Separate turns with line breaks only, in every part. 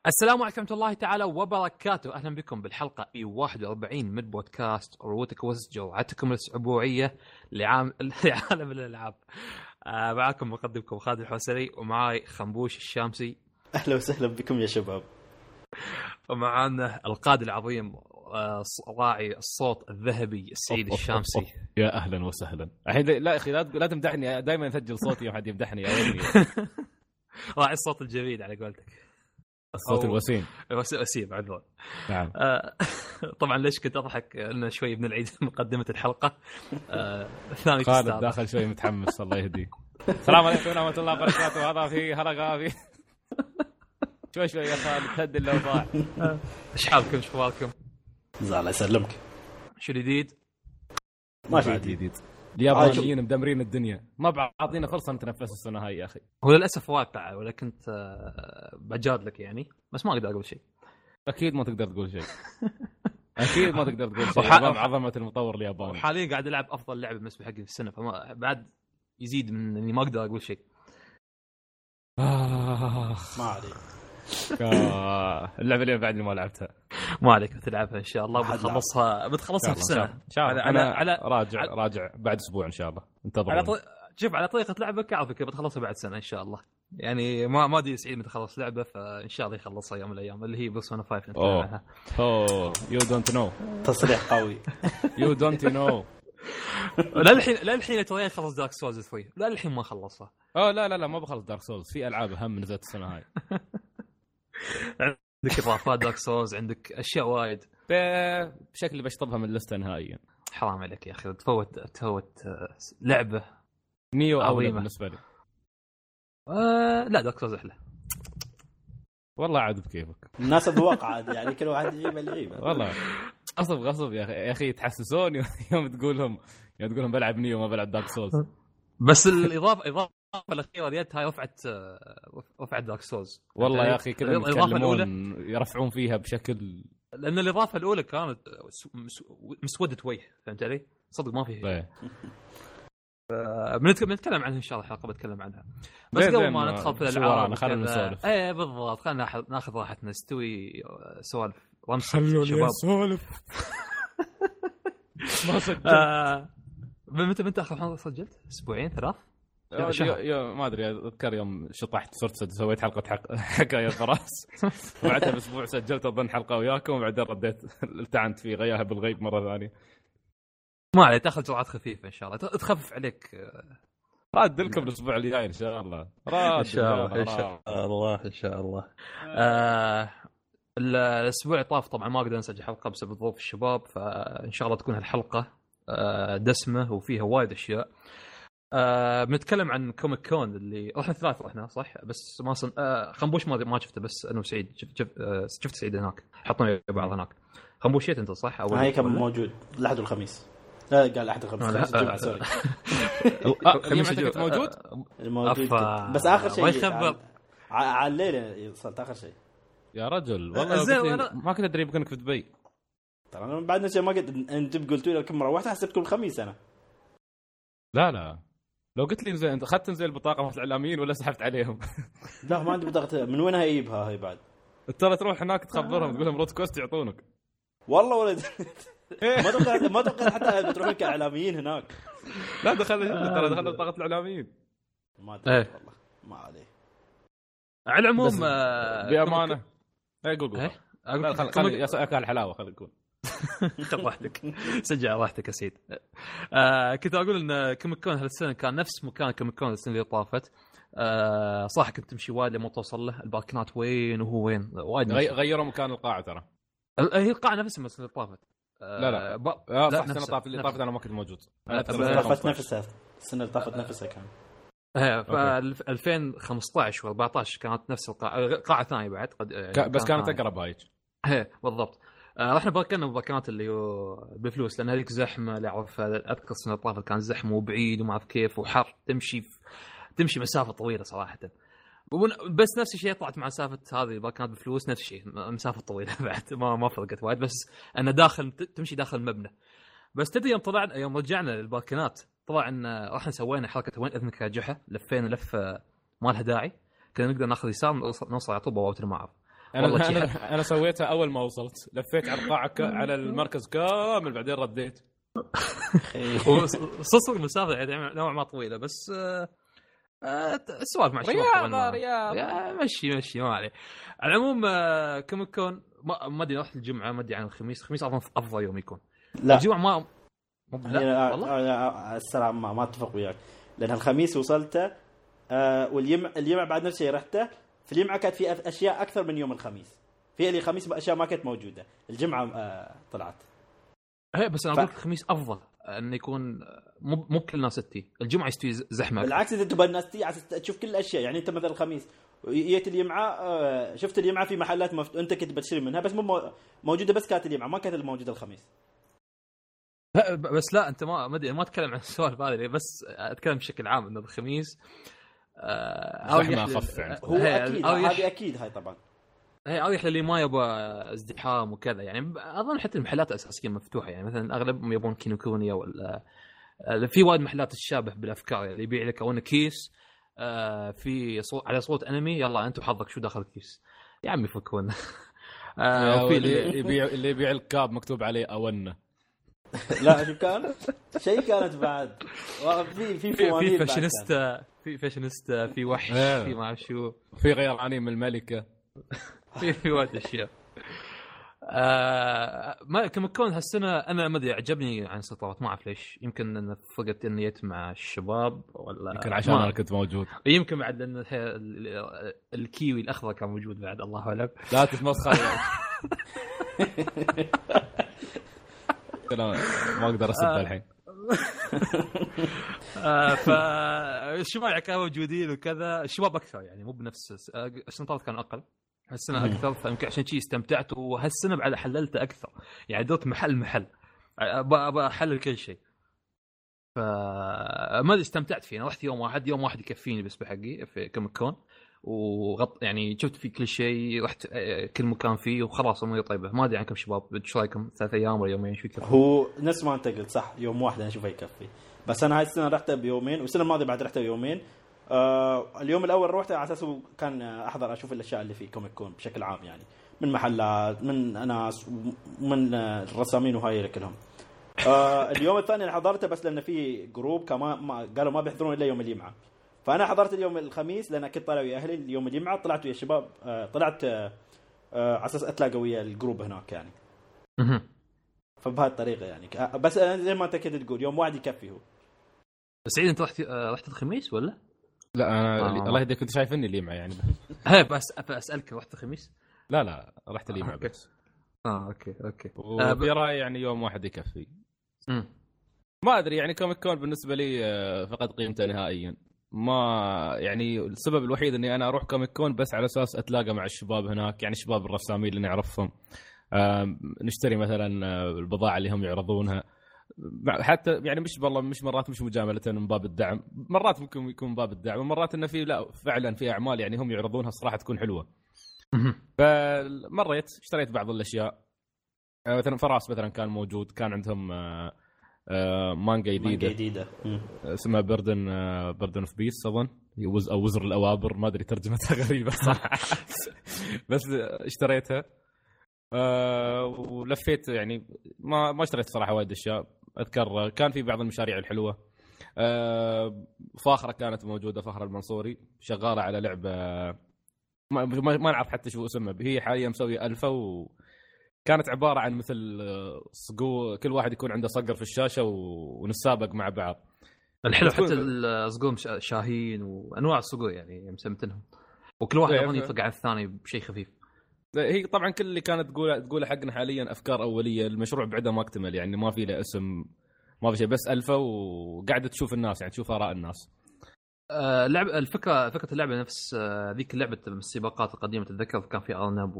السلام عليكم ورحمة الله تعالى وبركاته. أهلا بكم بالحلقة 41 من بودكاست روتك وست، جرعتكم الأسبوعية لعالم الألعاب. معكم مقدمكم خالد الحوسري، ومعاي خنبوش الشامسي.
أهلا وسهلا بكم يا شباب.
ومعنا القائد العظيم راعي الصوت الذهبي السيد الشامسي.
يا أهلا وسهلا. الحين لا أخي لا تمدحني، دائما أسجل صوتي يوم حد يمدحني يا ولي.
راعي الصوت الجميل على قولتك،
الصوت الوسيم.
وسيم عذرا.
نعم.
طبعا ليش كنت أضحك لأن شوي بنعيد مقدمة الحلقة. الثاني
خالد داخل شوي متحمس الله يهديه. السلام عليكم ورحمة الله وبركاته. هذا في حلقة شوي يا خالد هد الأوضاع.
إيش حالكم؟ إيش أخباركم؟
الله يسلمك.
شو جديد؟
ما في جديد.
اليابانيين مدمرين الدنيا، ما بعطينا فرصة نتنفس السنة هاي يا أخي.
هو للأسف واقع، ولا كنت بجاد لك يعني، بس ما أقدر أقول شيء.
أكيد ما تقدر تقول شيء. أكيد ما تقدر تقول شيء. عظمة المطور الياباني.
حاليا قاعد ألعب أفضل لعبة بالنسبة حقي في السنة، فما بعد يزيد من إني ما أقدر أقول شيء.
ما عليك.
اللعبة اللي بعد ما لعبتها.
ما عليك، بتلعبها إن شاء الله. بتخلصها في السنة.
أنا راجع بعد أسبوع إن شاء الله. انتظروا.
شوف على طريقة لعبك أعرفك بتخلصها بعد سنة إن شاء الله. يعني ما أدري سعيد متى خلص لعبة، فإن شاء الله يخلصها يوم من الأيام، اللي هي بيرسونا 5 نتكلم
you don't know.
تصريح قوي.
you don't know.
لا الحين ترى خلص دارك سولز 3. لا الحين ما خلصها.
لا ما بخلص دارك سولز. في ألعاب أهم نزلت السنة هاي.
عندك إضافات دارك سولز، عندك أشياء وايد
بشكل بشطبها من اللستة نهائيا.
حرام عليك يا أخي، تفوت لعبة
نيو أولى بالنسبة لي.
لا دارك سولز أحلى
والله. عاد بكيفك.
الناس أذواق عاد، يعني كل واحد يجيب العيبة.
والله غصب يا أخي تحسسون يوم تقولهم بلعب نيو ما بلعب دارك سولز.
بس الإضافة الأخيرة ديت هاي رفعت دارك سولز.
والله يا أخي كذا يتكلمون يرفعون فيها بشكل،
لأن الإضافة الأولى كانت مسودة وجه، فهمت علي؟ صدق ما فيه. بنتكلم عنها إن شاء الله الحلقة، بتكلم عنها. بس قبل ما ندخل في الألعاب
خلينا نسولف.
إيه بالضبط، خلينا ناخذ راحتنا، نستوي سوالف رمس
شباب. سولف. ما سجلت.
متى آخر مرة سجلت؟ أسبوعين 3؟
ما أدري، أذكر يوم شطحت صرت سويت حلقة حكاية فراس. بعدها بأسبوع سجلت أظن حلقة وياكم، وبعدين رديت التعنت في غياها بالغيب مرة ثانية.
ما عليه، تاخذ جرعات خفيفة إن شاء الله تخفف عليك.
راد لكم الأسبوع اللي جاي إن شاء الله.
إن شاء الله. الأسبوع اللي طاف طبعا ما أقدر نسجل حلقة بسبب ظروف الشباب، فإن شاء الله تكون هالحلقة دسمة وفيها وايد أشياء. بنتكلم عن كوميك كون اللي رحنا 3 رحنا صح، بس ما خنبوش ما شفته، بس أنا وسعيد شفت سعيد هناك، حطنا بعض هناك. خنبوشيت أنت صح؟
هاي كان موجود الأحد والخميس. لا قال أحد الخميس. سوري.
الخميس كنت موجود
بس آخر شيء على الليلة صارت آخر شيء
يا رجل. والله ما كنت أدري بكونك في دبي.
ترى أنا بعد نسي، ما قلت أنت قلتوا لي كم مرة واحدة، حسبتكم الخميس أنا.
لا لو قلت لي انت اخذت تنزل البطاقه مال الاعلاميين ولا سحبت عليهم؟
لا ما عندي بطاقه. من وين هيجيبها هاي بعد؟
ترى تروح هناك تخبرهم تقول لهم روت كوست يعطونك.
والله ولد. ما توقع حتى تروحون كاعلاميين هناك.
لا دخلنا بطاقه الاعلاميين.
ما ادري والله ما عليه.
على العموم
بامانه قول خلي ياكل الحلاوه خلي نقول.
خذ راحتك، سجل راحتك يا سيد. كنت أقول إن كوميك كون هالسنة كان نفس مكان كوميك كون السنة اللي طافت. صح كنت تمشي وايد لما توصل له، الباركنات وين وهو وين وايد.
غيروا مكان القاعة ترى.
هي القاعة نفسها السنة اللي طافت.
لا صح السنة اللي طافت أنا ما كنت موجود.
طافت نفسها السنة اللي طافت نفسها كان.
ف 2015 و14 كانت نفس القاعة، قاعة ثانية بعد
بس كانت أقرب هايج.
بالضبط. رحنا باكننا اللي هو بفلوس، لأن هذيك زحمة اللي أعرف. أذكر السنة اللي طافت كان زحمة وبعيد وما أعرف كيف وحر، تمشي مسافة طويلة صراحة. بس نفس الشيء طلعت مع مسافة هذه باكنات بفلوس، نفس الشيء مسافة طويلة بعد ما فرقت وايد، بس أنا تمشي داخل المبنى. بس تدري يوم رجعنا للباكنات طلع إن رحنا سوينا حركة وين إذنك راجحة، لفينا لفة ما لها داعي، كنا نقدر ناخذ يسار نوصل على طول بوابة المعرض.
انا سويتها اول ما وصلت، لفيت على القاعه على المركز كامل، بعدين رديت.
وصلت المسافه يعني نوعا ما طويله، بس السوالف مع الشباب
رياض
مشي ما عليه. على العموم كوميك كون ما ادري رحت الجمعه، ما ادري عن الخميس افضل يوم يكون.
لا
الجمعه ما
والله السلام ما اتفق وياك، لان الخميس وصلته واليمع بعد نفس الشيء رحته. في اليمعه كانت في اشياء اكثر من يوم الخميس، في اللي خميس اشياء ما كانت موجوده، الجمعه طلعت.
بس انا اقول الخميس افضل انه يكون مو كل الناس تي، الجمعه يستوي زحمه.
بالعكس اذا تبغى الناس تي تشوف كل الاشياء، يعني انت مثلا الخميس جيت اليمعه شفت اليمعه في محلات انت كنت بتشتري منها بس مو موجوده، بس كانت اليمعه ما كانت الموجوده الخميس.
بس لا انت ما ادري ما اتكلم عن السوالف هذه، بس اتكلم بشكل عام انه الخميس
زحمه اخف
هو اكيد هذه اكيد هاي طبعا
هي اريح للي ما يبغى ازدحام وكذا. يعني اظن حتى المحلات اساسيا مفتوحه، يعني مثلا اغلبهم يبون كينوكونيا ولا في وايد محلات تشابه بالافكار، يعني يبيع لك او كيس في على صوت انمي، يلا انت وحظك شو داخل الكيس يا عمي فكون.
وفي اللي يبيع الكاب مكتوب عليه أونه.
لا شو كان شيء كانت بعد
في فاشينيستا، في فاشينيستا، في وحش، في ما شو،
في غيرانين من الملكة،
في وايد اشياء. ما كم كون هالسنه انا ما ادري عجبني عن سطوات، ما اعرف ليش، يمكن ان فقدت النيت مع الشباب، ولا
يمكن عشان انا كنت موجود،
يمكن بعد لان الكيوي الاخضر كان موجود بعد، الله اعلم.
لا تتمسخر. انا ما اقدر اسب الحين.
فالشباب كانوا موجودين وكذا، الشباب اكثر يعني مو بنفس السنوات كان اقل، هالسنه اكثر، فيمكن عشان شيء استمتعت، وهالسنه بعد حللت اكثر، يعني دوت محل ابى احلل كل شيء، فما استمتعت فيه. انا رحت يوم واحد يكفيني بس بحقي في كوميك كون، يعني شفت فيه كل شيء، رحت كل مكان فيه وخلاص اموري طيبه. ما ادري عنكم شباب، ايش رايكم 3 ايام ولا يومين شو يكفي؟
هو نفس ما انت قلت صح، يوم واحد انا اشوفه يكفي، بس انا هاي السنه رحتها بيومين، والسنه الماضيه بعد رحتها بيومين. اليوم الاول رحت على اساس كان احضر اشوف الاشياء اللي في كوميك كون بشكل عام، يعني من محلات، من ناس، ومن الرسامين وهاي كلهم. اليوم الثاني انا حضرته بس لان في جروب كمان قالوا ما بيحضرون الا يوم الجمعه، فانا حضرت اليوم الخميس لان كنت طالع ويا اهلي. اليوم الجمعه طلعت ويا الشباب، طلعت على اساس اتلاقى ويا الجروب هناك يعني. فبهذه الطريقه يعني، بس زي ما انت كنت تقول يوم واحد يكفي. هو
بس عيد انت رحت الخميس ولا
لا؟ انا الله يهديك كنت شايفني اللي معي يعني.
بس اسالك رحت الخميس؟
لا رحت اللي معي بس.
اوكي
برايي يعني يوم واحد يكفي. ما ادري يعني كوميك كون بالنسبه لي فقد قيمته نهائيا. ما يعني السبب الوحيد اني انا اروح كوميك كون بس على اساس اتلاقى مع الشباب هناك، يعني شباب الرسامين اللي نعرفهم، نشتري مثلا البضاعه اللي هم يعرضونها، حتى يعني مش مرات مش مجامله من باب الدعم، مرات ممكن يكون من باب الدعم، ومرات انه في لا فعلا في اعمال يعني هم يعرضونها صراحه تكون حلوه. فمريت اشتريت بعض الاشياء، مثلا فراس مثلا كان موجود، كان عندهم مانجا جديده اسمها بردن اوف بيس اظن، او وزر الاوابر، ما ادري ترجمتها غريبه صراحه. بس اشتريتها ولفيت يعني، ما اشتريت صراحه وايد اشياء. اذكر كان في بعض المشاريع الحلوه، فاخره كانت موجوده، فاخره المنصوري شغاله على لعبه ما نعرف حتى شو اسمها، هي حاليا مسويه الفا، وكانت عباره عن مثل صقو، كل واحد يكون عنده صقر في الشاشه ونتسابق مع بعض.
الحلو حتى الصقور شاهين وانواع الصقور يعني مسمتنهم، وكل واحد يفرق عن الثاني بشيء خفيف.
هي طبعا كل اللي كانت تقوله حقنا حاليا افكار اوليه، المشروع بعده ما اكتمل يعني، ما في له اسم، ما في شيء، بس الفا وقاعده تشوف الناس يعني تشوف اراء الناس.
فكره اللعبه نفس ذيك اللعبه السباقات القديمه، تتذكر كان في ارنب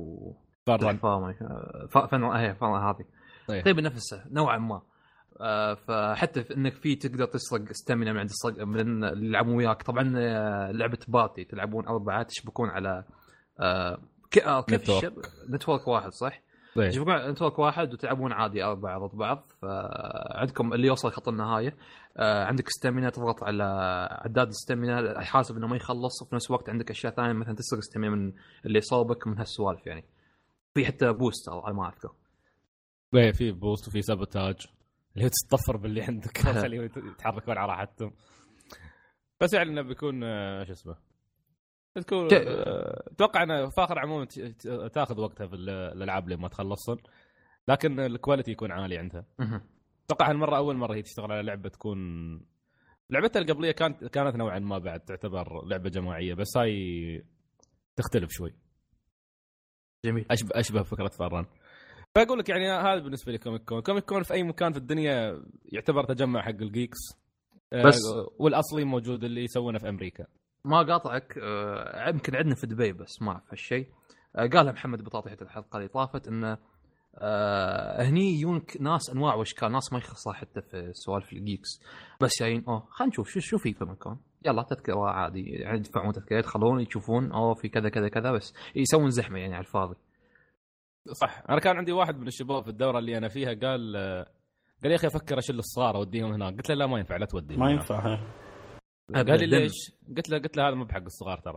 فارن هذه طيب نفسه نوعا ما. فحتى في انك تقدر تسرق استامينا من عند من اللي يلعبون وياك. طبعا لعبه بارتي تلعبون 4 تشبكون على كيف نتورك واحد صح. تشوفون انتوا واحد وتلعبون عادي 4 ضد بعض، فعندكم اللي يوصل خط النهايه عندك ستامينا، تضغط على عداد الستامينا يحاسب انه ما يخلص، وفي نفس الوقت عندك اشياء ثانيه مثلا تسرق ستامينا من اللي يصابك من هالسوالف يعني. في حتى بوست على ما اذكر.
في بوست وفي سابوتاج اللي هو تستطفر باللي عندك خليه يتحركون على راحتهم. بس يعني انه بيكون شو اسمه تكون اتوقع انه فاخر عموما تاخذ وقتها في الالعاب اللي ما تخلصن، لكن الكواليتي يكون عالي عندها. اتوقع هالمره اول مره هي تشتغل على لعبه تكون لعبتها القبليه كانت نوعا ما بعد تعتبر لعبه جماعيه، بس هاي تختلف شوي.
جميل.
اشبه فكره فرن. فاقول لك يعني هذا بالنسبه لي كوميك كون في اي مكان في الدنيا يعتبر تجمع حق الجيكس،
بس
والاصلي موجود اللي يسوونه في امريكا.
ما قاطعك، يمكن عندنا في دبي بس ما اعرف هالشيء. قالها محمد بطاطي حتى الحلقه اللي طافت انه هني يونك ناس انواع واشكال، ناس ما يخصها حتى في سوالف الجيكس، بس جايين خلينا نشوف شو في مكان، يلا تذكره عادي يعني، يدفعون تذكره يدخلون يشوفون في كذا كذا كذا، بس يسوون زحمه يعني على الفاضي.
صح. انا كان عندي واحد من الشباب في الدوره اللي انا فيها قال يا اخي افكر اشيل الصغار اوديهم هناك. قلت له لا ما ينفع، لا توديهم
ما ينفع.
قال لي ليش؟ قلت له هذا مو بحق الصغار ترى.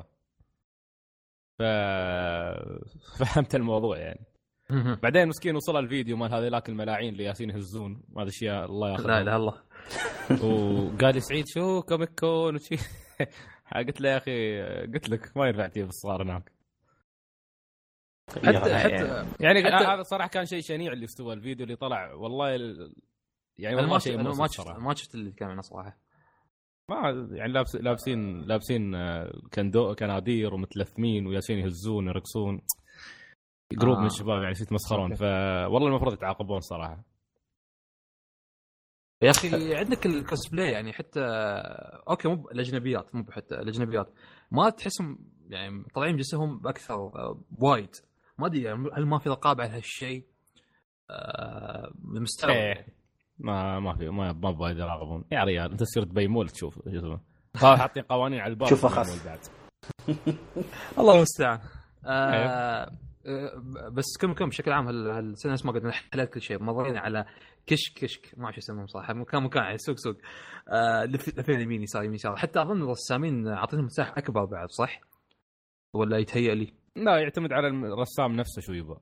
فهمت الموضوع يعني. بعدين مسكين وصل الفيديو مال هذيلاك الملاعين اللي ياسين يهزون ما هذا الشيء الله ياخذ.
لا لا الله.
وقال سعيد شو كوميك كون وشي. قلت له يا اخي قلت لك ما ينفع تجيب الصغار هناك. يعني هذا صراحه كان شيء شنيع اللي استوى الفيديو اللي طلع والله يعني والله شيء
ما شفت اللي كان صراحه.
ما يعني لابسين كنادير ومتلثمين وياسين يهزون يرقصون جروب من الشباب يعني يتمسخرون. فوالله المفروض يتعاقبون صراحه
يا اخي. عندك الكوسبلاي يعني حتى اوكي مو الاجنبيات، مو حتى الاجنبيات ما تحسهم يعني طالعين جسمهم باكثر وايد. ما ادري هل ما في رقابه على هالشيء؟ مستغرب يعني.
ما بايد يراقبون يا ريال. انت تصير دبي مول تشوف شو اسمه حاطين قوانين على الباب
شوف اخس
بعد.
الله المستعان. بس كم بشكل عام هالسنه ما قدرنا نحلل كل شيء. مرينا على كشك ما ايش يسمونه صح، مكان على سوق لفين يمين يسار حتى اظن الرسامين عاطينهم مساحه اكبر بعد صح ولا يتهيأ لي؟
لا يعتمد على الرسام نفسه شو يبغى.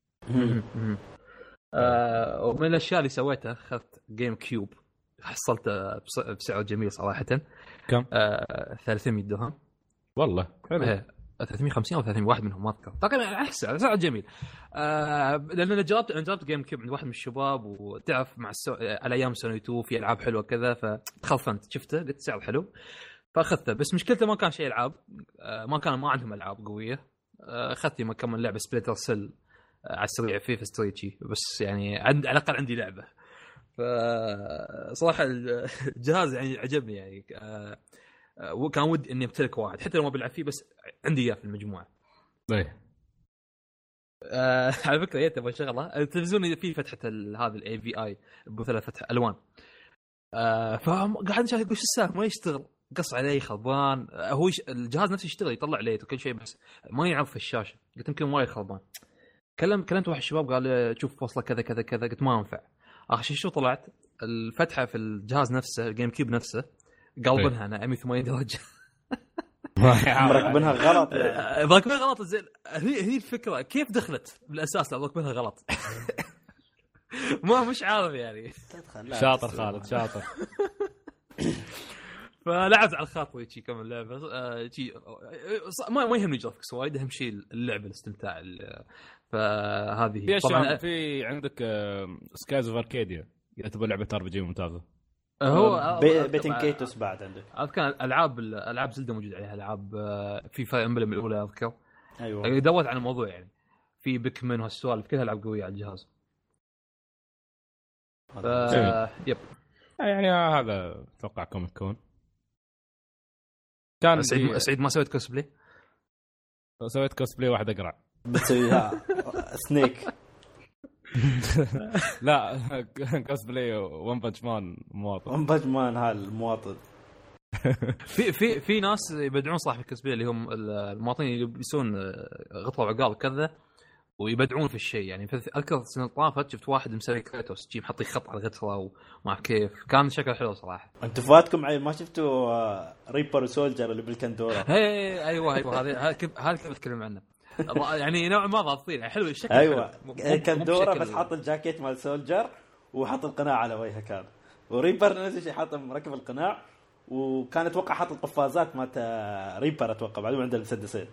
ومن الاشياء اللي سويتها اخذت جيم كيوب حصلته بسعر جميل صراحه.
كم؟
300 درهم
والله حلو.
350 او 300 واحد منهم ما اذكر تقريبا احسن سعر جميل. لان انا جربت جيم كيوب عند واحد من الشباب وتعرف مع على ايام سوني 2 في العاب حلوه كذا، فتخلفنت شفته قلت سعر حلو فاخذته. بس مشكلته ما كان شيء العاب، ما عندهم العاب قويه. اخذت لي كم لعبه سبليتر سيل على السريع فيفا ستريتشي، بس يعني على الاقل عندي لعبه. فصراحه الجهاز يعني عجبني يعني. وكان ودي اني امتلك واحد حتى لو ما بلعب فيه، بس عندي اياه في المجموعه.
ايه
على فكره يا تبغى شغله التلفزيون فيه فتحه هذا الاي في اي بثلاث فتح الوان. فقاعد اشوف ايش السالفه ما يشتغل، قص عليه خربان. هو الجهاز نفسه يشتغل يطلع ليت وكل شيء بس ما يعرف في الشاشه. قلت يمكن وايد خربان. كلمت واحد الشباب قال شوف وصله كذا كذا كذا. قلت ما ينفع. اخر شيء شو طلعت الفتحه في الجهاز نفسه الجيم كيوب نفسه قلبنها انا 180 درجه.
مركبينها غلط
مركبينها غلط. زين هي الفكره كيف دخلت بالاساس لو مركبينها غلط. مش عارف يعني.
شاطر خالد شاطر.
فلعبت على الخاطر شيء كم اللعبه شيء ما يهمني جرافيكس وايد، اهم شيء اللعبه الاستمتاع. فهذه
طبعا في عندك سكايز اوف اركاديا اذا تبغى لعبه ار بي جي ممتازه.
هو بيتن كيتوس بعد عندك.
اذكر العاب زلده موجود عليها العاب في فاير امبلم الاولى اذكر.
ايوه
دورت عن الموضوع يعني في بيكمن وهالسوالف كلها العاب قويه على الجهاز. يب
يعني هذا اتوقع كوميك كون. كان
سعيد ما سويت كوسبلاي؟
سويت كوسبلاي واحد اقرع
بتسويها سنيك.
لا كوسبلاي ون بانش مان مواطن.
ون بانش مان هالمواطن.
في ناس يبدعون صح في الكوسبلاي اللي هم المواطنين اللي يلبسون غطاء وعقال كذا ويبدعون في الشيء. يعني اذكر السنه طافت شفت واحد مسوي كريتوس جيم حطي خط على غتره وما كيف كان شكله حلو صراحه.
انتوا فاتكم ما شفتوا ريبر وسولجر اللي بالكندوره؟
ايوه هذا كيف اتكلم عنه يعني نوع ما ضابطين يعني حلو الشكل.
ايوه كندوره بس حاط الجاكيت مال سولجر وحط القناع على وجهه كان، وريبر نفس الشيء حاط مركب القناع، وكان اتوقع حط القفازات مالت ريبر اتوقع بعدين عنده المسدسين.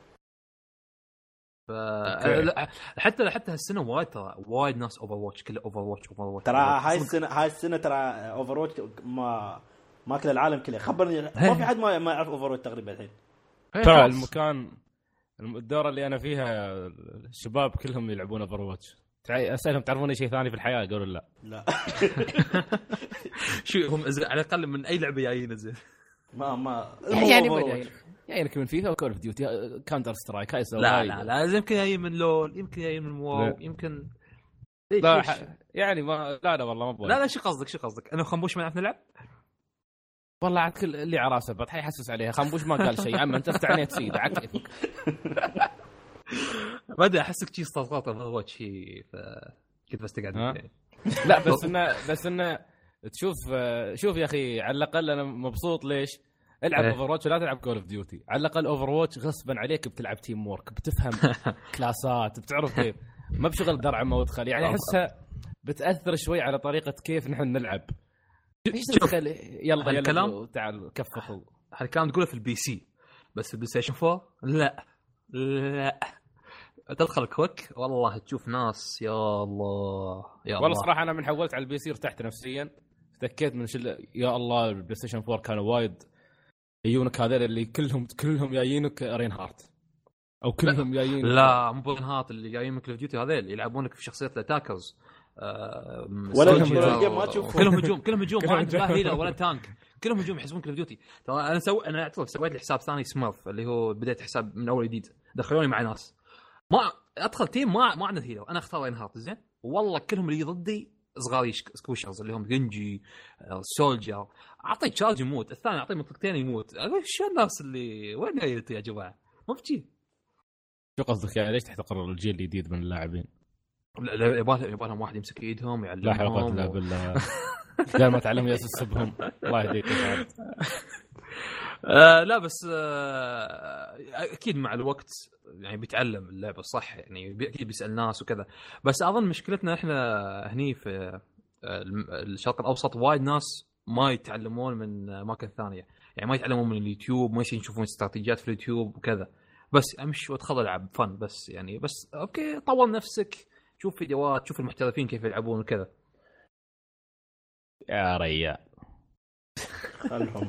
حتى هالسنه وايد ناس اوفر واتش كله اوفر واتش
ترى هاي السنه ترى اوفر واتش ما كل العالم كله خبرني ما في حد ما يعرف اوفر واتش تقريبا الحين.
ترى المكان الدورة اللي انا فيها الشباب كلهم يلعبون اوفر واتش. اسالهم تعرفون شيء ثاني في الحياه؟ قالوا لا
شو هم على الاقل من اي لعبه جايين زين
ما
يعني من فيفا وكول اوف ديوتي كاونتر سترايك هاي
لا يمكن جاي من لول يمكن جاي من واو يمكن
لا يعني ما لا والله ما
لا شو قصدك انا خنبوش ما نعرف نلعب
والله عاد كل اللي عراسه بطح يحسس عليها. خنبوش ما قال شيء عم انت استعنيت سيده عاد كيفك
بدأ احسك شيء استغربت هو شيء كنت بستقعد يعني.
لا بس انه شوف يا اخي على الاقل انا مبسوط. ليش العب اوفر واتش ولا تلعب كول اوف ديوتي؟ على الاقل اوفر واتش غصبا عليك بتلعب تيم وورك، بتفهم كلاسات، بتعرف كيف ما بشغل درع ما ودخل. يعني احسها بتاثر شوي على طريقه كيف نحن نلعب. يلا
الكلام
تعال كفخ.
هالكلام تقوله في البي سي، بس في البلاي ستيشن 4 لا تدخل كويك والله تشوف ناس يا الله
والله صراحه انا من حولت على البي سي ارتحت نفسيا. تأكدت من يا الله البلاي ستيشن 4 كانوا وايد يجونك هذول اللي كلهم جايينك رينهارت او كلهم جايين
لا مو رينهارت اللي جايين من كول اوف ديوتي هذول يلعبونك في شخصيه الاتاكرز
ولا ما تشوف
كلهم هجوم ما عنده لا هيلر ولا تانك، كلهم هجوم يحسبون كول اوف ديوتي. ترى انا اعترف سويت لي حساب ثاني سمارف اللي هو بديت حساب من اول جديد، دخلوني مع ناس ما ادخل تيم ما عنده هيلر، انا اختار رينهارت زين والله كلهم اللي ضدي صغار سكوشرز اللي هم جنجي سولجر، اعطي تشارج يموت، الثاني اعطيه منطقتين يموت. اقول شو الناس اللي وين جايين يا جماعه؟ ما بتجي.
شو قصدك يعني ليش تحتقر الجيل الجديد من اللاعبين؟
لا يبغى لهم واحد يمسك ايدهم يعلمهم.
لا حلقات لا بالله قال ما تعلم يسسبهم الله يهديك.
لا بس اكيد مع الوقت يعني بيتعلم اللعبه الصح، يعني اكيد بيسال ناس وكذا. بس اظن مشكلتنا احنا هني في الشرق الاوسط وايد ناس ما يتعلمون من اماكن ثانيه، يعني ما يتعلمون من اليوتيوب، ما يشوفون استراتيجيات في اليوتيوب وكذا، بس امشي وادخل العب فن بس يعني بس اوكي طور نفسك، شوف فيديوهات، شوف المحترفين كيف يلعبون وكذا.
يا ريال
خلهم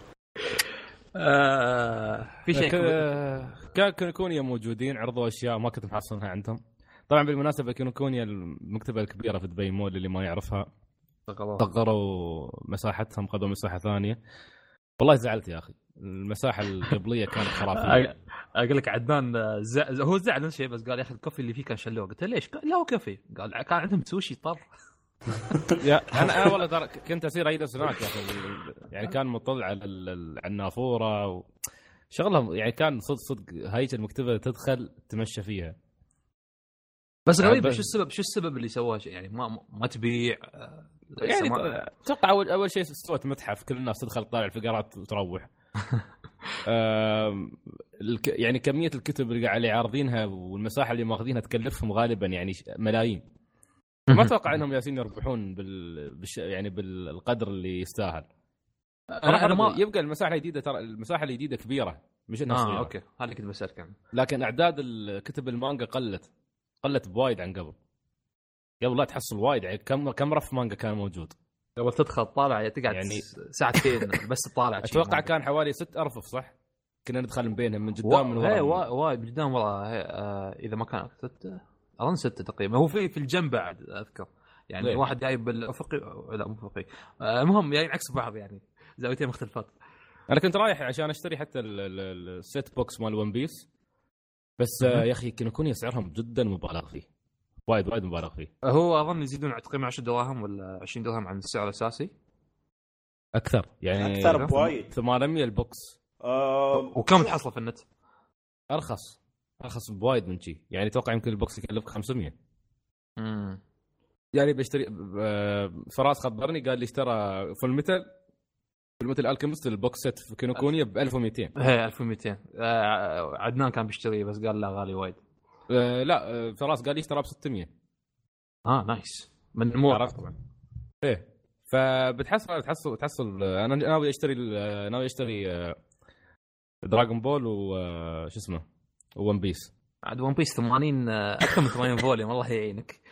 في شيء
كان كونيا موجودين عرضوا اشياء ما كنت محصلها عندهم. طبعا بالمناسبه كونيا المكتبه الكبيره في دبي مول اللي ما يعرفها صغروا مساحتهم قدوا مساحه ثانيه. والله زعلت يا اخي، المساحه القبليه كانت خرافيه.
اقول لك عدنان هو زعل شيء بس قال يا اخي الكوفي اللي فيه كان شلوه. قلت له ليش؟ لا هو كوفي. قال كان عندهم سوشي طر.
انا والله ترى كنت اسير عيد سناك يا اخي، يعني كان مطلع على النافوره شغلهم، يعني كان صدق هاي المكتبه تدخل تمشى فيها.
بس غريب شو السبب اللي سواه يعني ما تبيع
يعني اتوقع اول شيء سوت متحف كل الناس تدخل تطالع الفقرات وتروح. يعني كميه الكتب اللي قاعد عارضينها والمساحه اللي ماخذينها تكلفهم غالبا يعني ملايين. ما اتوقع انهم ياسين يربحون يعني بالقدر اللي يستاهل. انا ما يبقى المساحه الجديده، ترى المساحه الجديده كبيره مش انها صغيره.
اوكي هذا كنت بسالك عنه.
لكن اعداد الكتب المانجا قلت بوايد عن قبل لا تحصل وايد. يعني كم رف مانجا كان موجود
قبل تدخل طالع تقعد يعني ساعتين بس تطالع.
اتوقع كان حوالي 6 أرفف صح، كنا ندخل من بينهم من قدام من ورا.
وايد من قدام ورا. اذا ما كان 6 اظن 6 تقريبا. هو في الجنب بعد اذكر يعني ليه؟ واحد جايب بالافقي لا مو افقي، المهم يعني عكس بعض يعني زاويتين مختلفات.
انا كنت رايح عشان اشتري حتى السيت بوكس مال ون بيس، بس يا اخي كوني سعرهم جدا مبالغ فيه، وايد مبالغ فيه.
هو اظن يزيدون تقريبا 10 دراهم ولا 20 درهم عن السعر الاساسي.
اكثر يعني
اكثر بوايد.
800 البوكس.
وكم تحصل في النت؟
ارخص ارخص بوايد من شي، يعني اتوقع يمكن البوكس يكلفك 500. يعني بشتري فراس خبرني قال لي اشترى فول ميتال الكيمست البوكس سيت في كينوكونيا ب 1200.
ايه 1200. عدنان كان بيشتريه بس قال لا غالي وايد.
لا فراس قال لي اشترى ب 600.
نايس من مو
عرفت طبعا. ايه تحصل انا ناوي اشتري دراغون بول وش اسمه وون بيس.
عاد ون بيس 80 اكثر من 80 فوليوم الله يعينك.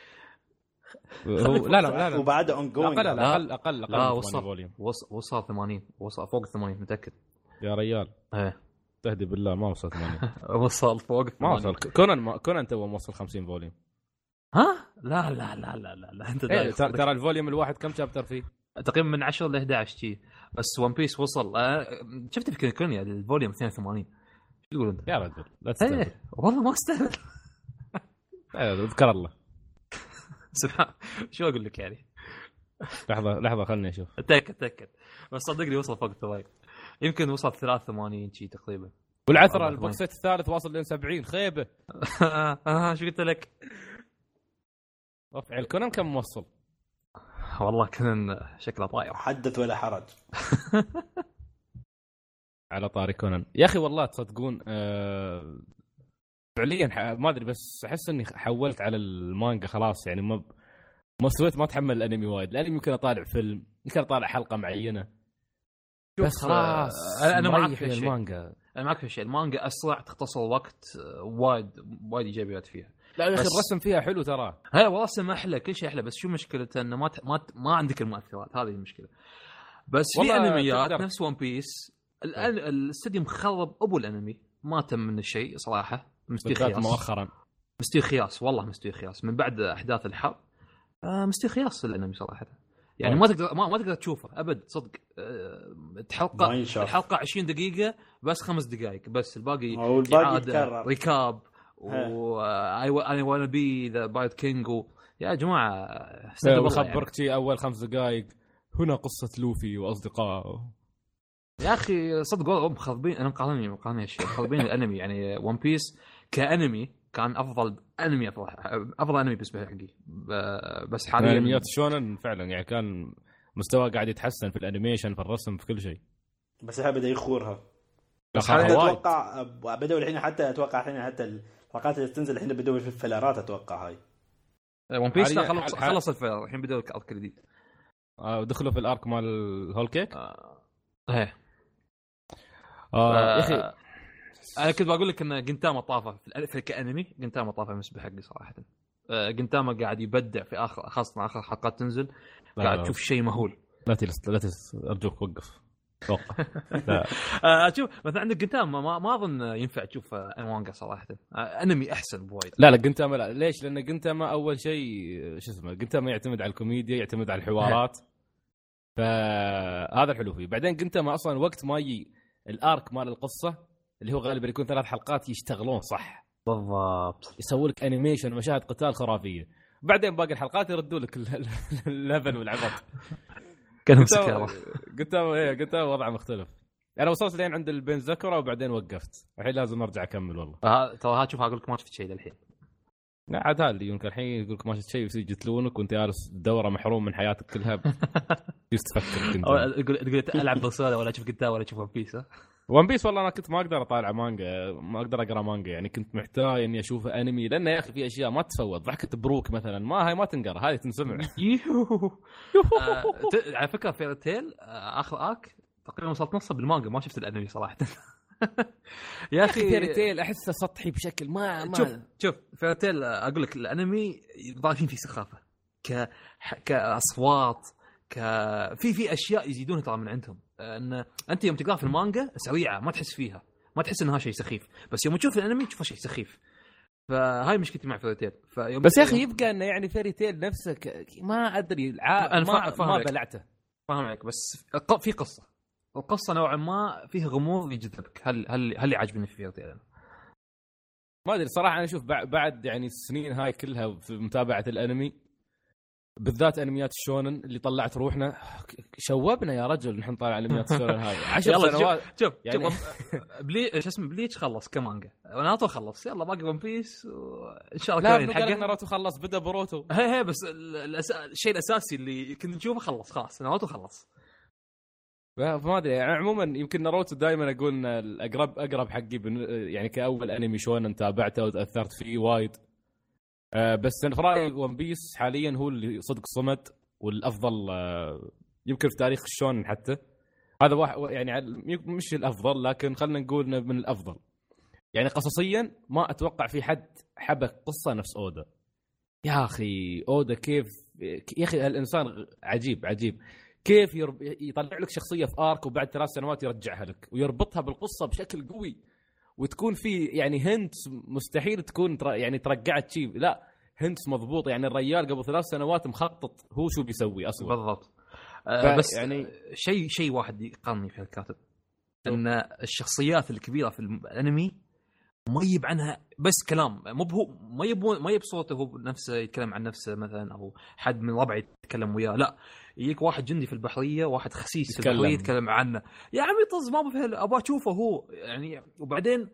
لا
وبعد اون جوينج
اقل
لا وصل 80 وصل فوق 80 متاكد
يا ريال.
ايه
تهدي بالله ما وصل 80.
وصل فوق 80.
ما وصل كونان تو موصل 50 فوليوم.
ها لا انت
ترى الفوليوم الواحد كم شابتر فيه؟
تقريبا من 10 ل 11 شيء. بس ون بيس وصل شفت في كونيا الفوليوم 82. شو تقول انت
يا رجل؟ لا تستهبل.
والله ما استهبل.
اذكر الله.
سبحان شو اقول لك يعني.
لحظه خلني اشوف.
اتاكد بس صدقني وصل فوق 80. يمكن وصل 83 شيء تقريبا.
والعثره البوكسيت الثالث واصل لين 70 خيبه.
شو قلت لك؟
رفع الكونان كم موصل؟
والله كان شكله طاير.
حدث ولا حرج.
على طاري كونان يا اخي والله تصدقون فعليا ما ادري بس احس اني حولت على المانجا خلاص يعني ما سويت ما اتحمل الانمي وايد. الانمي يمكن اطالع فيلم يمكن اطالع حلقه معينه بس خلاص.
انا معك في
المانجا.
انا معك في شيء. المانجا اسرع تختصر وقت وايد ايجابيات فيها.
لا يا اخي الرسم فيها حلو ترى.
هلا والله الرسم احلى كل شيء احلى بس شو مشكلته انه ما عندك المؤثرات. هذه المشكله. بس في انميات نفس ون بيس الان الاستديو مخرب ابو الانمي ما تم من الشيء صراحه. مستوي خياس
مؤخرا.
مستوي خياس والله مستوي خياس من بعد احداث الحرب. مستوي خياس الانمي صراحه يعني ما تقدر تشوفه ابد صدق. الحلقه 20 دقيقه بس 5 دقائق بس الباقي
يتكرر
ريكاب اي وانا بي ذا بايت كينج. يا جماعه
خبرك شيء اول 5 دقائق هنا قصه لوفي واصدقائه.
يا اخي صدق والله مخربين. انا مقارنين الشيء مخربين الانمي يعني. ون بيس كانمي كان افضل انمي بالنسبه حقي. بس حاليا
انميات شونن فعلا يعني كان مستوى قاعد يتحسن في الانيميشن في الرسم في كل شيء.
بس بدا يخورها. بس اتوقع بدأوا الحين حتى اتوقع الحين حتى الحلقات اللي تنزل الحين بدأوا في الفلارات اتوقع هاي.
ون بيس خلص الفلار الحين بدأوا الارك الجديد.
دخلوا في الارك مال الهول كيك.
ايه
يا اخي
انا كنت بقول لك ان جنتاما طافه في كانمي. جنتاما طافه مسبح حقي صراحه. جنتاما قاعد يبدع في خاصه اخر حلقات تنزل. قاعد تشوف شيء مهول.
لا تلس ارجوك وقف توقف.
شوف مثلا عندك جنتاما ما اظن ينفع تشوف مانجا صراحه. انمي احسن بوايد.
لا جنتاما لا. ليش؟ لان جنتاما اول شيء شو اسمه جنتاما يعتمد على الكوميديا يعتمد على الحوارات. فهذا الحلو فيه. بعدين جنتاما اصلا وقت ما يجي الارك مال القصه اللي هو غالبا يكون 3 حلقات يشتغلون صح بالضبط. يسوي لك انيميشن ومشاهد قتال خرافيه. بعدين باقي الحلقات يردوا لك اللبن والعبط.
كانوا سكره.
قلت وضع مختلف. انا وصلت لين عند البنزكرة وبعدين وقفت. الحين لازم ارجع اكمل والله.
ترى شوف اقول لك ما شفت شيء للحين.
لا عاد هذا اللي يمكن الحين يقول لك ما شفت شيء ويجي يتلونك وانت جالس دوره محروم من حياتك كلها. كيف تفكر كنت
تقول العب بصوره ولا اشوف قدام ولا اشوف ون بيس.
ون بيس والله انا كنت ما اقدر اطالع مانجا ما اقدر اقرا مانجا يعني كنت محتاج اني اشوف انمي لان يا اخي في اشياء ما تفوت. ضحكه بروك مثلا هاي ما تنقرا هذه تنسمع.
على فكره فير تيل اخر اك تقريبا وصلت نص بالمانجا ما شفت الانمي صراحه. يا اخي
فير تيل احسه سطحي بشكل ما
شوف فير تيل اقول لك الانمي ضايفين فيه سخافه كاصوات في اشياء يزيدونها ترى من عندهم. ان انت يوم تقرا في المانجا سريعه ما تحس فيها ما تحس انها شيء سخيف بس يوم تشوف الانمي تشوفه شيء سخيف. فهاي مشكلتي مع فيري تيل.
بس يا اخي يبقى انه يعني فيري تيل نفسه ما ادري ما بلعته
فاهمك بس في قصه القصه نوعا ما فيها غموض يجذبك. هل يعجبني في فيري تيل؟
ما ادري صراحه. انا اشوف بعد يعني السنين هاي كلها في متابعه الانمي بالذات انميات الشونن اللي طلعت روحنا شوبنا يا رجل نحن طالع انميات الشونن هذه 10 سنوات.
شوف
يعني
شو اسمه بليتش خلص كمانجا وناروتو خلص يلا باقي ون بيس وان شاء
لا
الله
قال ناروتو خلص بدا بوروتو.
هي بس الشيء الاساسي اللي كنت نشوفه خلاص ناروتو خلص.
ما ادري يعني عموما يمكن ناروتو دائما اقول ان اقرب حقي يعني كاول انمي شونن تابعته وتاثرت فيه وايد. بس انا في رايي ون بيس حاليا هو اللي صدق صمد والافضل يمكن في تاريخ الشونن حتى. هذا واحد يعني مش الافضل لكن خلينا نقول من الافضل. يعني قصصيا ما اتوقع في حد حبك قصه نفس اودا. يا اخي اودا كيف يا اخي الانسان عجيب كيف يطلع لك شخصيه في ارك وبعد 3 سنوات يرجعها لك ويربطها بالقصه بشكل قوي وتكون في يعني هنت مستحيل تكون يعني ترجعت شيء. لا هنت مضبوط. يعني الرجال قبل 3 سنوات مخطط هو شو بيسوي اصلا
بالضبط. بس يعني شيء واحد يقارني في الكاتب ان الشخصيات الكبيره في الانمي ما يجيب عنها بس كلام ما يب صوته هو نفسه يتكلم عن نفسه مثلا او حد من ربعه يتكلم وياه. لا يجيك واحد جندي في البحريه واحد خسيس في البحريه يتكلم عنه يا عمي طز ما بفهم ابغى اشوفه هو يعني. وبعدين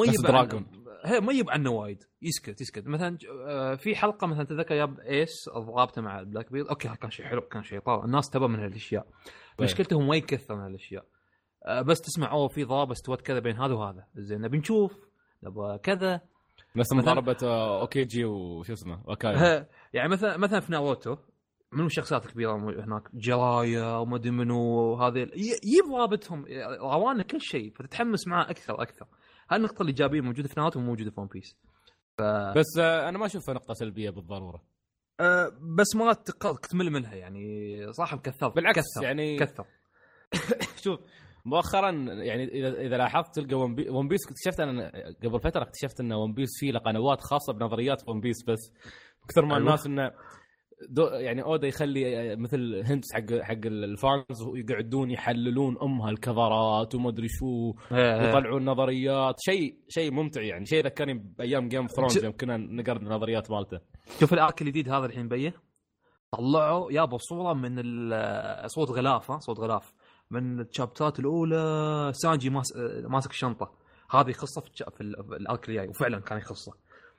ما يب عنه وايد يسكت مثلا في حلقه مثلا تذكر ياب ايس ضربته مع البلاك بيرد اوكي كان شيء حلو كان شيء طار الناس تبى من هالاشياء. مشكلتهم ما يكثر من هالاشياء بس تسمع اوه في ضربه استوت كذا بين هذا وهذا زين نبي نشوف نبغى كذا
نفس ضربه اوكيجي وش اسمه وكاي.
يعني مثلا في ناروتو منو الشخصيات الكبيره هناك جرايا وما ادري منو هذه يجيب ضابطهم روانه كل شيء فتتحمس معاه اكثر. هالنقطه الايجابيه موجوده في ناروتو وموجوده في ون بيس.
بس انا ما اشوفها نقطه سلبيه بالضروره.
بس ما تكمل منها يعني صح مكثر
بالعكس يعني
كثر.
شوف مؤخرا يعني اذا لاحظت تلقى ون بيس اكتشفت انا قبل فتره اكتشفت ان ون بيس فيه قنوات خاصه بنظريات ون بيس بس اكثر ما الناس انه يعني اودا يخلي مثل هنتس حق الفانز ويقعدون يحللون الكفرات وما ادري شو ويطلعون نظريات شيء ممتع يعني شيء ذكرني بايام جيم اوف ثرونز يوم كنا نقرا النظريات مالته.
شوف الارك الجديد هذا الحين بيه طلعوا يابا صوره من صوت غلاف من الشابترات الاولى سانجي ماسك الشنطه هذه قصه في الارك الجاي وفعلا كان يخصه.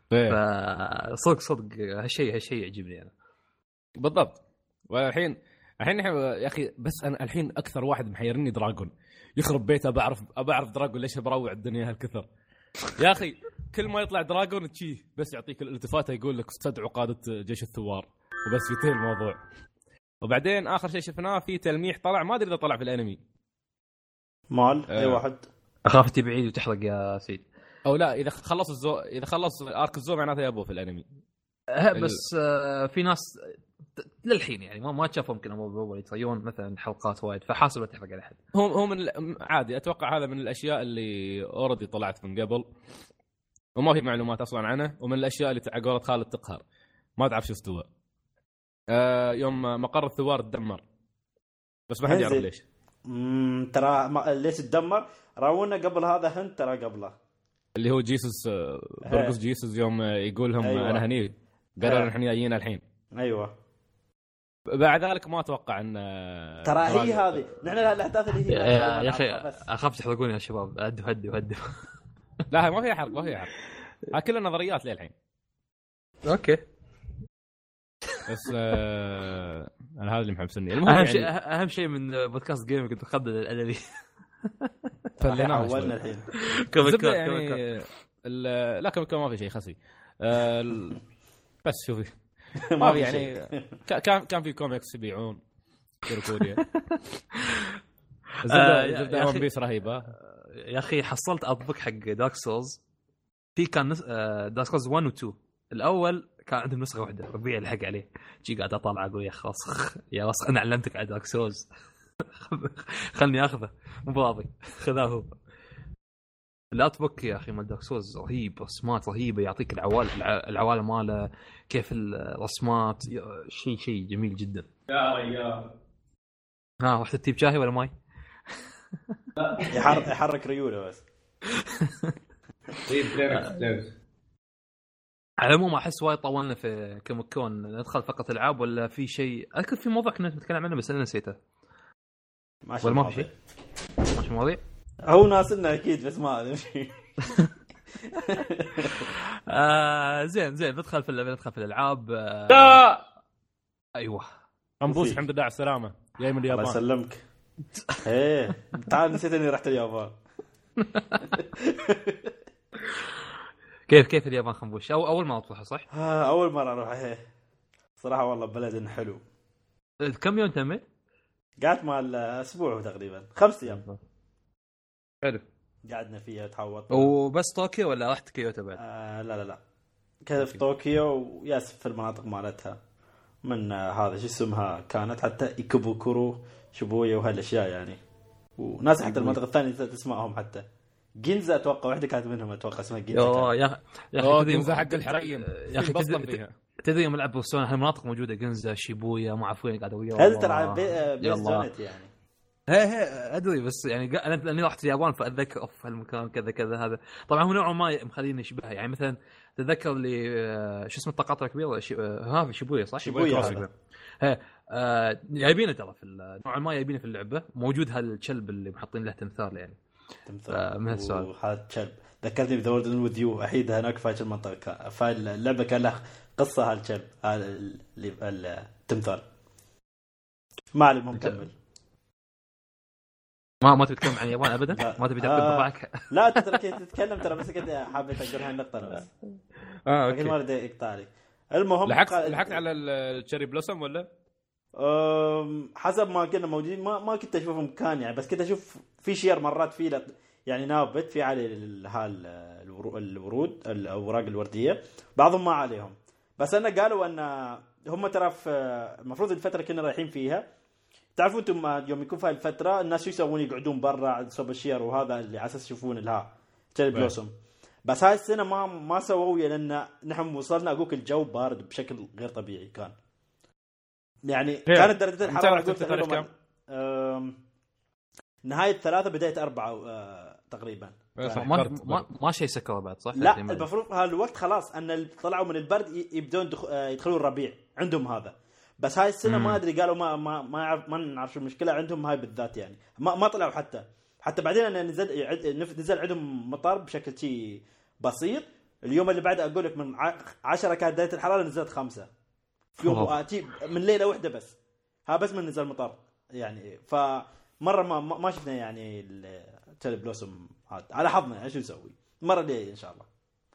صدق هالشيء يعجبني انا
بالضبط. والحين يا اخي بس انا الحين اكثر واحد محيرني دراغون يخرب بيته بعرف دراغون ليش بروع الدنيا هالكثر يا اخي كل ما يطلع دراغون تشي بس يعطيك الالتفاته يقول لك استدعوا قاده جيش الثوار وبس ينتهي الموضوع. وبعدين اخر شيء شفناه في تلميح طلع ما ادري اذا طلع في الانمي مال
اي واحد
اخاف تبعيد وتحرق يا سيد
او لا اذا خلص ارك الزو معناته يابو في الانمي
بس في ناس للحين يعني ما تشافوا يمكن اول يطيون مثلا حلقات وايد فحاسب لا تحرق على احد.
هو من عادي اتوقع هذا من الاشياء اللي اوريدي طلعت من قبل وما في معلومات اصلا عنه ومن الاشياء اللي تعقلت خالد تقهر ما تعرف شو استوى. يوم مقر الثوار تدمر بس ما حد يعرف ليش.
ترى ليش تدمر راونا قبل هذا هنت ترى قبله
اللي هو جيسوس برقص جيسوس يوم يقولهم
أيوة.
انا هني قالوا نحن جايين الحين.
ايوه
بعد ذلك ما اتوقع ان
ترى هي هذه نحن الاحداث اللي هي
يا اخي اخاف تحرقوني يا شباب هدوا
لا ما فيها حرق كلها نظريات للحين.
اوكي
بس انا هذا اللي محبسني.
اهم شيء من بودكاست جيمنج كنت اخذ الادبي
فاللي حولنا الحين
يعني لا كم ما في شيء خسي بس شوفي ما في يعني كان في كوميكس يبيعون كوريا زبده ون بيس رهيبه
يا اخي. حصلت اطبق حق دارك سولز في كان دارك سولز 1 و 2 الاول كان عندهم نسخه واحده ربيع الحق عليه جي قاعد اطالع اقول يا خلاص يا وسخ انا علمتك على دارك سولز خلني اخذه مو فاضي خذاه هو. لا تبك يا اخي مال دارك سولز رهيب رسمات رهيبه يعطيك العوالم ماله كيف الرسمات شيء جميل جدا
يا ريال.
رحت تجيب شاهي ولا ماي؟
يحرك ريوله بس.
على العموم احس وايد طولنا في كوميك كون، ندخل فقط العاب ولا في شيء؟ اذكر في موضوع كنا نتكلم عنه بس انا نسيته.
ماشي
ولا ما في شيء؟ ماشي مواضيع
هو ناسنا اكيد بس ما ادري.
زين ندخل في الالعاب.
لا
ايوه
انبوس الحمد لله على السلامه، جاي من اليابان.
الله يسلمك. ايه تعال نسيت اني رحت اليابان.
كيف اليابان خنبوش؟ اول ما اطلع صح؟
اول مره اروح. ايه صراحه والله بلد حلو.
كم يوم تمت؟
قعدت مال اسبوع تقريبا 5 ايام.
حلو.
قعدنا فيها تحوط.
وبس طوكيو ولا رحت كيوتو بعد؟
لا كذا في طوكيو وياسف في المناطق مالتها من هذا شو اسمها، كانت حتى إيكوبوكورو شبوية وهالاشياء يعني. وناس حتى المناطق الثانية تسمعهم حتى جينزا اتوقع واحدة كانت منهم اتوقع اسمها جينزا.
يا اخي
جينزا حق الحريم يا اخي
بسطن فيها. تدري يوم نلعب بوستون هالمناطق موجودة جينزا شيبويا ما اعرف وين قاعدة وياه.
هذا ترى بيزونت يعني.
هي ادري بس يعني انا لاني رحت اليابان فاتذكر اوف هالمكان كذا هذا. طبعا هو نوعا ما مخليني اشبهها يعني. مثلا تذكر لي شو اسمه التقاطع الكبيره ها شيبويا صح؟
شيبويا
جايبينه ترى في نوعا ما جايبينه في اللعبه. موجود هالكلب اللي محطين له تمثال يعني.
تمثال
من هالسؤال
وهذا كلب ذكرتني بذا وورد وذ يو احيد هناك في المنطقه فاللعبه كان له قصه هالكلب هذا اللي التمثال. ما علي مكمل.
ما تتكلم عن اليابان ابدا. ما تبي تاخذ معك.
لا ترى كنت تتكلم ترى بس كنت حابب اقول هاي النقطه انا بس.
اوكي
ما ردي اقطع لي. المهم
لحقت على التشيري بلوسم ولا
حسب ما كنا موجودين ما كنت اشوف مكان يعني. بس كنت اشوف في شير مرات فيه يعني نابت في عليه الورود الاوراق الورديه بعضهم ما عليهم. بس انا قالوا ان هم ترى في المفروض الفتره كنا رايحين فيها. تعرفوا انتم يوم يكون في الفتره الناس شو يسوون يقعدون برا صوب الشير وهذا اللي على اساس يشوفون لها تشيري بلوسم. بس هاي السنه ما سووا لان نحن وصلنا اقولك الجو بارد بشكل غير طبيعي كان يعني. كانت درجه الحراره تقريبا نهايه 3 بدايه 4 تقريبا.
ما شيء سكروا بعد صح؟
لا المفروض هالوقت خلاص ان طلعوا من البرد يبدون يدخلون الربيع عندهم هذا. بس هاي السنه ما ادري قالوا ما نعرف شو المشكله عندهم هاي بالذات يعني. ما طلعوا حتى بعدين انا نزل عندهم مطر بشكل شيء بسيط. اليوم اللي بعده اقول لك من 10 كانت بدايه الحراره نزلت 5 في يوم من ليله واحده بس. بس من نزل مطر يعني. فمره ما شفنا يعني التشيري بلوسم على حظنا. ايش نسوي المره الجايه ان شاء الله.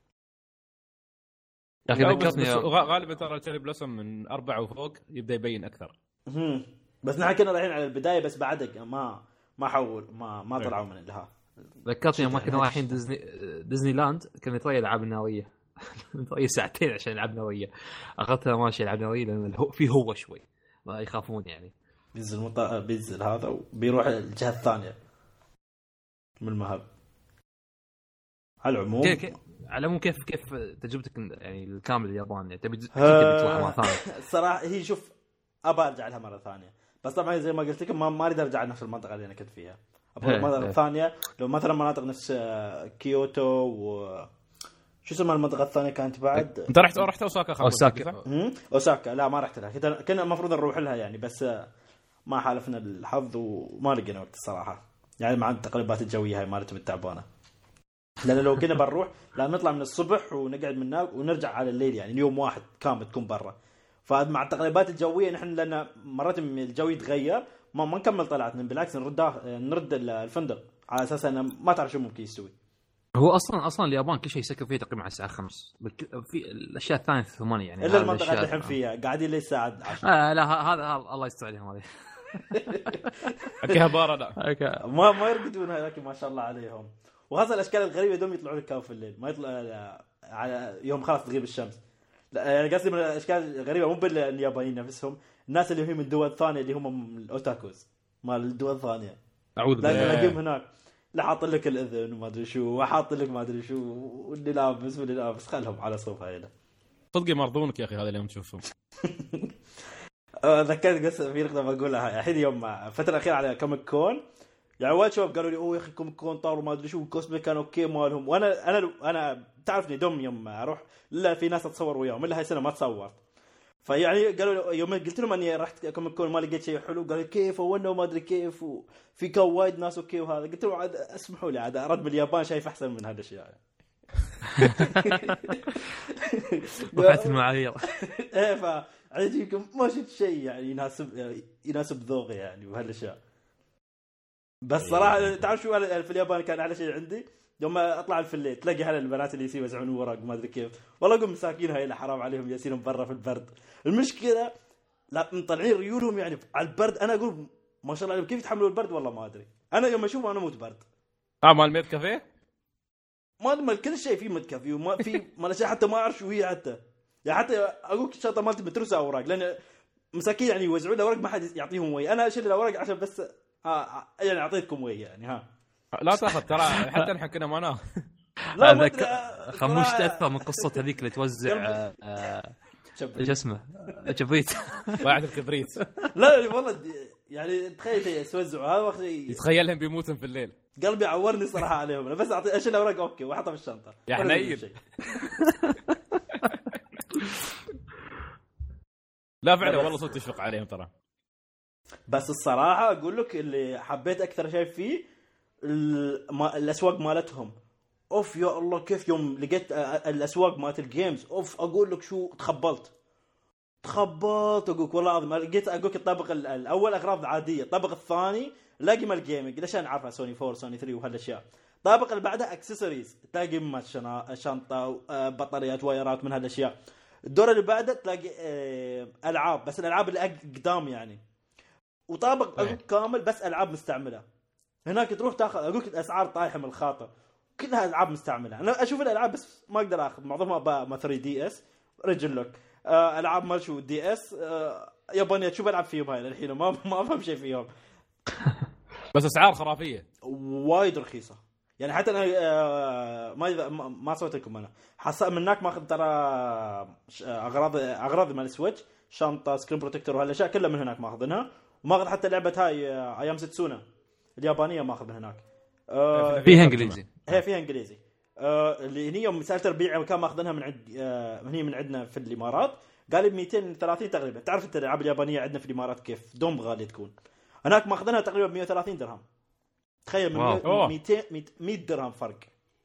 يا اخي ذكرتني غالبا ترى التشيري بلوسم من 4 وفوق يبدا يبين اكثر.
بس نحن كنا رايحين على البدايه بس بعدك ما حول ما طلعوا من لها.
ذكرتني ما كنا رايحين ديزني لاند كنا نطير العاب ناريه. نطير ساعتين عشان نلعب ناريه. اخذتها ماشي العاب ناريه لان هو شوي ما يخافون يعني.
بينزل هذا وبيروح الجهه الثانيه من المهب. على العموم
كيف تجربتك يعني الكامل اليابان يعني تبي تروح مره ثانيه؟
الصراحه هي شوف ابى ارجع لها مره ثانيه. بس طبعا زي ما قلت لكم ما اريد ارجع نفس المنطقه اللي انا كنت فيها. ابغى مناطق ثانيه. لو مثلا مناطق نفس كيوتو و شو اسمها المنطقه الثانيه كانت بعد.
انت رحت اوساكا
اوساكا لا ما رحت لها. كنا المفروض نروح لها يعني بس ما حالفنا الحظ وما لقينا وقت الصراحه يعني مع التقلبات الجويه هاي مالت بالتعبانه. لان لو كنا بنروح لا نطلع من الصبح ونقعد من هناك ونرجع على الليل يعني اليوم واحد كامل تكون برا. فمع التقلبات الجويه نحن لان مرات الجو يتغير ما نكمل طلعتنا بالعكس نرد الفندق على اساس انه ما تعرف شو ممكن يسوي.
هو اصلا اليابان كل شيء يسكر فيه تقريبا على الساعه 5 في الاشياء الثانيه 8 يعني.
الا المنطقه اللي الحين فيها قاعدين للساعه 10.
لا هذا الله يستر عليهم هذه.
اكيها بارده
ما يرقدون هذاك ما شاء الله عليهم. وهذا الاشكال الغريبه دوم يطلعوا لك في الليل ما يطلع على يوم خلاص تغيب الشمس. لا يعني قصدي من الاشكال الغريبه مو باليابانيين نفسهم الناس اللي هم من دول ثانيه اللي هم الاوتاكوز مال الدول الثانيه.
اعوذ بالله.
تلاقيهم هناك لا حاط لك الاذن وما ادري شو وحاط لك ما ادري شو واللي لابس خلهم على صوف هايله.
صدقي مرضونك يا اخي هذا اليوم تشوفهم.
ذكرت قصه في نقطه بقولها الحين يوم الفتره الاخيره على كوميك كون يعني اول شباب قالوا لي اوه يا اخي كوميك كون طار وما ادري شو كوسمي كان اوكي مالهم. وانا تعرفني دوم يوم اروح لا في ناس اتصور وياهم الا هاي السنه ما تصورت. فيعني قالوا يوم قلت لهم اني رحت كوميك كون ما لقيت شيء حلو قالوا كيف وانا ما ادري كيف وفي كان وايد ناس اوكي وهذا قلت لهم عاد اسمحوا لي عاد ارد باليابان شايف احسن من هذا الشيء يعني.
رفعت المعايير.
ايه فعجيكم ما شفت شيء يعني يناسب ذوقي يعني وهالاشياء. بس صراحه تعرف شو في اليابان كان اعلى شيء عندي يوم اطلع في الليل تلاقي هلا البنات اللي يوزعون ورق ما ادري كيف والله اقول مساكين هاي حرام عليهم ياسين برا في البرد. المشكله لا مطلعين ريولهم يعني على البرد. انا اقول ما شاء الله عليهم كيف يتحملوا البرد والله ما ادري. انا يوم اشوفه انا موت برد.
مال ميد كافيه
ما كل شيء فيه ميد كافيه وما في ما اشياء حتى ما اعرف شو هي حتى يعني حتى اقول الشنطه مالتي متروسه اوراق لان مساكين يعني يوزعون اوراق ما حد يعطيهم وي. انا اشيل الاوراق عشان بس يعني اعطيتكم وي يعني ها
لا تاخذ ترى حتى نحن كنا ما
هذا خموش تاثر من قصه هذيك اللي توزع شو اسمه كبريت
واحد الكبريت.
لا والله يعني تخيل يتوزعوا هذا وقت
يتخيلهم بيموتون في الليل.
قلبي عورني صراحه عليهم. انا بس اعطي اشيل اوراق اوكي واحطها في الشنطه
يا حنين. لا فعلا والله صوت تشفق عليهم ترى.
بس الصراحه اقول لك اللي حبيت اكثر شيء فيه الاسواق مالتهم. اوف يا الله كيف يوم لقيت الاسواق مالت الجيمز اوف اقول لك شو تخبلت اقول والله العظيم لقيت اقول لك الطابق الاول اغراض عاديه. الطابق الثاني لاقي مال جيمنج ليش انا عارفها سوني 4 سوني 3 وهالاشياء. الطابق اللي بعده اكسسوارز تلاقي شنطه بطاريات وايرات من هالاشياء. الدور اللي بعده تلاقي العاب بس الالعاب اللي قدام يعني. وطابق اقول كامل بس العاب مستعمله. هناك تروح تاخذ اقول لك الاسعار طايحه من الخاطر كلها العاب مستعمله. انا اشوف الالعاب بس ما اقدر اخذ معظمها ما 3 دي اس رجل لوك العاب مال شو دي اس يابانيه تشوف العب فيهم هاي الحين ما افهم شيء فيهم.
بس اسعار خرافيه
وايد رخيصه يعني حتى انا ما سويت لكم انا من هناك ماخذ ترى اغراض مال السويتش شنطه سكرين بروتكتور وهالاشياء كلها من هناك ماخذينها. وماخذ حتى لعبه هاي ايام ستسونا اليابانيه ماخذ من هناك
فيها انجليزي.
هي فيها انجليزي اللي هني يوم سالت ربيع كان ماخذينها من عند هني من عندنا في الامارات قال لي 230 تقريبا. تعرف انت الالعاب اليابانيه عندنا في الامارات كيف دوم غاليه تكون. هناك ماخذينها تقريبا 130 درهم. تخيل من 100 درهم فرق.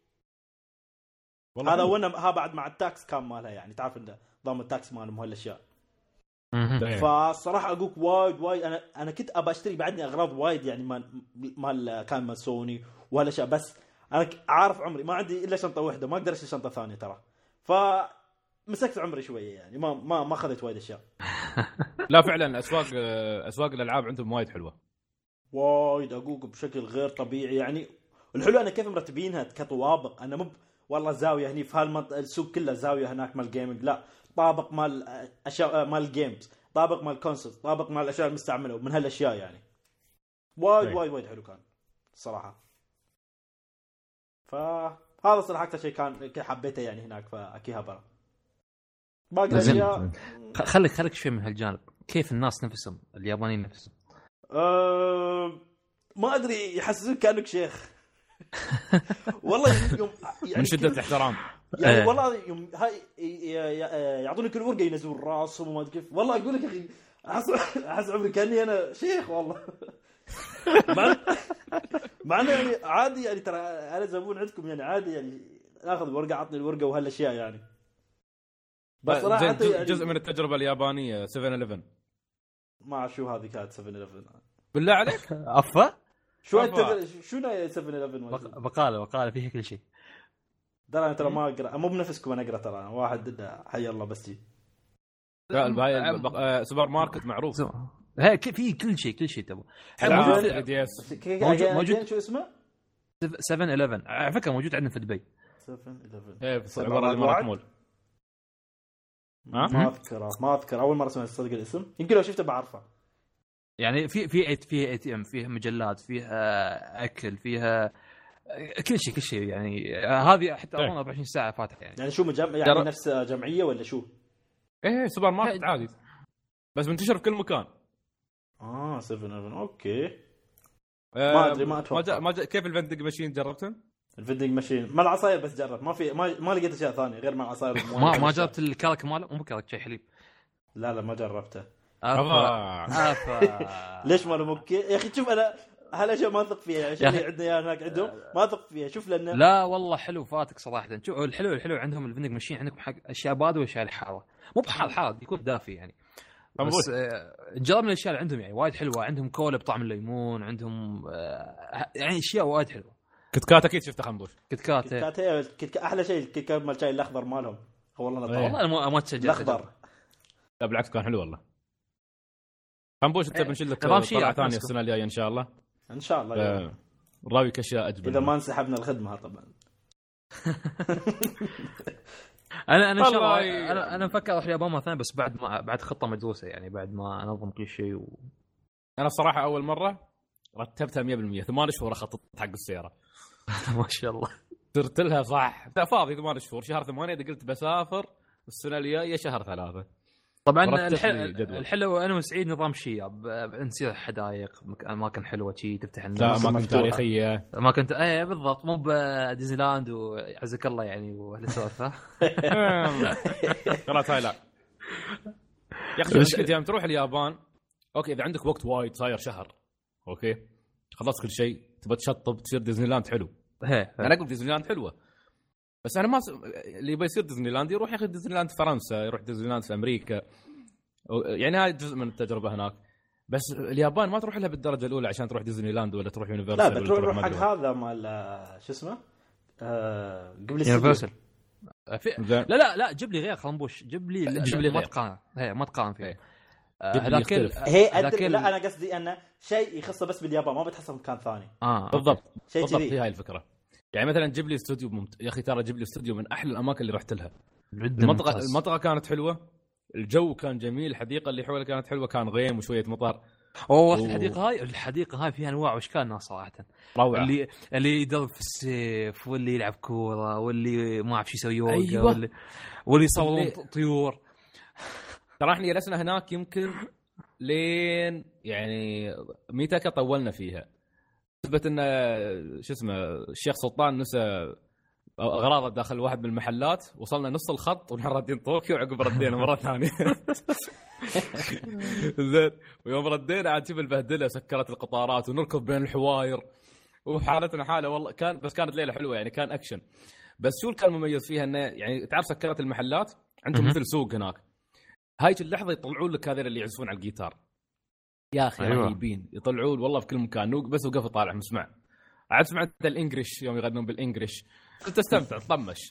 هذا وانا ها بعد مع التاكس كان مالها يعني تعرف انت ضام التاكس مالهم هالاشياء. فالصراحه اقولك وايد انا كنت ابى اشتري بعدني اغراض وايد يعني مال كان مال سوني وهالاشياء بس انا عارف عمري ما عندي الا شنطه واحده ما اقدر اشيل شنطه ثانيه ترى. فمسكت عمري شويه يعني ما اخذت وايد اشياء.
لا فعلا اسواق الالعاب عندهم وايد حلوه
وايد اقولك بشكل غير طبيعي يعني. الحلو انا كيف مرتبينها كطوابق. انا مو والله زاويه هني في السوق كله زاويه هناك مال جيمنج لا طابق مال اشياء مال جيمز طابق مال كونسول طابق مال الاشياء المستعمله ومن هالاشياء يعني وايد حلو كان الصراحه. فهذا صراحه اكثر شيء كان حبيته يعني هناك في اكيهابارا. باقي الاشياء
خليك شوي من هالجانب. كيف الناس نفسهم اليابانيين نفسهم
ما ادري يحسسونك كانك شيخ والله يوم يعني
من شده الاحترام
يعني والله يوم هاي يعطونك الورقه ينزلون راسهم وما ادري كيف. والله اقول لك يا اخي احس عمري كاني انا شيخ والله مع انه يعني عادي يعني ترى انا زبون عندكم يعني عادي يعني اخذ ورقه عطني الورقه وهالاشياء يعني. بس صراحه يعني
جزء من التجربه اليابانيه 7-11
ما شو هذه كانت 7-11
بالله عليك
افا
شو 7-11
بقاله فيها كل شيء.
ترى انا ما اقرا مو بنفسكم انا اقرا ترى واحد حي الله بس
لا سوبر ماركت معروف
هي في كل شيء تبغى
موجود شو اسمه
7-11 على فكره موجود عندنا في دبي
7-11
ايه في الامارات مول.
ما اذكر اول مره اسمع صدق الاسم يمكن لو شفته بعرفه
يعني في اي تي ام فيها مجلات فيها اكل فيها كل شيء يعني هذه حتى 24 ساعه فاتحه يعني
شو يعني نفس جمعيه ولا شو؟
ايه سوبر ماركت عادي بس منتشر في كل مكان.
7-11 اوكي ما ادري ما اتوقع
ما كيف الفندق ماشين جربتهم؟
الفندق ماشين ما العصاير بس جرب ما لقيت اشياء ثانيه غير مع العصاير
ما جربت الكرك ماله مو كرك شاي حليب
لا ما جربته ليش ما ممكن يا اخي شوف انا هالاشياء ما اثق فيها عشان اللي عندنا هناك عندهم ما اثق فيها شوف لانه
لا والله حلو فاتك صراحه شوف الحلو عندهم الفندق ماشين عندكم حق اشياء بارده واشياء الحاره مو بحار يكون دافي يعني بس جربنا الاشياء اللي عندهم يعني وايد حلوه عندهم كولا بطعم الليمون عندهم يعني اشياء وايد حلوه
كتكات اكيد شفت خنبوش
كتكات احلى شيء الكتكات مال الشاي الاخضر مالهم
والله ما تشجع
الاخضر
لا بالعكس كان حلو والله خنبوش انت بنشيل لك طلعه ثانيه السنه الجايه ان شاء الله راويك اشياء اجمل
اذا ما انسحبنا الخدمه طبعا
انا مفكر اروح اليابان مره ثانيه بس بعد خطه مدروسه يعني بعد ما انظم كل شيء
انا بصراحه اول مره رتبتها 100% 8 شهور اخطط حق السياره
ما شاء الله
درت لها صح فاضي 8 شهور شهر 8 اذا قلت بسافر السنه الجايه شهر 3
طبعا الحلو انا وسعيد نظام شياب نسير حدائق اماكن حلوه شيء تفتح
الناس اماكن تاريخيه
ما كنت بالضبط مو بديزني لاند وعزك الله يعني وهالسوالف
خلاص هاي لا يا اخي مشكلتي يوم تروح اليابان اوكي اذا عندك وقت وايد صاير شهر اوكي خلصت كل شيء تبى تشطب تصير ديزني لاند حلو انا اقول ديزني لاند حلوه بس انا ما اللي يبي يصير ديزني لاند يروح ياخذ ديزني لاند فرنسا يروح ديزني لاند في امريكا يعني هاي جزء من التجربه هناك بس اليابان ما تروح لها بالدرجه الاولى عشان تروح ديزني لاند ولا تروح يونيفرسال
لا بتروح حق هذا مال شو اسمه قبل
يونيفرسال لا جيب لي غير خنبوش جيب لي ما تقارن فيه هذاك
لا انا قصدي انه شيء يخصه بس باليابان ما بتحصل مكان ثاني
بالضبط هي هاي الفكره يعني مثلا جيب لي استوديو يا اخي ترى جيب لي استوديو من احلى الاماكن اللي رحت لها المنطقه كانت حلوه الجو كان جميل الحديقه اللي حولها كانت حلوه كان غيم وشويه مطر الحديقه هاي فيها انواع واشكال ناس صراحه روعه اللي يدرب في السيف واللي يلعب كوره واللي ما اعرف شو يسوي يوغا أيوة. واللي يصورون طيور ترى احنا جلسنا هناك يمكن لين يعني ميتك طولنا فيها ثبت ان شو اسمه الشيخ سلطان نسى اغراضه داخل واحد من المحلات وصلنا نص الخط ونحن ردين طوكيو وعقب ردينا مره ثانيه زين ويوم ردينا عاد شوف البهدله سكرت القطارات ونركض بين الحواير وحالتنا حاله والله كانت ليله حلوه يعني كان اكشن بس شو كان مميز فيها انه يعني تعرف سكرت المحلات عندهم مثل سوق هناك هاي اللحظه يطلعون لك هذول اللي يعزفون على الجيتار يا اخي رهيبين يطلعون والله في كل مكان نوق بس وقف طالع مسمع عاد سمعت الانجليش يوم يغنون بالانجليش تستمتع تطمش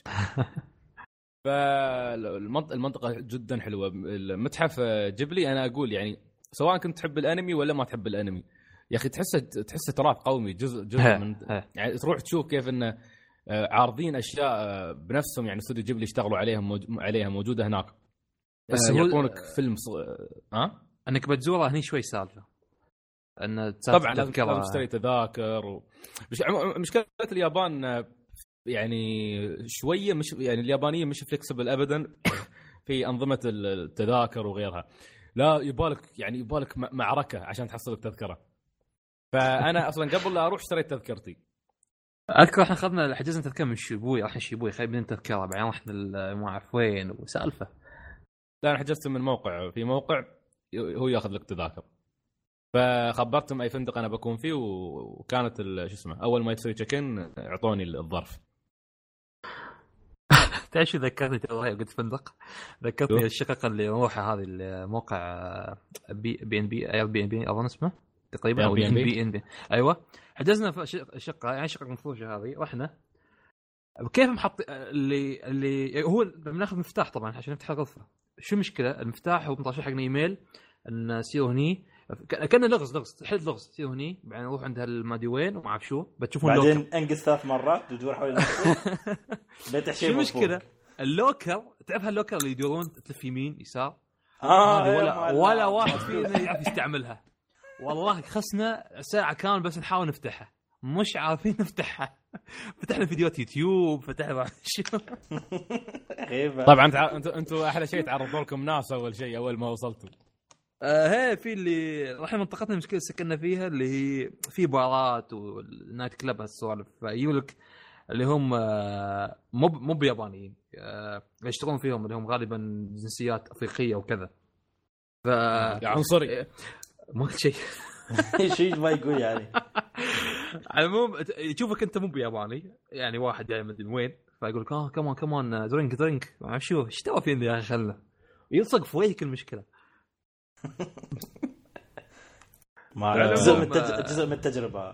فالمنطقه جدا حلوه المتحف جبلي انا اقول يعني سواء كنت تحب الانمي ولا ما تحب الانمي يا اخي تحس تراث قومي جزء من يعني تروح تشوف كيف انه عارضين اشياء بنفسهم يعني استوديو جبلي اشتغلوا عليها موجوده هناك بس يعطونك فيلم
انك بتزوره هني شوي سالفه ان
طبعا لازم تشتري تذاكر مشكله اليابان يعني شويه مش يعني اليابانيين مش فليكسبل ابدا في انظمه التذاكر وغيرها لا يبالك معركه عشان تحصل التذكره فانا اصلا قبل لا اروح اشتريت تذكرتي
اذكر احنا اخذنا حجزنا تذكره من شيبوي راح شيبوي خايبين تذكره بعدين رحنا ما اعرف وين وسالفه
لا انا حجزت من في موقع هو ياخذ لك تذاكر فخبرتهم اي فندق انا بكون فيه وكانت شو اسمه اول ما يسوي تشيك ان اعطوني الظرف
تعرف شو ذكرتني ترى قلت فندق ذكرتني الشقق اللي نروحها هذه الموقع بي ان بي اظن اسمه تقريبا او بي ان بي ايوه حجزنا شقه يعني شقه مفروشه هذه رحنا كيف محط اللي هو بناخذ مفتاح طبعا عشان نفتح الغرفه شو المشكله المفتاح هو مطاشر حقنا ايميل ان سيروا هني كان لغز حل لغز سيروا هني بعدين نروح عند هالمادي وين وما اعرف شو بتشوفون
بعدين انقز 3 مرات تدور حول نفسك
شو المشكله اللوكر تعرف هاللوكر اللي يدورون تلف يمين يسار ولا واحد فينا يعرف يستعملها والله خسنا ساعه كامله بس نحاول نفتحها مش عارفين نفتحها فتحنا فيديوهات يوتيوب فتحنا شو
طبعا انتوا احلى شيء تعرضوا لكم ناس اول شيء اول ما وصلتوا
هي في اللي راح منطقتنا المشكله سكننا فيها اللي هي في بارات والنايت كلاب هالسوالف فيقولك اللي هم مو بيابانيين، يشتغلون فيهم اللي هم غالبا جنسيات افريقيه وكذا. ف
عنصري
مو شيء
شيء ما يقول يعني.
على العموم يشوفك انت مو بياباني، يعني واحد جاي من وين، فيقول لك كمان درينك ما اعرف شو ايش تسوي فيني يا اخي، خلنا يلصق في وجهك المشكله.
ما جزء من التجربه.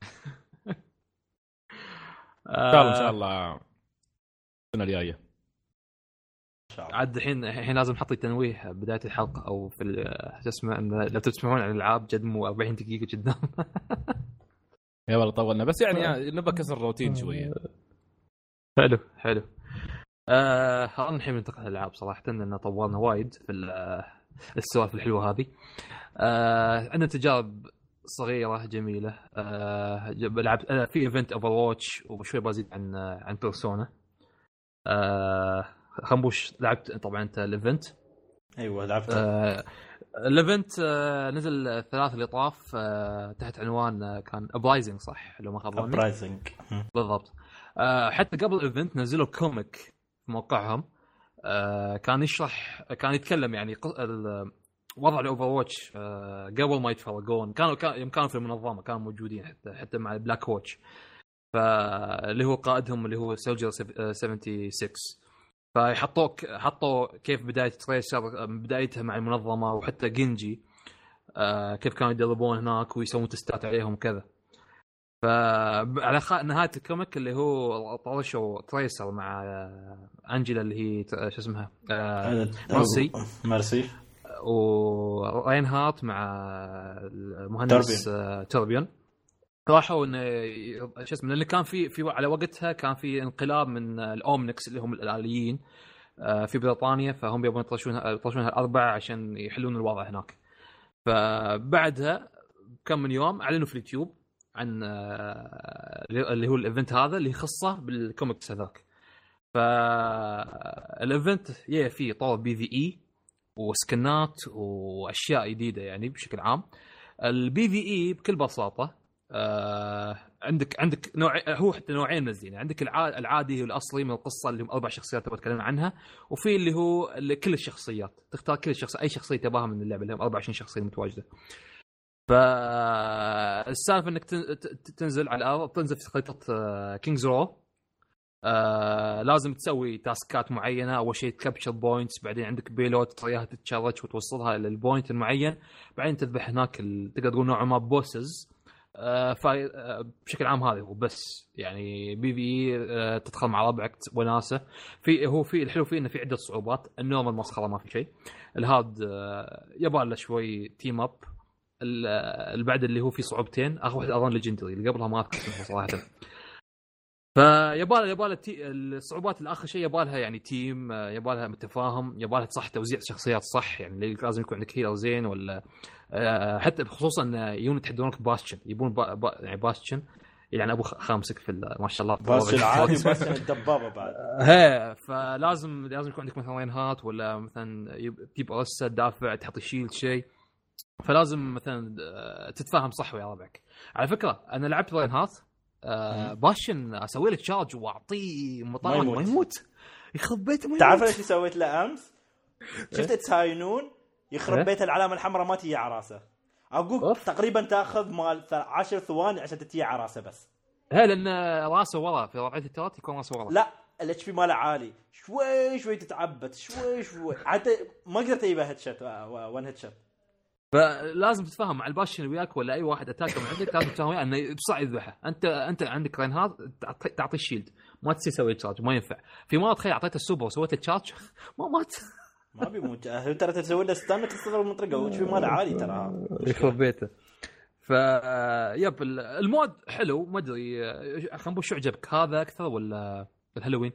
ان شاء الله السنه الجايه
عاد الحين لازم نحط تنويه بدايه الحلقه او في شو اسمه، ان لو تسمعون عن الالعاب جد مو 40 دقيقه قدام.
يا والله طولنا، بس يعني نبى كسر الروتين شويه.
حلو خلينا الحين ننتقل للالعاب صراحه، لان طولنا وايد في السوالف الحلوه هذه. عندنا تجارب صغيره جميله. لعبت في ايفنت اوفر واتش، وشوي بزيد عن بيرسونا. خنبوش لعبت طبعا انت الايفنت؟
ايوه لعبت.
الايفنت نزل الثلاث اللي طاف تحت عنوان كان ابرايزنج، صح لو ما خاب ظني؟
ابرايزنج
بالضبط. حتى قبل الايفنت نزلوا كوميك في موقعهم، كان يشرح، كان يتكلم يعني وضع الاوفر واتش قبل ما يتفرقون. كانوا في المنظمه، كانوا موجودين حتى مع البلاك واتش، فاللي هو قائدهم اللي هو سولجر 76. حطوا كيف بدايه تريسر، بدايتها مع المنظمه، وحتى جينجي كيف كانوا يدربون هناك ويسوون تستات عليهم كذا. فعلى نهايه الكوميك اللي هو طرشوا تريسر مع انجيلا اللي هي شو اسمها
مارسي
وراينهارت مع المهندس توربيون. راحوا شو اسمه، اللي كان في على وقتها كان في انقلاب من الاومنكس اللي هم الآليين في بريطانيا، فهم يبون يطرشونها الأربعة عشان يحلون الوضع هناك. فبعدها كم من يوم اعلنوا في اليوتيوب عن اللي هو الايفنت هذا اللي يخصه بالكوميكس هذاك. فالايفنت فيه طور PvE وسكنات واشياء جديده يعني بشكل عام. الPvE بكل بساطه عندك نوع، هو حتى نوعين منزلين. عندك العادي والاصلي من القصه اللي هم 4 شخصيات تبغى تتكلم عنها، وفي اللي هو كل الشخصيات تختار كل اي شخصيه تباها من اللعبه اللي هم 24 شخصيه متواجده. فالسالفه انك تنزل على الارض، تنزل في خريطه كينجز رو. لازم تسوي تاسكات معينه. اول شيء كابتشر بوينتس، بعدين عندك بيلوت تطيها تتشارج وتوصلها للبوينت المعين، بعدين تذبح هناك تقدر تقول نوع ما بوسز. بشكل عام هذا هو بس يعني PvE. تدخل مع ربعك وناسه. في الحلو فيه انه في عده صعوبات. النورمال مسخره ما في شيء. الهاد يبغى له شوي تيم اب. البعد اللي هو في صعوبتين، اخر واحد اظن ليجندري، اللي قبلها ما اذكر صراحه. فيبغى الصعوبات الاخر شيء يبغى يعني تيم، يبغى لها متفاهم، يبغى لها صح توزيع شخصيات صح، يعني لازم يكون عندك هيلر زين، ولا حتى خصوصا يونت يحدونك باستشن، يبون يعني باستشن يعني ابو خامسك في ما شاء الله
باستشن عادي باستشن الدبابه بعد.
فلازم يكون عندك مثلا رينهارت، ولا مثلا تجيب رسه دافع تحط شيلد شيء. فلازم مثلا تتفاهم صح ويا ربعك. على فكره انا لعبت رينهارت باشن، اسوي له تشارج واعطيه مطار ما يموت، يخرب بيته.
تعرف ايش سويت له امس؟ شفت تساينون يخرب بيت العلامه الحمراء ما تيجي على راسه. اقول تقريبا تاخذ مال 10 ثواني عشان تتيجي على راسه بس.
لان راسه ورا في ربعه الترات يكون راسه ورا.
لا الاتش بي ماله عالي، شوي تتعبت شوي حتى ما قدرت اجيبها هيد شوت وان هيد شوت.
فلازم تتفاهم مع الباشن اللي وياك ولا اي واحد اتاك من عندك، لازم تفهم وياه انه بسرعه يذبحه. انت عندك رينهارد تعطي الشيلد، ما تسوي تشارج، ما ينفع. في مره تخيل اعطيته السوبر وسويت التشارج ما مات،
ما بيموت. ترى تسوي له ستان تصدر المطرقه وش ماله عالي ترى
يخرب بيته. يب المود حلو، ما ادري خلينا نقول شو عجبك، هذا اكثر ولا الهالوين؟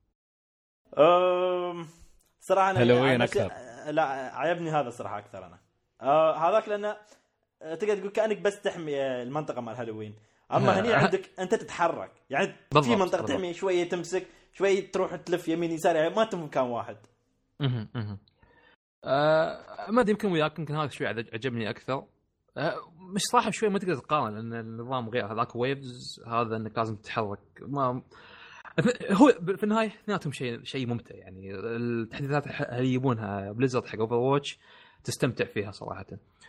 صراحه
هالوين اكثر.
لا عجبني هذا صراحه اكثر. انا هذاك لانه تقدر تقول كانك بس تحمي المنطقه مال هالوين. اما هني عندك انت تتحرك، يعني في منطقه تحمي شويه، تمسك شويه تروح تلف يمين يسار، يعني ما تم مكان واحد.
ما ادري يمكن وياك، يمكن هذا شوي عجبني اكثر. مش صراحه شوي ما تقدر تقارن لان النظام غير. هذاك ويفز هذا انك لازم تتحرك. ما هو في النهايه اثنيناتهم شيء ممتع يعني. التحديثات اللي يبونها بليزرد حق اوفر واتش تستمتع فيها صراحه.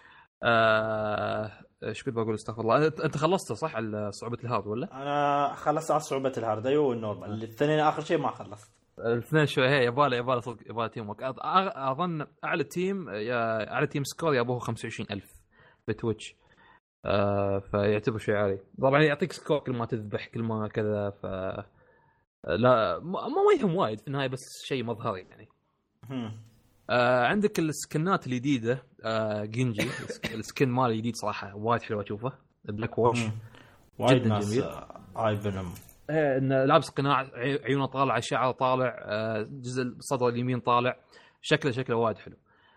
ايش كنت بقول؟ استغفر الله. انت خلصت صح على صعوبه الهارد ولا؟
انا خلصت على صعوبه الهارد والنورمال. الاثنين اخر شيء ما خلصت.
الاثنين شوي هي يباله صدق يباله تيم وك. اظن اعلى تيم سكور يابوه 25,000 بتويتش. فيعتبر شيء عالي طبعا. يعطيك سكور كل ما تذبح كل ما كذا. ف لا ما يهم وايد في النهايه بس شيء مظهري يعني. عندك السكنات الجديده. جينجي السكن ماله الجديد صراحه وايد حلو اشوفه. بلاك ووش
وايد ناس اي فينوم.
انه لابس قناع عيونه طالعه شعره طالع جزء الصدر اليمين طالع. شكله وايد حلو.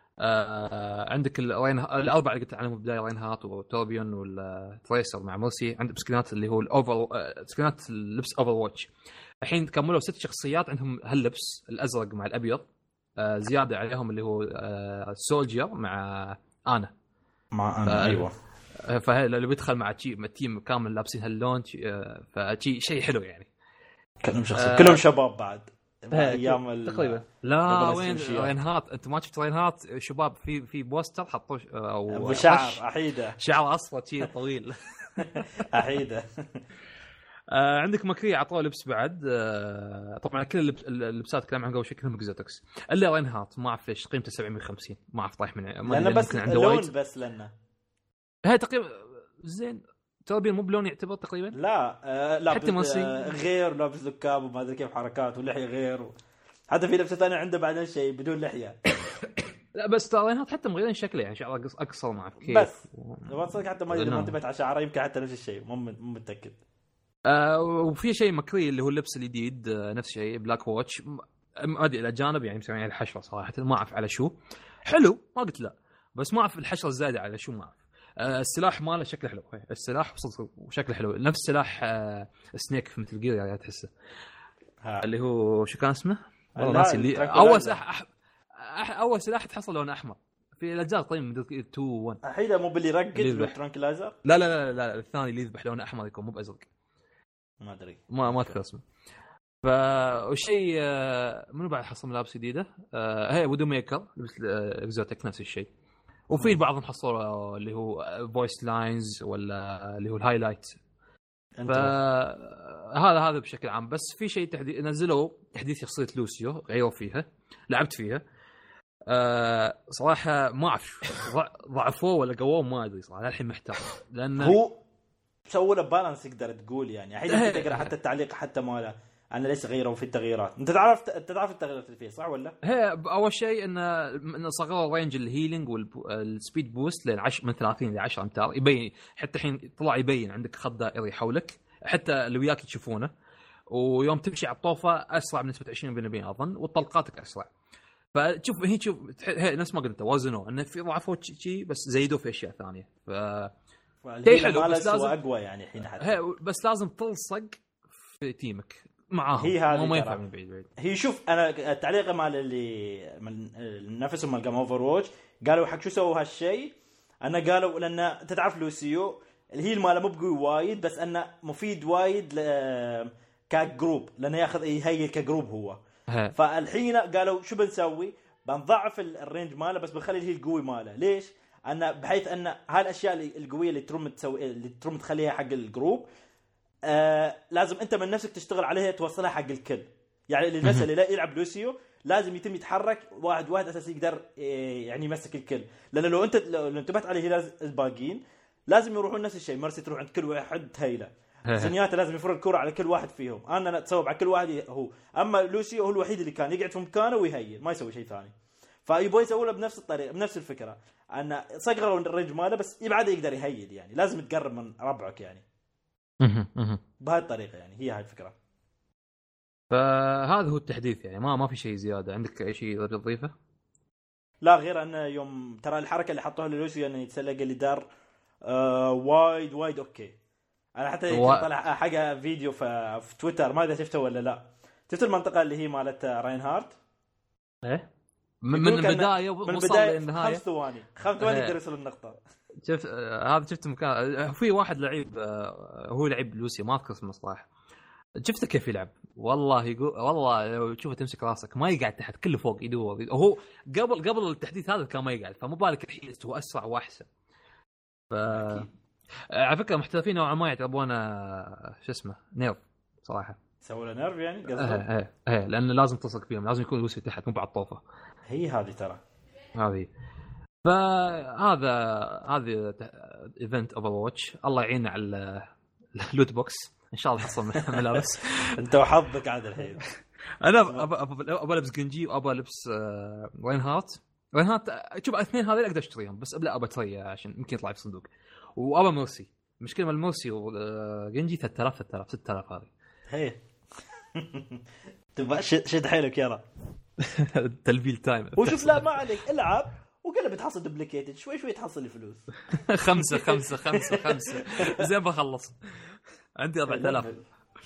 عندك الاربعه اللي قلت عنهم بالبدايه رين هات وتوربيون والتريسر مع مرسي. عندك سكنات اللي هو الاوفر سكنات اللبس اوفر واتش. الحين كملوا 6 شخصيات عندهم هاللبس الازرق مع الابيض. زياده عليهم اللي هو سولجر مع انا
ايوه.
فاللي بيدخل مع التيم كامل لابسين هاللون. فشيء شيء حلو يعني.
كلهم شباب بعد ايام
تقريبا. لا وين رينهارت؟ انت ما شفت رينهارت شباب في بوستر حطوه او
شعر احيده
شعر اصفر شيء طويل
احيده.
عندك ماكري عطوه لبس بعد. طبعا كل اللبسات كلام عن قبل شكلهم اكزوتكس الا رينهارت ما اعرف ليش قيمته 750 ما اعرف طايح من
لانه بس اللون بس لانه
هي تقريبا زين. توربين مو بلون يعتبر تقريبا.
لا لابس غير لابس لكاب وما ادري كيف حركات ولحيه غير حتى في لبسه ثانيه عنده بعدين شيء بدون لحيه.
لا بس ترى حتى مغيرين شكله يعني شعره اقصر ما اعرف كيف.
بس ما تصدق حتى ما انتبهت على شعره يمكن حتى نفس الشيء مو متاكد.
وفي شيء مكري اللي هو اللبس الجديد نفس الشيء بلاك واتش. ما ادري الاجانب يعني مسويين الحشره صراحه ما اعرف على شو. حلو ما قلت لا بس ما اعرف الحشره الزايده على شو ما اعرف. السلاح ماله شكله حلو. السلاح وشكله حلو نفس سلاح سنيك مثل جير يعني تحسه. اللي هو شو كان اسمه والله ناسي. اللي اول سلاح تحصل لون احمر في الاجزاء طيب من 2 1
الحين مو باللي يرقد ترانكلايزر.
لا الثاني اللي يذبح لونه احمر يكون مو بازرق
ما ادري
ما اذكر اسمه. فالشيء منو بعد حصل ملابس جديده. هي ويدو ميكر لبس اكزوتيك نفس الشيء. وفي بعضهم حصلوا اللي هو فويس لاينز ولا اللي هو الهايلايت. فهذا بشكل عام. بس في شيء نزلوا تحديث شخصيه لوسيو غيروا فيها. لعبت فيها صراحه ما اعرف ضعفوه ولا قووه ما ادري صراحه الحين محتار لان
هو سووا له بالانس يقدر تقول يعني. الحين تقرا حتى التعليق حتى ماله انا ليش غيروا في التغييرات. انت تعرف التغييرات اللي فيه صح ولا؟
هي اول شيء ان صغروا رينج الهيلينج والسبيد بوست من 30 ل 10 امتار. يبين حتى الحين طلع يبين عندك خط دائري حولك حتى اللي وياك تشوفونه. ويوم تمشي على الطوفه اسرع بنسبه 20% اظن وطلقاتك اسرع. فتشوف هي شوف هي نفس ما قلت وزنوا انه في ضعفوا شيء بس زيدوا في اشياء ثانيه.
حلو بس لازم اقوى يعني الحين حتى
بس لازم تلصق في تيمك معاهم.
هي هذه
ما ينفع من بعيد.
هي شوف انا التعليق مال اللي من نفسهم مال جيم اوفر واتش قالوا حق شو سووا هالشيء. انا قالوا لان تتعرف لوسيو الهيل ماله مو بقوي وايد بس انه مفيد وايد كجروب لانه ياخذ يهيل كجروب هو. فالحين قالوا شو بنسوي بنضعف الرينج ماله بس بنخلي الهيل قوي ماله. ليش؟ أن بحيث أن هالأشياء القوية اللي تروم تخليها حق الجروب لازم أنت من نفسك تشتغل عليها توصلها حق الكل. يعني المثل اللي لا يلعب لوسيو لازم يتم يتحرك واحد أساسي يقدر يعني يمسك الكل. لأن لو انتبهت عليه الباقين لازم يروحون نفس الشيء. مرسي تروح عند كل واحد هيلة. زنياته لازم يفرق الكرة على كل واحد فيهم. أنا أتصوب على كل واحد هو. أما لوسيو هو الوحيد اللي كان يقعد في مكانه ويهيل ما يسوي شيء ثاني. فيبغى يسوي له بنفس الطريقة بنفس الفكرة أن صغروا الرينج ماله بس يبعد يقدر يهيل يعني لازم تقرب من ربعك يعني بهذه الطريقة يعني هي هاي الفكرة.
فهذا هو التحديث يعني ما في شيء زيادة. عندك أي شيء تضيفه؟
لا غير أن يوم ترى الحركة اللي حطوها للوسيو أنه يتسلق اللي دار وايد أوكي. أنا حتى طلع حاجة فيديو في تويتر ما إذا شفته ولا لا. شفت المنطقة اللي هي مالت راينهارت؟
إيه من البداية وصل للنهاية
5 ثواني يقدر يوصل النقطة.
شفت هذا شفت مكان في واحد لعيب هو لعيب لوسي ما اذكر اسمه صراحه. شفته كيف يلعب والله يقول والله لو تشوفه تمسك راسك ما يقعد تحت كله فوق يدور. هو قبل التحديث هذا كان ما يقعد فمو بالك الحين هو اسرع واحسن. ف على فكره محترفين نوعا ما يعتبرون شو اسمه نيرف صراحه.
سووا له نيرف يعني قصدك؟
ايه لان لازم تلصق فيهم لازم يكون لوسي تحت مو بعد طوفه
هي هذه ترى هذه.
هذا ايفنت اوفر واتش. الله يعين على اللوت بوكس ان شاء الله حصل ملابس.
انت وحظك عاد الحين.
انا ابى البس جنجي وابى البس رينهارت. شوف الاثنين هذول اقدر اشتريهم بس ابدا ابى تريا عشان يمكن يطلع في صندوق. وابى ميرسي. المشكله مال الميرسي وجنجي 3000 6000 هذه.
هي تبغى شد حيلك يلا.
تلفيل تايم.
وشوف لا ما عليك العب وقال بتحصل دوبليكيتد شوي تحصل الفلوس.
5 زين بخلص عندي 4000.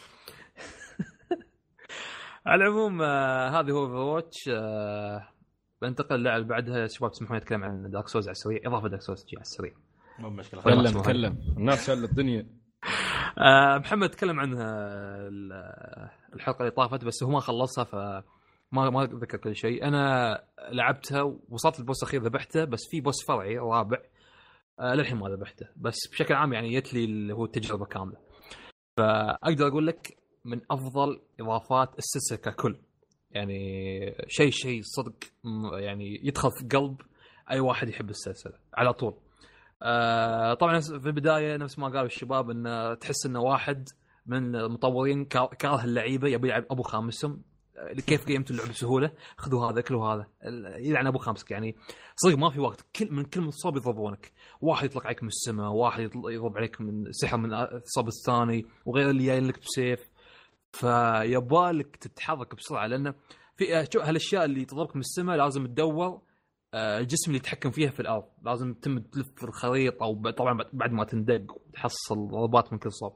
على العموم هذه هو اوفرواتش. بنتقل للعبه بعدها. شباب تسمحون نتكلم عن دارك سولز على السريع. اضافه دارك سولز على السريع
مو مشكله.
تكلم الناس شال الدنيا.
محمد تكلم عنها الحلقه اللي طافت بس هو ما خلصها فما ذكر كل شيء. انا لعبتها ووصلت البوس الاخير ذبحته بس في بوس فرعي رابع للحين ما ذبحته بس بشكل عام يعني جت لي اللي هو التجربه كامله. فاقدر اقول لك من افضل اضافات السلسله ككل. يعني شيء صدق يعني يدخل في قلب اي واحد يحب السلسله على طول. طبعا في البدايه نفس ما قالوا الشباب ان تحس انه واحد من المطورين كاره اللعيبه يبي يلعب ابو خامسهم. كيف قيمته اللعب بسهوله خذوا هذا كله هذا يلعن ابو خامسك. يعني صدق ما في وقت كل من صوب يضربونك. واحد يطلق عليك من السماء واحد يضرب عليك من سحر من الصوب الثاني وغير اللي جاي لك بسيف. فيبالك تتحرك بسرعه لانه في هالاشياء اللي تضربك من السماء لازم تدور الجسم اللي يتحكم فيها في الارض. لازم تتم تلف الخريطه او طبعا بعد ما تندق وتحصل ضربات من كل صوب.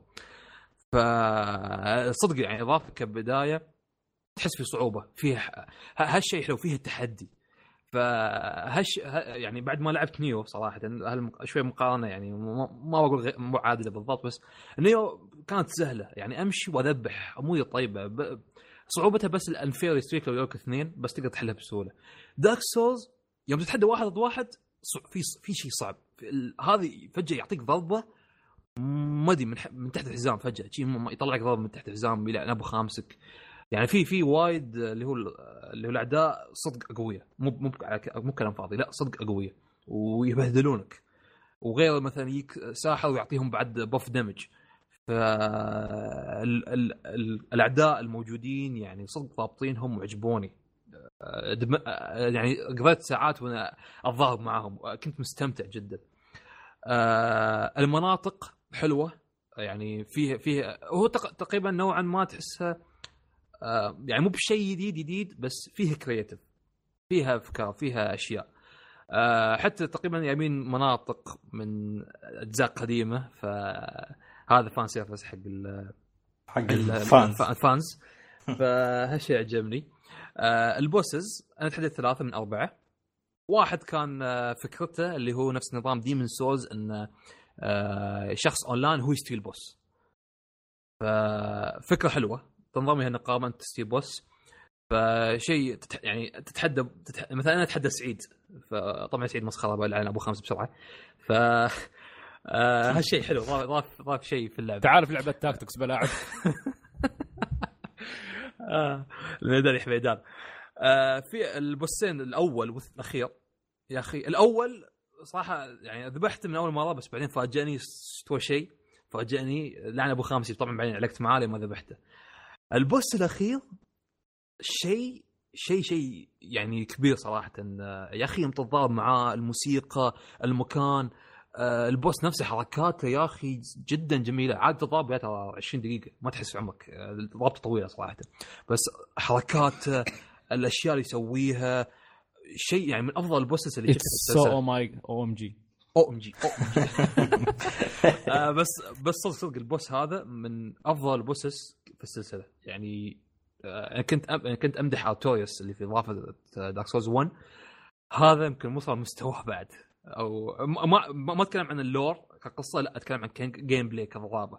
فصدق يعني اضافه كبدايه تحس في صعوبه فيها. هالشيء حلو فيه التحدي. يعني بعد ما لعبت نيو صراحه شوي مقارنه يعني ما بقول مو عادله بالضبط بس نيو كانت سهله يعني امشي واذبح اموري طيبه. صعوبتها بس الانفير ستريك لو يوك 2 بس تقدر تحلها بسهوله. دارك سولز يوم تتحدى واحد ضد واحد في شيء صعب. هذه فجاه يعطيك ضربه مدي من تحت الحزام فجاه شيء يطلعك ضربه من تحت الحزام يلعن ابو خامسك. يعني في وايد اللي هو الاعداء صدق قويه مو كلام فاضي لا صدق قويه ويبهدلونك. وغير مثلا يجيك ساحر ويعطيهم بعد بوف دمج. فالاعداء الموجودين يعني صدق ضابطينهم وعجبوني. يعني قضيت ساعات وانا اتضارب معهم كنت مستمتع جدا. المناطق حلوه يعني فيها هو تقريبا نوعا ما تحسها يعني مو بشيء جديد بس فيها كرياتيف فيها افكار فيها اشياء. حتى تقريبا يمين مناطق من اجزاء قديمه فهذا فان سيرفس حق الفانز. فهالشيء عجبني. البوسز انا تحديت 3 من 4. واحد كان فكرته اللي هو نفس نظام ديمن سولز ان شخص اونلاين هو يستوي البوس. ففكره حلوه تنظمها النقابه انت تستوي بوس. فشيء يعني تتحدى مثلا انا اتحدى سعيد فطبعا سعيد مسخره بلعن ابو خامس بسرعه. ف هالشيء حلو ضاف شيء في اللعبه.
تعرف لعبه تاكتكس بلاعب
الميدان حميدان. في البوسين الاول والاخير يا اخي الاول صراحه يعني ذبحت من اول مره بس بعدين فاجأني شيء فاجأني لعن ابو خامسي طبعا بعدين علقت معاه لما ذبحته. البوس الاخير شيء يعني كبير صراحه. يا اخي انت تضارب معاه الموسيقى المكان البوس نفسه حركاته يا اخي جدا جميله. عاد تضارب ترى 20 دقيقه ما تحس عمرك ضربته طويله صراحه بس حركات الاشياء اللي يسويها شيء يعني من افضل البوسس اللي شفته في السلسله.
او ام جي
بس صدق البوس هذا من افضل البوسس في السلسله. يعني انا كنت امدح ارتوريوس اللي في اضافه دارك سولز 1. هذا يمكن وصل مستواه بعد او ما اتكلم عن اللور كقصه، لا اتكلم عن جيم بلاي كضرابه.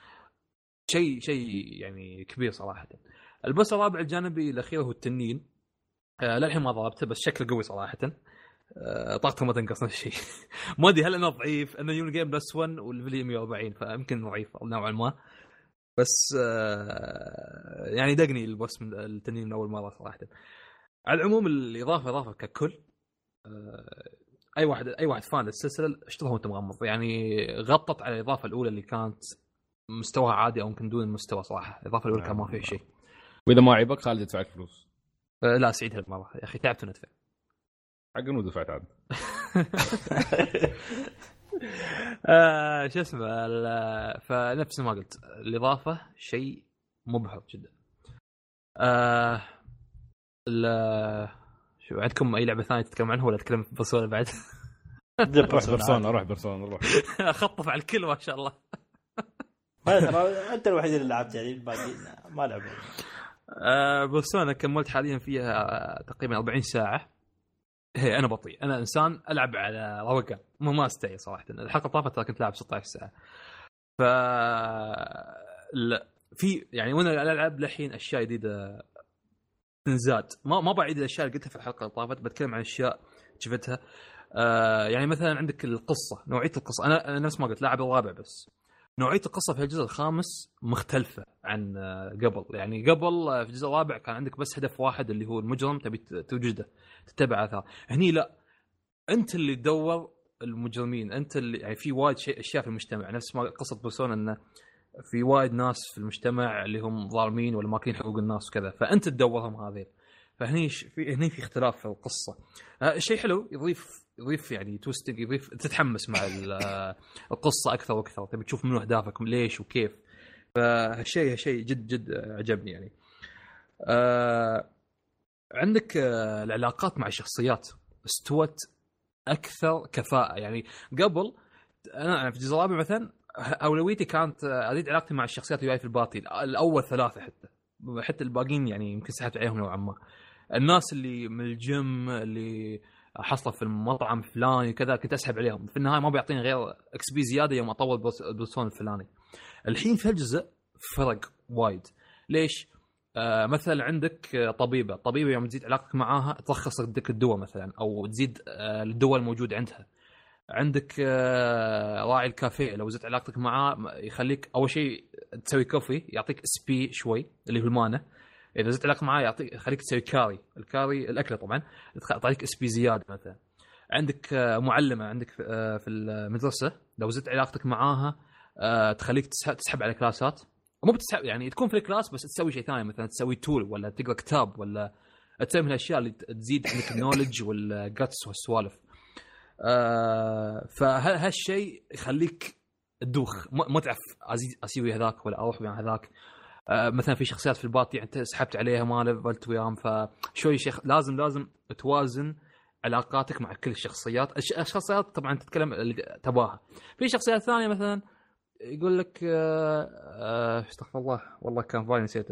شيء يعني كبير صراحه. البوس الرابع الجانبي الاخير هو التنين. للحين ما ضربته بس شكله قوي صراحه. طاقته ما تنقص نفس الشيء. ما ادري هل انا ضعيف، انا يوم جيم بلس 1 والفيلي 140 فيمكن ضعيف نوعا ما، بس يعني دقني البوس من التنين من اول مره صراحه. على العموم الاضافه ككل، اي واحد فان للسلسله اشتريها وانت مغمض، يعني غطت على الاضافه الاولى اللي كانت مستواها عادي او يمكن دون المستوى صراحه. الاضافه الاولى كان ما فيها شيء.
واذا ما عيبك خالد يدفعك فلوس.
لا سعيد هالمره يا اخي، تعبت وندفع
حق انه دفعت عاد.
شو اسمه فنفس ما قلت الاضافه شيء مبهر جدا. شو عندكم اي لعبه ثانيه تتكلم عنها ولا تتكلم في بيرسونا بعد؟
روح بيرسونا
اخطف على الكل ما شاء الله.
انت الوحيد اللي لعبت يعني، الباقي ما لعبوا.
بيرسونا كملت حاليا فيها تقريبا 40 ساعه. هي انا بطيء، انا انسان العب على روقان ما استعي صراحه. الحلقه طافت كنت لاعب 16 ساعه. ف في يعني وانا العب لحين اشياء جديده تنزاد. ما بعيد الاشياء اللي قلتها في الحلقه اللي طافت، بتكلم عن اشياء شفتها. يعني مثلا عندك القصه، نوعيه القصه انا نفس ما قلت لاعب الرابع، بس نوعيه القصه في الجزء الخامس مختلفه عن قبل. يعني قبل في الجزء الرابع كان عندك بس هدف واحد اللي هو المجرم تبي توجده تتبع اثار. هني لا، انت اللي تدور المجرمين، انت اللي يعني في وايد اشياء في المجتمع. نفس ما قصه بيرسونا انه في وايد ناس في المجتمع اللي هم ظالمين ولا ماكلين حقوق الناس وكذا، فانت تدورهم هذين. فهني في اختلاف في القصه. شيء حلو، يضيف يعني توستنج، يضيف تتحمس مع القصه اكثر واكثر، تبي تشوف منو اهدافك ليش وكيف. فهالشيء جد عجبني يعني. عندك العلاقات مع الشخصيات استوت اكثر كفاءه. يعني قبل انا في الجزء الرابع مثلا اولويتي كانت ازيد علاقتي مع الشخصيات وياي في الباطل الاول ثلاثه، حتى الباقيين يعني يمكن سحبت عليهم نوعا ما. الناس اللي من الجيم اللي حصل في المطعم فلاني كذا كنت اسحب عليهم، في النهايه ما بيعطيني غير اكس بي زياده يوم اطول البوسون الفلاني. الحين في الجزء فرق وايد. ليش؟ مثلا عندك طبيبه يوم تزيد علاقتك معاها ترخص لك الدواء مثلا، او تزيد الدواء الموجود عندك راعي الكافيه لو زدت علاقتك معاه يخليك اول شيء تسوي كوفي، يعطيك اس بي شوي اللي هو المانه. اذا زدت علاقه معاه يخليك تسوي الكاري الاكله طبعا تعطيك اس بي زياده مثلا. عندك معلمه عندك في المدرسه لو زدت علاقتك معاها تخليك تسحب على كلاسات، مو بتسحب يعني تكون في الكلاس بس تسوي شيء ثاني، مثلا تسوي تول ولا تقرا كتاب ولا تسوي من الاشياء اللي تزيد عندك النولج والجاتس والسوالف. فهالشيء يخليك تدوخ، ما تعرف اسوي هذاك ولا اروح مع هذاك. مثلا في شخصيات في الباطي انت سحبت عليها ما لفلت وياهم، فشوي شيخ لازم توازن علاقاتك مع كل الشخصيات. الشخصيات طبعا تتكلم اللي تباها. في شخصيات ثانيه مثلا يقول لك استغفر الله والله كان بالي نسيته.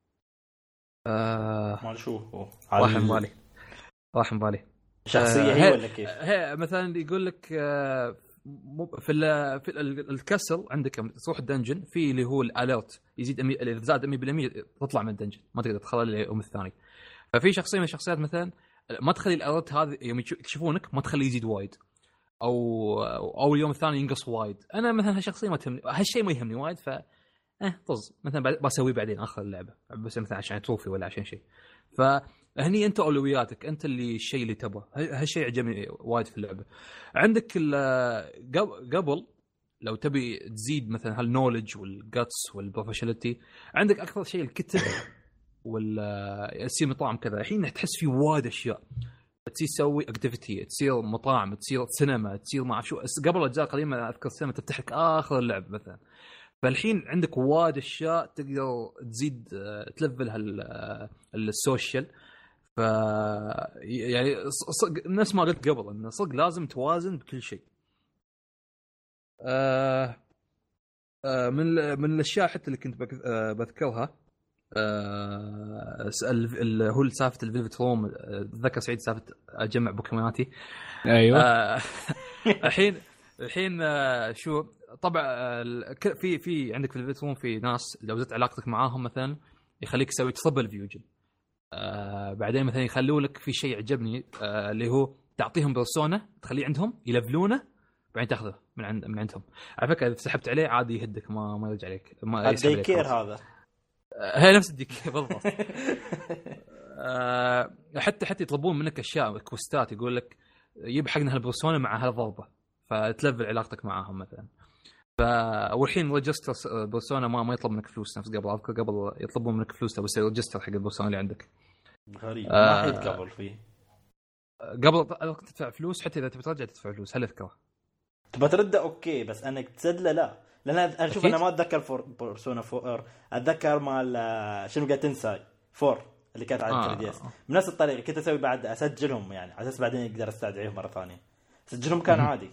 ما شو
راح من بالي
شخصيه هي ولا كيف؟
هي مثلا يقول لك في الكسل عندك تروح الدنجن في اللي هو الاليرت يزيد اذا زاد 100% تطلع من الدنجن ما تقدر تدخل اليوم الثاني. ففي شخصيه من الشخصيات مثلا ما تخلي الاليرت هذا يوم يكشفونك ما تخليه يزيد وايد، او اليوم الثاني ينقص وايد. انا مثلا هالشخصيه ما تهمني، هالشيء ما يهمني وايد، ف طز مثلا بسويه بعدين اخر اللعبه بس مثلا عشان تروفي ولا عشان شيء. فهني انت اولوياتك، انت اللي الشيء اللي تبغى. هالشيء عجبني وايد في اللعبه. عندك قبل لو تبي تزيد مثلا هالنولج والجاتس والبروفيشناليتي عندك اكثر شيء الكتب والسي مطاعم كذا. الحين تحس في وايد اشياء تصير تسوي اكتيفيتي، تصير مطاعم، تصير سينما، تصير ما شو. قبل الاجزاء القديمه اذكر السينما تفتح لك اخر اللعب مثلا. فالحين عندك وايد اشياء تقدر تزيد تلفل السوشيال. ف يعني نفس ما قلت قبل انه صدق لازم توازن بكل شيء. من الاشياء حتى اللي كنت بذكرها هو سالفه الفيلفت روم. اتذكر سعيد سالفه اجمع بوكيموناتي.
ايوه.
الحين شو طبعا في عندك في الفيلفت روم في ناس لو زدت علاقتك معاهم مثلا يخليك تسوي تربل فيوجن. بعدين مثلا يخلوا لك في شيء عجبني اللي هو تعطيهم بيرسونا تخليه عندهم يلفلونه بعدين تاخذه من عندهم. على فكره اذا سحبت عليه عادي يهدك ما يرجع عليك ما يسحب عليك.
الديكير هذا
هي نفس الديكير بالضبط. حتى يطلبون منك اشياء كوستات يقول لك يجيب حقنا هالبيرسونا مع هالضربه فتلفل علاقتك معاهم مثلا. والحين ريجستر بيرسونا ما يطلب منك فلوس نفس قبل. اذكر قبل يطلبون منك فلوس لو يصير ريجستر حق البيرسونا اللي عندك.
غريب ما حد قبل فيه.
قبل تدفع فلوس حتى اذا تبي ترجع تدفع فلوس. هل اذكره
تبى ترد اوكي بس انك تسدله لا لان انا اشوف انا ما اتذكر بيرسونا 4 اتذكر مال شنو قاعد تنسى 4 اللي كانت على 3 دي اس بنفس الطريقه كنت اسوي بعد اسجلهم يعني على اساس بعدين اقدر استدعيهم مره ثانيه. سجلهم كان عادي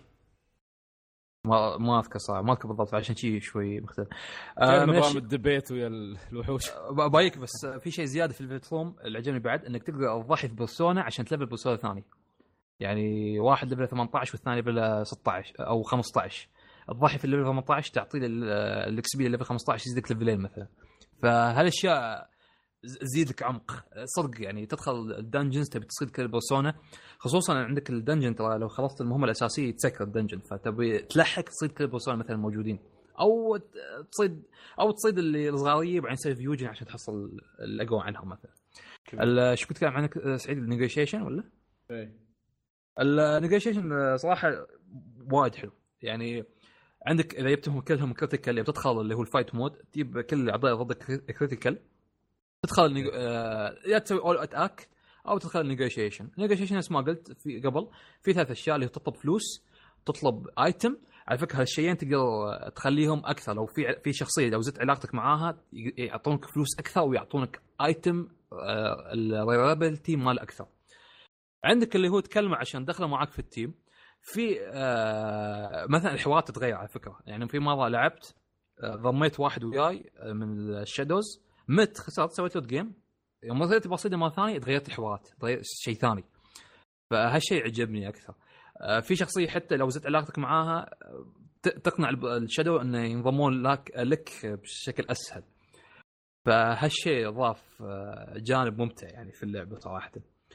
ما اذكر صراحه ما اذكر بالضبط عشان شوي مختلف.
كان نظام الدبيت ويا الوحوش
بايك. بس في شيء زياده في الفيلتروم اللي عجبني بعد انك تقدر تضحي في بيرسونا عشان تلفل بيرسونا ثاني. يعني واحد ليفل 18 والثاني ليفل 16 او 15. الضحي في الليفل 18 تعطي الاكس بي ليفل 15 يزيدك ليفلين مثلا. فهالاشياء تزيد لك عمق صدق. يعني تدخل الدنجنز تبي تصيد كل بيرسونا خصوصا عندك الدنجن ترى لو خلصت المهمه الاساسيه يتسكر الدنجن فتبي تلحق تصيد كل بيرسونا مثلا موجودين او تصيد اللي الصغاريه بعدين تسوي فيوجن عشان تحصل الاقوى عنهم مثلا. شو كنت تكلم عنك سعيد النيغوشيشن ولا
اي
النيغوشيشن صراحه وايد حلو. يعني عندك اذا جبتهم كلهم كريتيكال بتدخل اللي هو الفايت مود تجيب كل الاعضاء ضدك كريتيكال تدخل يا تسوي اول اتاك او تدخل نيغوشيشن. نفس ما قلت في قبل في ثلاث اشياء اللي تطلب فلوس تطلب ايتم. على فكره هالشيئين تقدر تخليهم اكثر لو في شخصيه لو زدت علاقتك معاها يعطونك فلوس اكثر ويعطونك ايتم الريلابيلتي مال اكثر. عندك اللي هو تكلمه عشان دخله معك في التيم. في مثلا الحوارات تتغير على فكره. يعني في مره لعبت ضميت واحد وياي من الشادوز مت خسرت سويت له جيم يوم صرت بصيده مره ثانيه تغيرت الحوارات تغير شيء ثاني. فهالشيء عجبني اكثر. في شخصيه حتى لو زدت علاقتك معاها تقنع الشادو انه ينضمون لك بشكل اسهل. فهالشيء ضاف جانب ممتع يعني في اللعبه صراحه.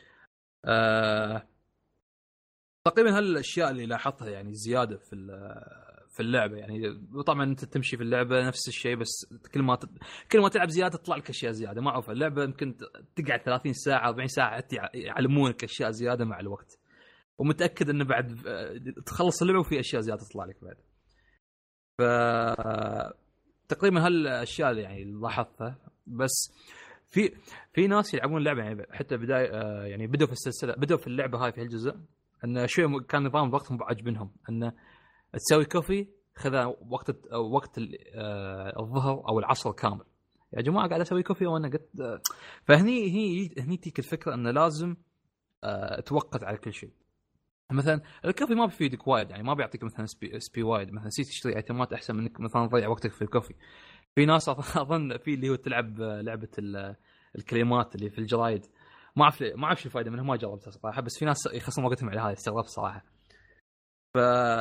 تقريبا هالاشياء اللي لاحظتها يعني زياده في اللعبه. يعني طبعا انت تمشي في اللعبه نفس الشيء بس كل ما تلعب زياده تطلع لك اشياء زياده. ما اعرف اللعبه يمكن تقعد 30 ساعه 40 ساعه يعلمونك اشياء زياده مع الوقت. ومتاكد انه بعد تخلص اللعبه وفي اشياء زياده تطلع لك بعد. ف تقريبا هالاشياء اللي يعني لاحظتها. بس في ناس يلعبون اللعبه يعني حتى بدايه يعني بدوا في السلسله بدوا في اللعبه هاي في هالجزء ان شوي كان نظام وقتهم عاجبنهم انه تسوي كوفي خذ وقت الظهر او العصر كامل. يا جماعه قاعد اسوي كوفي وانا قلت هني تيك الفكره انه لازم توقت على كل شيء. مثلا الكوفي ما بيفيدك وايد يعني ما بيعطيك مثلا سبي وايد. مثلا نسيت تشتري ايتمات احسن منك مثلا تضيع وقتك في الكوفي. في ناس اظن في اللي هو تلعب لعبه الكلمات اللي في الجرايد. ما اعرف الفائده منها ما جربتها صراحه. بس في ناس يخصمون وقتهم على هذا استغربت صراحه. ف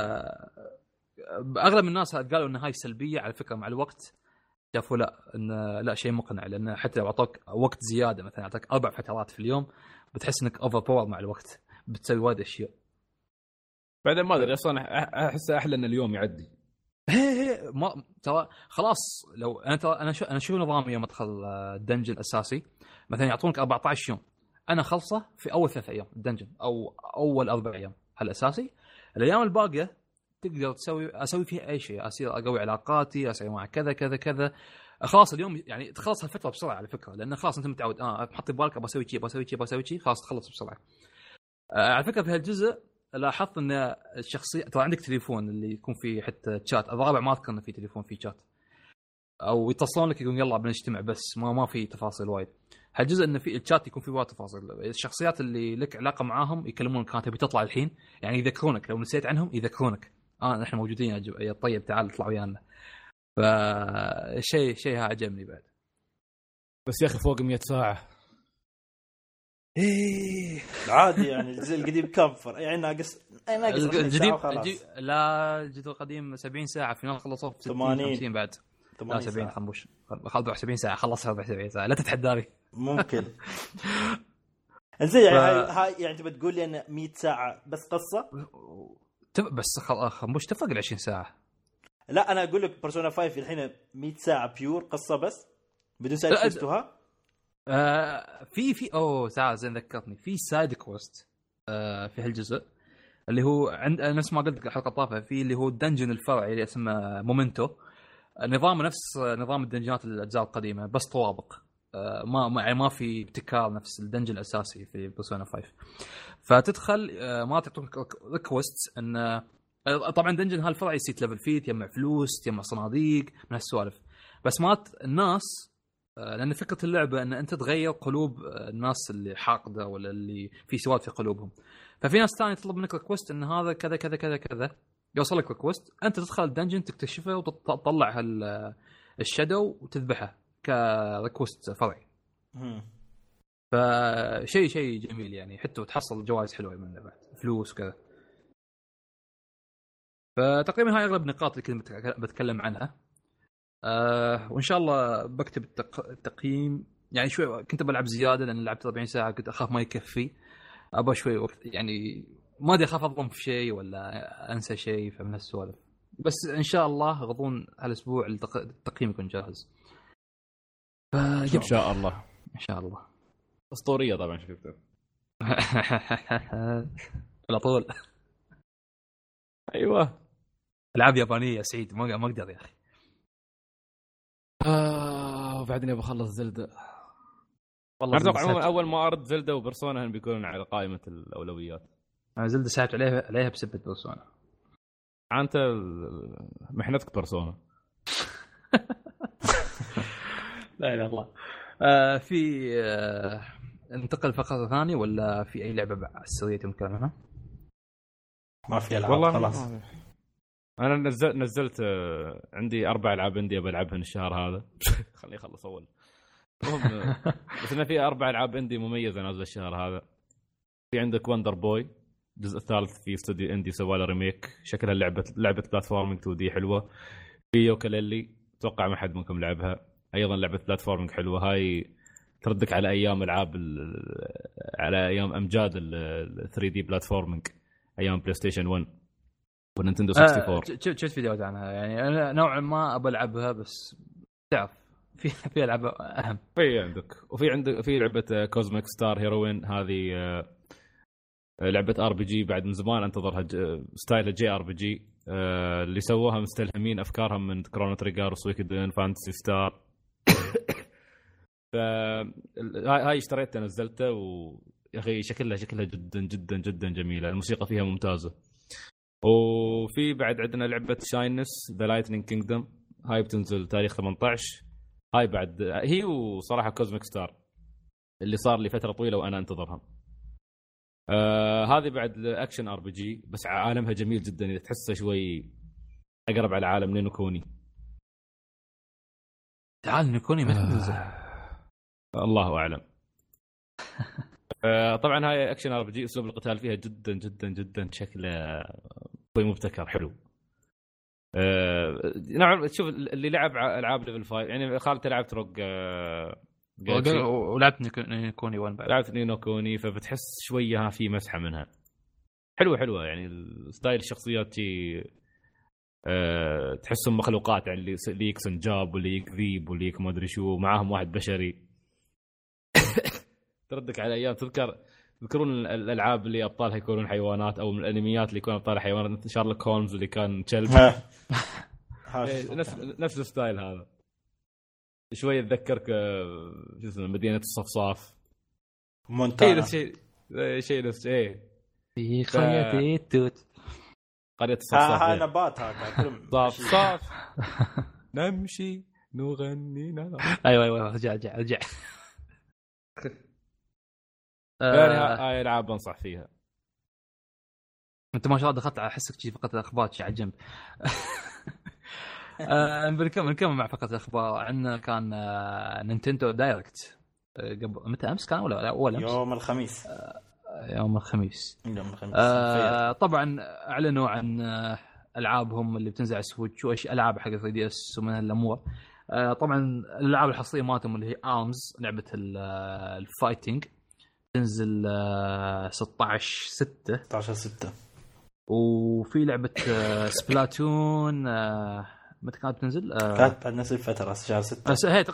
اغلب الناس قالوا ان هاي سلبيه على فكره. مع الوقت شافوا لا شيء مقنع لان حتى لو اعطوك وقت زياده مثلا اعطاك 4 فترات في اليوم بتحس انك اوفر باور مع الوقت بتسوي وايد اشياء.
بعدين ما ادري اصلا احس احلى ان اليوم يعدي.
هي ما ترى خلاص. لو انا شو نظامي يوم ادخل الدنجن الاساسي مثلا يعطونك 14 يوم. انا خلصه في اول 3 ايام الدنجن او اول 4 ايام هالاساسي. الايام الباقيه تقدر اسوي فيها اي شيء. اصير اقوي علاقاتي اسوي مع كذا كذا كذا. خلاص اليوم يعني تخلص الفتره بسرعه على فكره لان خلاص انت متعود محط ببالك بسوي شيء خلاص تخلص بسرعه. على فكره في هالجزء لاحظت ان الشخصيه ترى عندك تليفون اللي يكون فيه حتى تشات. الرابع ما اذكر انه في تليفون فيه تشات او يتصلون لك يقولون يلا بنجتمع بس ما في تفاصيل وايد. هالجزء انه في الشات يكون فيه وايد تفاصيل. الشخصيات اللي لك علاقه معاهم يكلمونك كانت تبي تطلع الحين يعني يذكرونك لو نسيت عنهم يذكرونك نحن موجودين يا طيب تعال اطلع ويانا. فشيء عجبني بعد.
بس يا اخي فوق 100 ساعه.
ايه عادي يعني الجزء القديم كفر يعني ناقص
الجديد لا الجديد القديم 70 ساعه في نهايه خلصوه في 60 50 بعد 70 خنبوش 74 ساعه خلص 74 ساعه لا تتحداني
ممكن. زين يعني هاي يعني تبي تقول لي ان 100 ساعه بس قصه
بس خنبوش تفرق ال 20 ساعه.
لا انا اقول لك بيرسونا 5 الحين 100 ساعه بيور قصه بس بدون سايد كويستها.
في ساعه زين ذكرتني في سايد كويست في هالجزء اللي هو عند نفس ما قلت الحلقه الطافه في اللي هو الدنجن الفرعي اللي اسمه مومنتو. نظام نفس نظام الدنجنات الاجزاء القديمه بس طوابق ما في ابتكار نفس الدنجن الاساسي في بيرسونا 5. فتدخل ما تعطوك ريكوست ان طبعا دنجن هالفرعي يصير ليفل فيه تجمع فلوس تجمع صناديق من هالسوالف بس ما الناس لان فكره اللعبه ان انت تغير قلوب الناس اللي حاقده ولا اللي في سواد في قلوبهم. ففي ناس ثانيه تطلب منك ريكوست ان هذا كذا كذا كذا كذا يوصل لك ريكوست انت تدخل الدنجن تكتشفه وتطلع الشادو وتذبحه كريكوست فرعي. فشيء جميل يعني حتى تحصل جوائز حلوه من اللعبه فلوس وكذا. فتقريبا هاي اغلب نقاط اللي كنت بتكلم عنها. وان شاء الله بكتب التقييم يعني شوي كنت بلعب زياده لان لعبت 40 ساعه كنت اخاف ما يكفي ابغى شوي وقت يعني ما ادري اخاف اظلم في شيء ولا انسى شيء فمن هالسوالف. بس ان شاء الله غضون هالاسبوع التقييم يكون جاهز.
ان شاء الله
ان شاء الله
اسطوريه طبعا شفتها
على طول.
ايوه
العاب يابانيه سعيد ما اقدر يا اخي.
وبعدين ابغى اخلص زلدة والله. اتوقع اول ما ارد زلدة وبرسونا بيكونون على قائمه الاولويات.
زلدة ساعت عليها بسبب برسونا.
انت محنتك برسونا.
لا اله الا الله. في انتقل فقره ثانيه ولا في اي لعبه على السريع تذكر عنها؟
ما في العاب
والله
خلاص.
انا نزلت عندي 4 العاب انديه بلعبهن الشهر هذا. خليني اخلص اول. بس انا في 4 العاب اندي مميزه نازله الشهر هذا. في عندك وندر بوي الجزء الثالث في استوديو اندي سوى له ريميك شكلها لعبه بلاتفورمينج 2 دي حلوه. في يوكليلي اتوقع ما حد منكم لعبها ايضا لعبه بلاتفورمينج حلوه. هاي تردك على ايام العاب على ايام امجاد ال 3 دي بلاتفورمينج ايام بلاي ستيشن 1 ونينتندو 64.
شفت فيديوهات عنها يعني انا نوعا ما ابى العبها بس تعرف في العاب اهم.
في عندك في لعبه كوزميك ستار هيروين هذه لعبه ار بي جي بعد من زمان انتظرها ستايل جي ار بي جي اللي سووها مستلهمين افكارهم من كرونو تريجر وسويكدن فانتسي ستار. هاي اشتريتها نزلتها ويا اخي شكلها جدا جدا جدا جميله. الموسيقى فيها ممتازه. وفي بعد عندنا لعبه شاينس ذا لايتنينج كينجدم هاي بتنزل تاريخ 18. هاي بعد هي وصراحه كوزميك ستار اللي صار لي فتره طويله وانا انتظرها. هذه بعد اكشن ار بي جي بس عالمها جميل جدا اذا تحسه شوي اقرب على عالم نينو كوني.
تعال نينو كوني ما تنزل.
الله اعلم. طبعا هاي اكشن ار بي جي اسلوب القتال فيها جدا جدا جدا شكله مبتكر حلو. نعم شوف اللي لعب العاب ليفل 5 يعني خالد لعبت روج
ولعبت نينو كوني 1 بعد
لعبت نينو كوني فبتحس شويه في مسحه منها حلوه يعني الستايل الشخصيات تي تحسهم مخلوقات يعني اللي يكسن جاب واللي يكذيب واللي ما ادري شو معاهم واحد بشري. تردك على ايام تذكرون الالعاب اللي ابطالها يكونون حيوانات او من الانميات اللي يكون ابطالها حيوانات شارلوك هولمز اللي كان كلب. نفس الستايل هذا شويه تذكرك شو اسمه مدينه الصفصاف
مونتانا
شيء نفس ايه
في قريه التوت
قريه الصفصاف.
ها نبات هذا
صفصاف نمشي نغني نلعب.
ايوه رجع
يعني هاي العاب انصح فيها.
انت ما شاء الله دخلت على حسك شيء فقط الاخبار شيء على جنب. بنكمل مع فقط الاخبار. عندنا كان نينتندو دايركت قبل متى امس كان ولا اول امس؟
يوم الخميس.
يوم الخميس. طبعا اعلنوا عن العابهم اللي بتنزل على السويتش وايش العاب حق 3 دي اس ومن هالامور. طبعا الالعاب الحصريه مالتهم اللي هي ارمز لعبه الفايتنج تنزل 16/6. وفي لعبه سبلاتون متى كانت تنزل؟
كانت بعد نفس الفتره شهر 6.
بس هي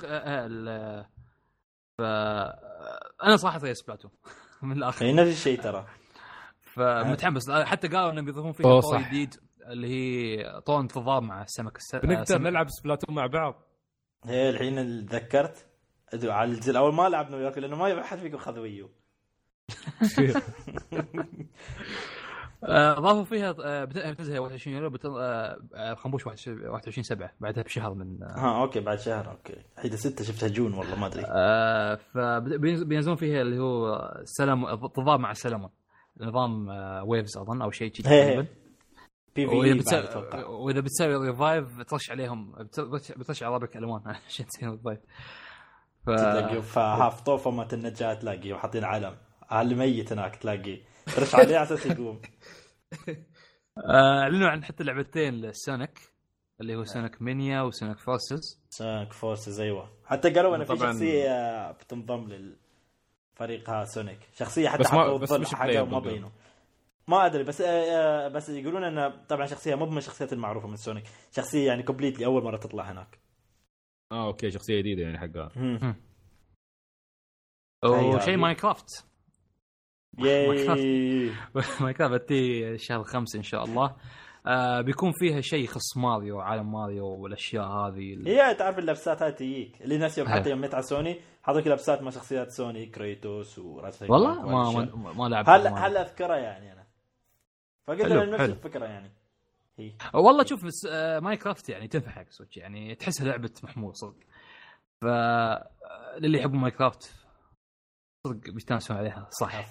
انا صراحه غير سبلاتون من الاخر
هي نفس الشيء ترى.
فمتحمس حتى قالوا انهم بيضيفون فيها طور جديد اللي هي طور انتظار مع السمك
نقدر نلعب سبلاتون مع بعض.
هي الحين تذكرت على الجزء الاول ما لعبنا وياك لانه ما يبي احد فيكم خذ ويو.
اضافوا فيها بتنزل 21 يورو خنبوش 21/7 بعدها بشهر من
اوكي بعد شهر. اوكي الحين 6 شفتها جون والله ما ادري.
فبينزلون فيها اللي هو سلام التضاد مع سلمون نظام ويفز اظن او شيء تقريبا. واذا بتسوي ريفايف ترش عليهم بترش على ربك الوان عشان تسوي ريفايف.
تلاقي فهاف طوفه ما النجاه تلاقيه وحاطين علم على الميت هناك تلاقيه ترش عليه على اساس يقوم.
اعلنوا عن حتى لعبتين للسونيك اللي هو سونيك مينيا وسونيك فورسز.
ايوه حتى قالوا انا في شخصيه بتنضم للفريق ها سونيك شخصيه حتى حطوا حاجه ما بينه ما ادري بس يقولون ان طبعا شخصيه مو من الشخصيات المعروفه من سونيك شخصيه يعني كومبليتلي اول مره تطلع هناك.
اوكي شخصيه جديده يعني حقها.
وشيء ماينكرافت ماينكرافت تي شهر 5 ان شاء الله. بيكون فيها شيء خص ماريو عالم ماريو والاشياء هذه
هي تعرف اللبسات هاي تجيك اللي ناس يوم حتى يوم على سوني حاطوك لبسات مع شخصيات سوني كريتوس وراسل.
والله ما لعبت
هل اذكرها يعني انا فقلت له نفس الفكره يعني هي
والله شوف ماينكرافت يعني تنفع حق سويتش يعني تحسها لعبه محمول صدق. للي يحبون ماينكرافت صدق بيستانسون عليها صح.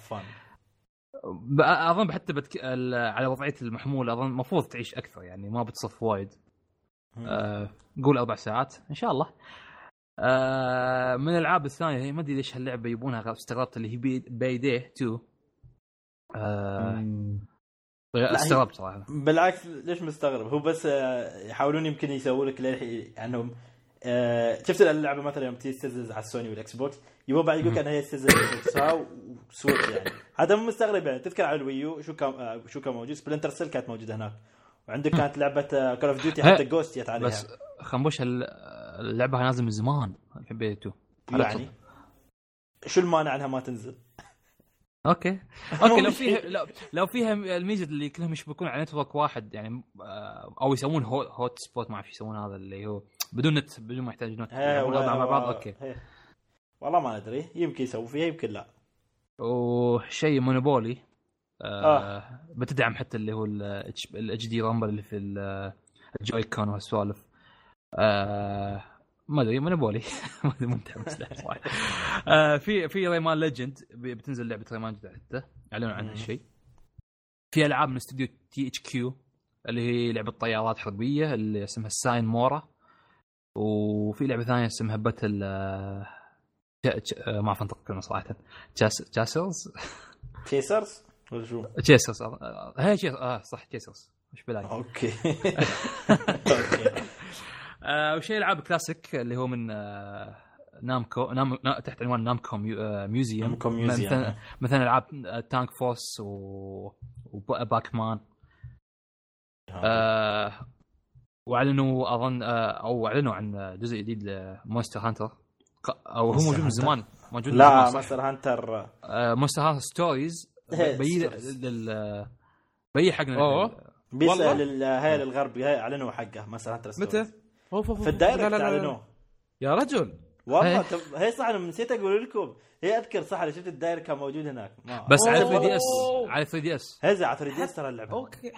اظن حتى على وضعيه المحمول اظن المفروض تعيش اكثر يعني ما بتصف وايد. قول 4 ساعات ان شاء الله. من الالعاب الثانيه هي ما ادري ليش هاللعبه يبونها استغربت اللي هي بايديه 2. استغربت صراحه.
بالعكس ليش مستغرب هو بس يحاولون يمكن يسووا لك لانهم شفت اللعبه مثلا يوم تستلزز على السوني والاكس بوكس يبغى بعد يقول كان هي تستلزز وسويتش يعني هذا مو مستغرب يعني. تذكر على الويو شو كان موجود سبلنتر سيل كانت موجوده هناك وعندك كانت لعبه كول اوف ديوتي حتى جوست جت عليها.
بس خنبوش اللعبه نازله من زمان حبيته
يعني شو المانع عنها ما تنزل؟
اوكي لو فيها الميزه اللي كلهم يشبكون على نتورك واحد يعني او يسوون هوت سبوت ما اعرف يسوون هذا اللي هو بدون نت بدون ما يحتاج نت مع بعض. اوكي
والله ما ادري يمكن يسوي فيها يمكن لا.
وشيء مونوبولي بتدعم حتى اللي هو الاتش دي رامبل اللي في الجوي كون والسوالف. ما ادري مونوبولي ما ادري متحمس له صراحه. في ريمان ليجند بتنزل لعبه ريمان جديده حتى اعلنوا عن هالشيء. في العاب من استوديو تي اتش كيو اللي هي لعبه طيارات حربيه اللي اسمها ساين مورا. وفي لعبه ثانيه اسمها باتل ما اعرف انطق كلمه صراحه تشاسرز
ولا شو
تشاسرز هي صح تشاسرز مش بلاي.
اوكي
وشيء العاب كلاسيك اللي هو من نامكو تحت عنوان نامكو ميوزيوم مثلا العاب تانك فورس وباكمان. واعلنوا اظن او اعلنوا عن جزء جديد لمونستر هانتر او هو موجود من زمان موجود
لا مونستر هانتر
مونستر هانتر ستوريز بي حقنا
بيسال هاي للغرب هاي اعلنوا حقه مونستر هانتر
متى
في الدايركت اعلنوه
يا رجل
والله هي صح انا نسيت اقول لكم هي اذكر صح انا شفت الدايركت كان موجود هناك
بس على 3 دي اس على 3 دي اس
هذا على 3 دي اس ترى اللعبه
اوكي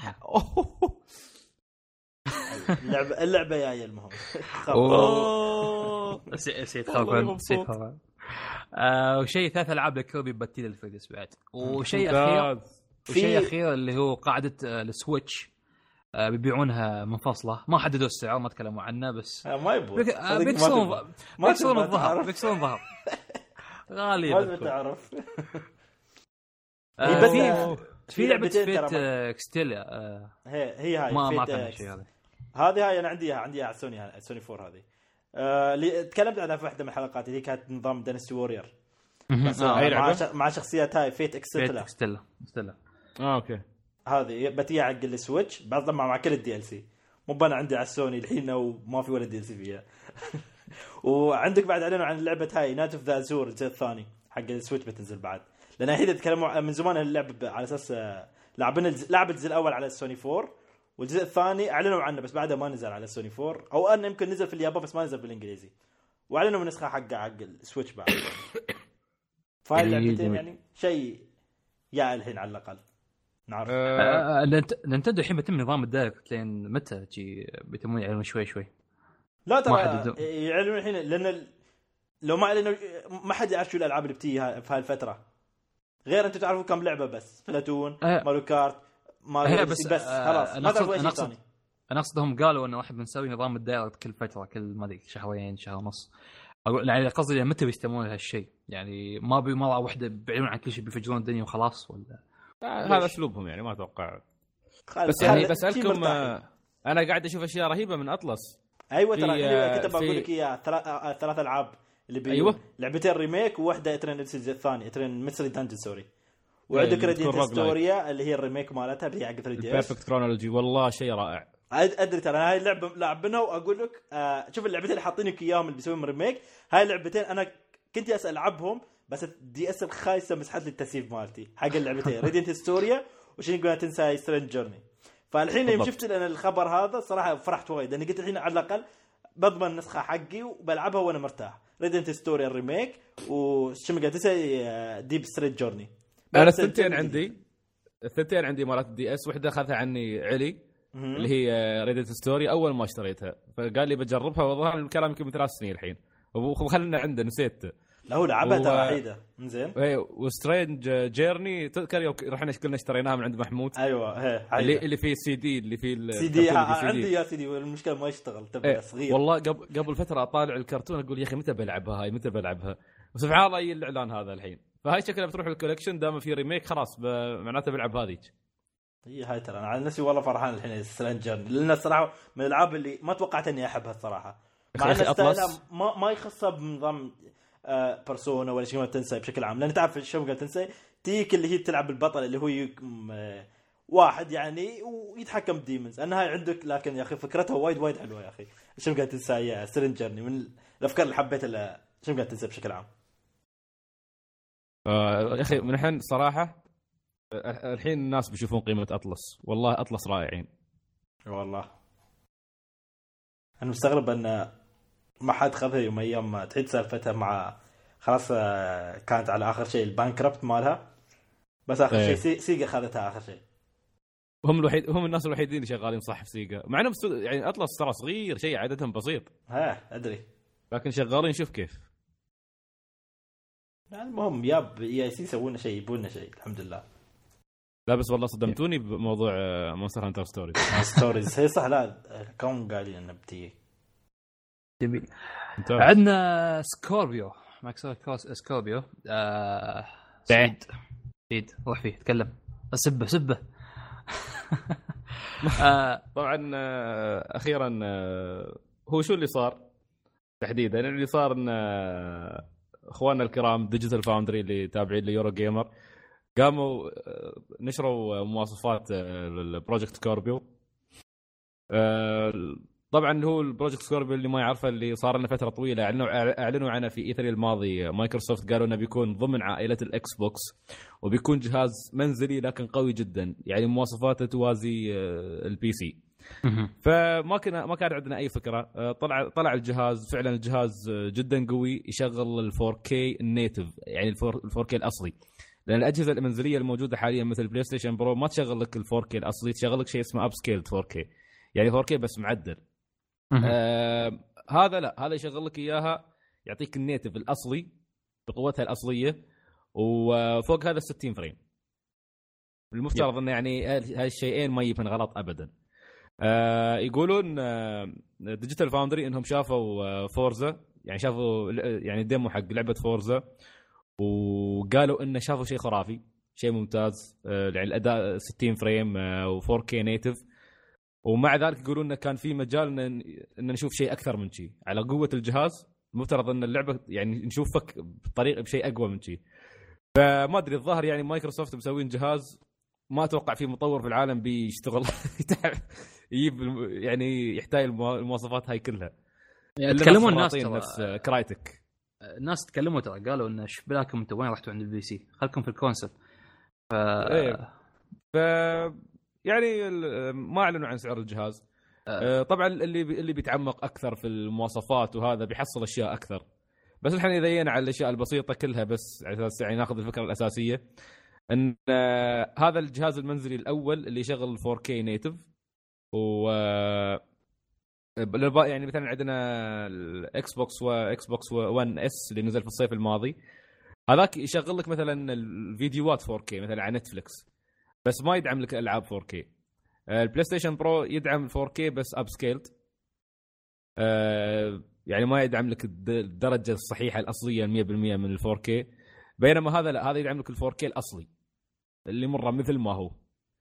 اللعبه جايه المهم
نسيت خبر وشيء 3 العاب لكيربي باتيل الفيديوس بعد. وشيء اخير اللي هو قاعده السويتش بيبيعونها منفصله، ما حددوا السعر، ما تكلموا عنه، بس
ما يبغى
بيكسرون الظهر غالي.
ما تعرف
في لعبه فيت اكستيلا
هي هاي
ما كان شيء
هذه انا عندي على سوني 4 هذه اللي تكلمت عنها في واحده من الحلقات اللي كانت نظام دينستي وورير بس مع شخصيات هاي فيت اكستيلا
اوكي.
هذه بتيجي حق السويتش بعد مع كل الدي ال سي، مو انا عندي على السوني الحين وما في ولا دي ال سي فيها. وعندك بعد اعلنوا عن لعبه هاي نايت اوف ذا ازور الجزء الثاني حق السويتش بتنزل بعد، لان هي تكلموا من زمان اللعبه على اساس لعب الجزء الاول على السوني 4 والجزء الثاني اعلنوا عنه بس بعده ما نزل على السوني 4 او انه يمكن نزل في اليابان بس ما نزل بالانجليزي، واعلنوا من نسخه حق السويتش بعد. فهاي اللعبتين يعني شيء يا الحين على الاقل نعرف.
نينتندو الحين بيتم نظام الدايركت لين متى بيتمون يعلنون شوي
لا ترى يعلنون الحين لان لو ما اعلنوا ما حد يعرف شو الالعاب اللي بتيجي في هالفتره غير انتم تعرفوا كم لعبه بس بلاتون ماريو كارت بس خلاص ما تعرفوا اي شيء ثاني.
انا اقصدهم قالوا انه واحد بنسوي نظام الدايركت كل فتره كل ما ادري شهرين شهر ونص، اقول يعني قصدي متى بيستمرون هالشيء يعني ما مره واحده بيعلنون عن كل شيء بيفجرون الدنيا وخلاص ولا
هذا اسلوبهم يعني ما اتوقع. بس يعني بسالكم انا قاعد اشوف اشياء رهيبه من اطلس.
ايوه ترى كنت بقول لك اياها 3 العاب اللي
أيوة.
لعبتين ريميك وواحده اترين الثاني اترين ميستري دانجن سوري، وعندك ريديانت ستوريا اللي هي الريميك مالتها اللي هي حق 3 دي اس
بيرفكت كرونولوجي. والله شيء رائع.
ادري ترى هاي اللعبه لعبناها واقول لك شوف اللعبتين اللي حاطينك اياهم اللي بيسوون ريميك، هاي اللعبتين انا كنت اسال العبهم بس دي اس الخايسه مسحت لي التسييف مالتي حق اللعبتين ريديانت ستوريا وشين يقول تنسى سترينج جورني. فالحين يوم شفت لان الخبر هذا صراحه فرحت وايد لاني قلت الحين على الاقل بضمن نسخه حقي وبلعبها وانا مرتاح. ريديانت ستوريا الريميك وشو قاعد تسوي ديب ستريت جورني.
انا الثنتين عندي مالت الدي اس، وحده اخذها عني علي اللي هي ريديانت ستوري اول ما اشتريتها فقال لي بجربها وظهر الكلام يمكن من 3 سنين الحين وخلنا عنده نسيت
لا هو لعبها ترى وحيده زين.
وسترينج جيرني تذكر يوم رحنا كلنا اشتريناها من عند محمود.
ايوه
اللي فيه سي دي اللي فيه
السي دي عندي يا سيدي والمشكله ما يشتغل تبع صغير.
والله قبل فتره اطالع الكرتون اقول يا اخي متى بلعبها وسبحان الله الاعلان هذا الحين. فهاي شكلها بتروح الكولكشن دام في ريميك خلاص معناته بلعب هذيك.
هاي ترى انا على نفسي والله فرحان الحين سترينجر لان الصراحه من الالعاب اللي ما توقعت اني احبها الصراحه، مع ان ما يخصها بنظام بيرسونا ولا شيء ما تنسى بشكل عام، لان تعرف شو قاعد تنسى تيك اللي هي تلعب البطل اللي هو واحد يعني ويتحكم بديمونز انها عندك، لكن يا اخي فكرتها وايد حلوه يا اخي. شو قاعد تنسى يا سترينجرني من الافكار اللي حبيتها شو قاعد تنسى بشكل عام.
يا اخي من الحين صراحه الحين الناس بيشوفون قيمه اطلس، والله اطلس رائعين
والله. انا مستغرب ان ما حد خذها يوم ايام تعيد سالفتها مع خلاص كانت على اخر شيء البانكربت مالها بس اخر شيء سيجا خذتها اخر شيء.
هم الناس الوحيدين اللي شغالين صح في سيجا، مع انهم يعني اطلس ترى صغير شيء عددهم بسيط
ادري
لكن شغالين شوف كيف.
المهم ياب اي سي يسوون شيء يبون شيء الحمد لله.
لا بس والله صدمتوني بموضوع مونستر هانتر
ستوريز هي صح. لا كون قايلين انه بتيجي
جميل. عندنا سكوربيو مايكروسوفت سكوربيو سعيد روح فيه تكلم سبه
طبعا اخيرا هو شو اللي صار تحديدا؟ اللي صار ان اخواننا الكرام ديجيتال فاوندري اللي تابعين ليورو جيمر قاموا نشروا مواصفات البروجكت سكوربيو. طبعا هو البروجكت سكوربيو اللي ما يعرفه اللي صار لنا فتره طويله اعلنوا عنه في اي 3 الماضي. مايكروسوفت قالوا انه بيكون ضمن عائله الاكس بوكس وبيكون جهاز منزلي لكن قوي جدا، يعني مواصفاته توازي البي سي. فما كان عندنا اي فكره. طلع الجهاز فعلا الجهاز جدا قوي يشغل ال 4K النيتف يعني ال 4K الاصلي، لان الاجهزه المنزليه الموجوده حاليا مثل بلاي ستيشن برو ما تشغل لك ال 4K الاصلي، تشغل لك شيء اسمه اب سكيل 4K يعني 4K بس معدل. هذا لا، هذا يشغل لك اياها يعطيك النيتف الاصلي بقوتها الاصليه وفوق هذا 60 فريم. المفترض انه يعني هالشيئين ما يبين غلط ابدا. يقولون ديجيتال فاوندري انهم شافوا فورزا، يعني شافوا يعني ديمو حق لعبه فورزا، وقالوا انه شافوا شيء خرافي، شيء ممتاز، يعني الاداء 60 فريم و4K نيتف، ومع ذلك يقولون انه كان في مجال ان نشوف شيء اكثر من شيء على قوه الجهاز. مفترض ان اللعبه يعني نشوفك بطريقه بشيء اقوى من شيء. فما ادري، الظاهر يعني مايكروسوفت مسوين جهاز ما اتوقع فيه مطور في العالم بيشتغل يجيب يعني يحتاج المواصفات هاي كلها.
يعني تكلموا الناس
نفس كرايتك،
الناس تكلموا ترى قالوا ان ايش بلاكم انتم وين رحتوا عند البي سي، خلكم في الكونسول.
ف يعني ما اعلنوا عن سعر الجهاز. طبعا اللي بيتعمق اكثر في المواصفات وهذا بيحصل اشياء اكثر، بس الحين اذا جينا على الاشياء البسيطه كلها بس على اساس يعني ناخذ الفكره الاساسيه ان هذا الجهاز المنزلي الاول اللي يشغل 4K نيتف، و يعني مثلا عندنا الاكس بوكس واكس بوكس 1 اس اللي نزل في الصيف الماضي، هذاك يشغل لك مثلا الفيديوهات 4K مثلا على نتفليكس، بس ما يدعم لك العاب 4K. البلاي ستيشن برو يدعم 4K بس اب سكيلد، يعني ما يدعم لك الدرجه الصحيحه الاصليه 100% من ال 4K، بينما هذا لا، هذا يدعم لك ال 4K الاصلي اللي مره مثل ما هو.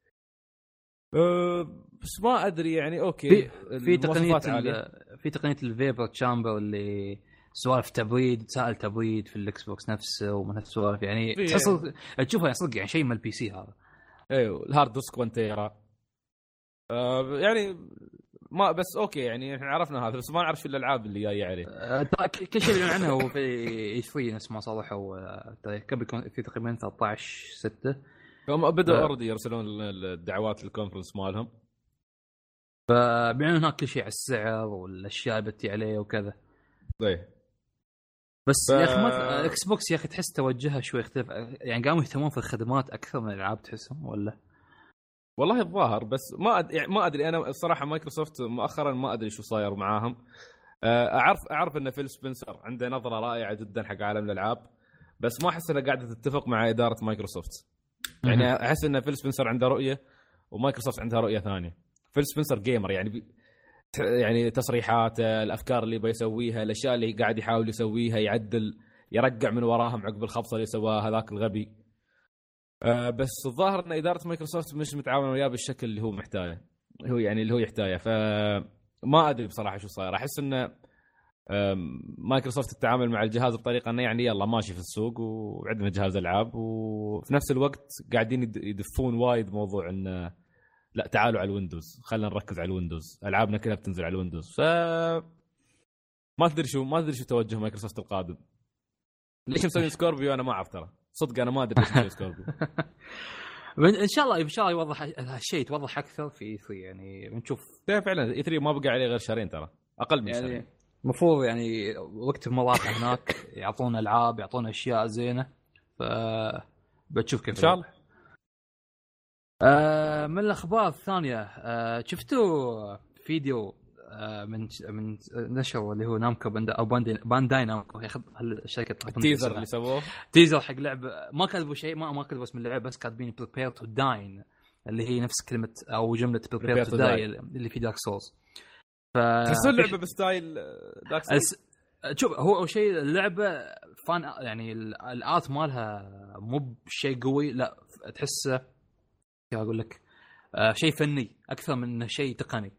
بس ما ادري يعني اوكي
في تقنيه الفيبر تشامبر اللي سوالف تبريد، سائل تبريد في الاكس بوكس نفسه ومن هالسوالف، يعني تحصل تشوفها يعني صدق يعني شيء من البي سي هذا.
ايوه الهارد ديسك 1 تيرا. يعني ما بس اوكي يعني احنا عرفنا هذا، بس ما نعرف الالعاب اللي جايه عليه.
كل شيء اللي عنها هو في اي 3 نفس ما صلحوا قبل في تقريبا 13/6
هم بدأوا اوريدي يرسلون الدعوات للكونفرنس مالهم،
فبيعلنون هناك كل شيء على السعر والاشياء اللي بتي عليه وكذا.
طيب
بس يا اخي اكس بوكس يا اخي تحس توجهها شوي اختلف، يعني قاموا يهتمون في الخدمات اكثر من الالعاب تحسهم ولا؟
والله الظاهر، بس ما ادري انا الصراحه مايكروسوفت مؤخرا ما ادري شو صاير معاهم. اعرف ان فيل سبنسر عنده نظره رائعه جدا حق عالم الالعاب، بس ما احس انها قاعده تتفق مع اداره مايكروسوفت. يعني احس ان فيل سبنسر عنده رؤيه ومايكروسوفت عندها رؤيه ثانيه. فيل سبنسر جيمر، يعني تصريحاته، الافكار اللي بيسويها، الاشياء اللي قاعد يحاول يسويها، يعدل يرجع من وراهم عقب الخبصه اللي سواها هذاك الغبي. بس الظاهر ان اداره مايكروسوفت مش متعاونه وياه بالشكل اللي هو محتاجه، هو يعني اللي هو يحتاجه. فما ادري بصراحه شو صاير. احس ان مايكروسوفت تتعامل مع الجهاز بطريقه انه يعني يلا ماشي في السوق وعندنا جهاز العاب، وفي نفس الوقت قاعدين يدفون وايد موضوع انه لا تعالوا على الويندوز، خلينا نركز على الويندوز، العابنا كلها بتنزل على الويندوز. ما ادري شو توجه مايكروسوفت القادم. ليش مسوين سكوربيو انا ما اعرف، ترى صدق انا ما ادري ليش مسوين سكوربيو.
ان شاء الله يوضح هالشيء، يتوضح اكثر في E3 يعني بنشوف.
فعلا E3 ما بقى عليه غير شهرين، ترى اقل من
يعني
شهرين.
المفروض يعني وقت المواقع هناك يعطونا العاب، يعطونا اشياء زينه، ف بتشوف كيف
ان شاء الله.
من الاخبار الثانيه شفتوا فيديو من نشر اللي هو نامكو او بانداي نامكو، ياخذ الشركه
التيزر اللي سووه،
تيزر حق لعبه ما كتبوا شيء، ما كتبوا اسم اللعبه، بس كاتبين بريبير تو داين اللي هي نفس كلمه او جمله بريبير تو داي اللي في دارك سولز.
تحس اللعبه بستايل دارك سولز.
شوف هو شيء اللعبه فان، يعني الارت مالها مو بشيء قوي، لا تحسه كيف اقول لك شيء فني اكثر من شيء تقني.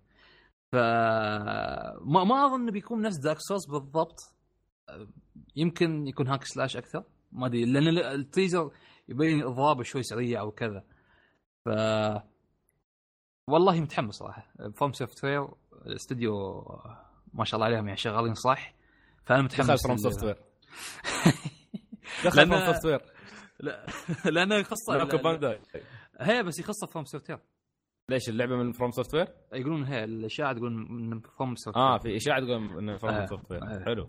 ما اظن بيكون نفس دارك سولز بالضبط، يمكن يكون هاك سلاش اكثر، ما ادري، لان التيزر يبين اضراب شوي سريع او كذا. ف والله متحمس صراحه. فروم سوفت وير الاستوديو ما شاء الله عليهم يعني شغالين صح، فانا متحمس.
فروم سوفت وير دخل فروم سوفت وير
لا لانه يخصه هي بس يخصه فروم سوفت وير.
ليش اللعبه من فروم سوفت وير؟
يقولون هي الاشاعه تقول من فروم سوفت وير.
في اشاعه تقول من فروم سوفت وير. حلو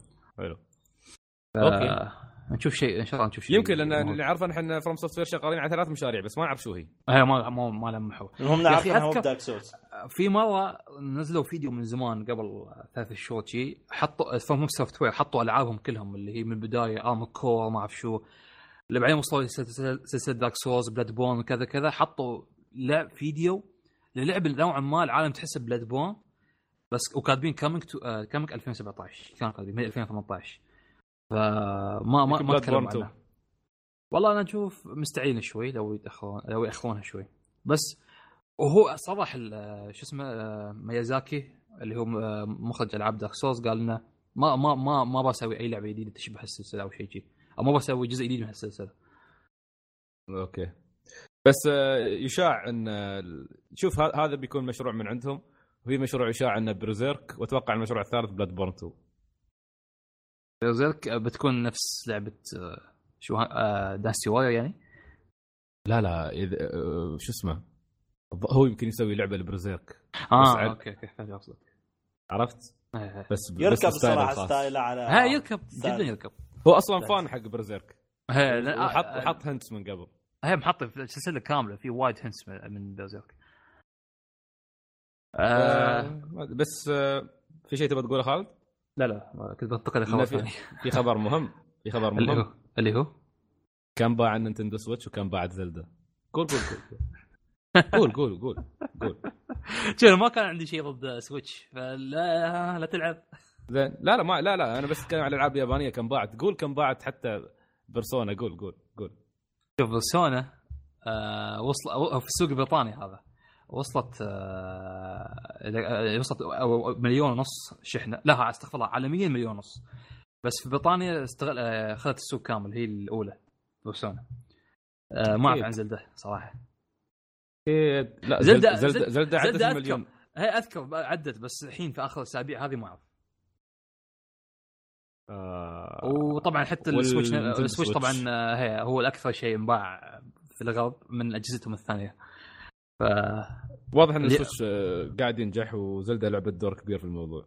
اوكي نشوف شيء ان شاء الله، نشوف شيء.
يمكن لان اللي عارفه احنا فروم سوفت وير شغالين على 3 مشاريع بس ما نعرف شو هي
ما لمحوا.
هم نعرفها هو دارك سولز.
في مره نزلوا فيديو من زمان قبل 3 شهور شيء، حطوا فروم سوفت وير حطوا العابهم كلهم اللي هي من البدايه ارم كور ما اعرف شو، اللي بعدين وصلوا سلسله دارك سولز بلاد بورن كذا حطوا فيديو للعب نوعا ما العالم تحسب بلاد بون بس وكاتبين كامينج 2017 كان كاتبين من 2018 فما تكلموا عنه. والله انا اشوف مستعين شوي لو ياخذونها شوي بس. وهو صراحه شو اسمه ميازاكي اللي هو مخرج العاب دارك سولز قال لنا ما بسوي اي لعبه جديده تشبه السلسله او شيء جديد او ما بسوي جزء جديد من السلسله.
اوكي بس يشاع ان شوف هذا بيكون مشروع من عندهم وهي مشروع يشاع انه برزيرك واتوقع المشروع الثالث بلاد بورن 2.
برزيرك بتكون نفس لعبه شو دانسي واير يعني.
لا اذا شو اسمه هو يمكن يسوي لعبه لبرزيرك.
اوكي فهمت قصدك.
عرفت بس
يركب بصراحه ستايل على
يركب جدا يركب.
هو اصلا فان حق برزيرك وحط هنتس من قبل.
هي محط في السلسله كامله في وايد هنتس من برزيرك.
بس في شيء تبغى تقوله خالد؟
لا كنت بنتقل خلاص.
في خبر مهم
اللي هو
كان باع نينتندو سويتش وكان باع زلدا. قول
شوف ما كان عندي شيء ضد سويتش فلا تلعب
زين. لا انا بس اتكلم على الالعاب اليابانيه كم باعت. قول كم باعت حتى بيرسونا. قول
شوف بيرسونا وصل في السوق البريطاني هذا وصلت 1.5 مليون شحنه. لا استغفر الله عالميا 1.5 مليون بس في بريطانيا اخذت السوق كامل. هي الاولى بيرسونا. ما اعرف عن زلدة صراحه.
لا زلدة عدت المليون.
هي اذكر عدت بس الحين في اخر الاسابيع هذه ما اعرف. وطبعا حتى السويتش طبعا هو الاكثر شيء انباع في الغرب من اجهزتهم الثانيه.
واضح ان السويتش قاعد ينجح وزلدة لعبت دور كبير في الموضوع.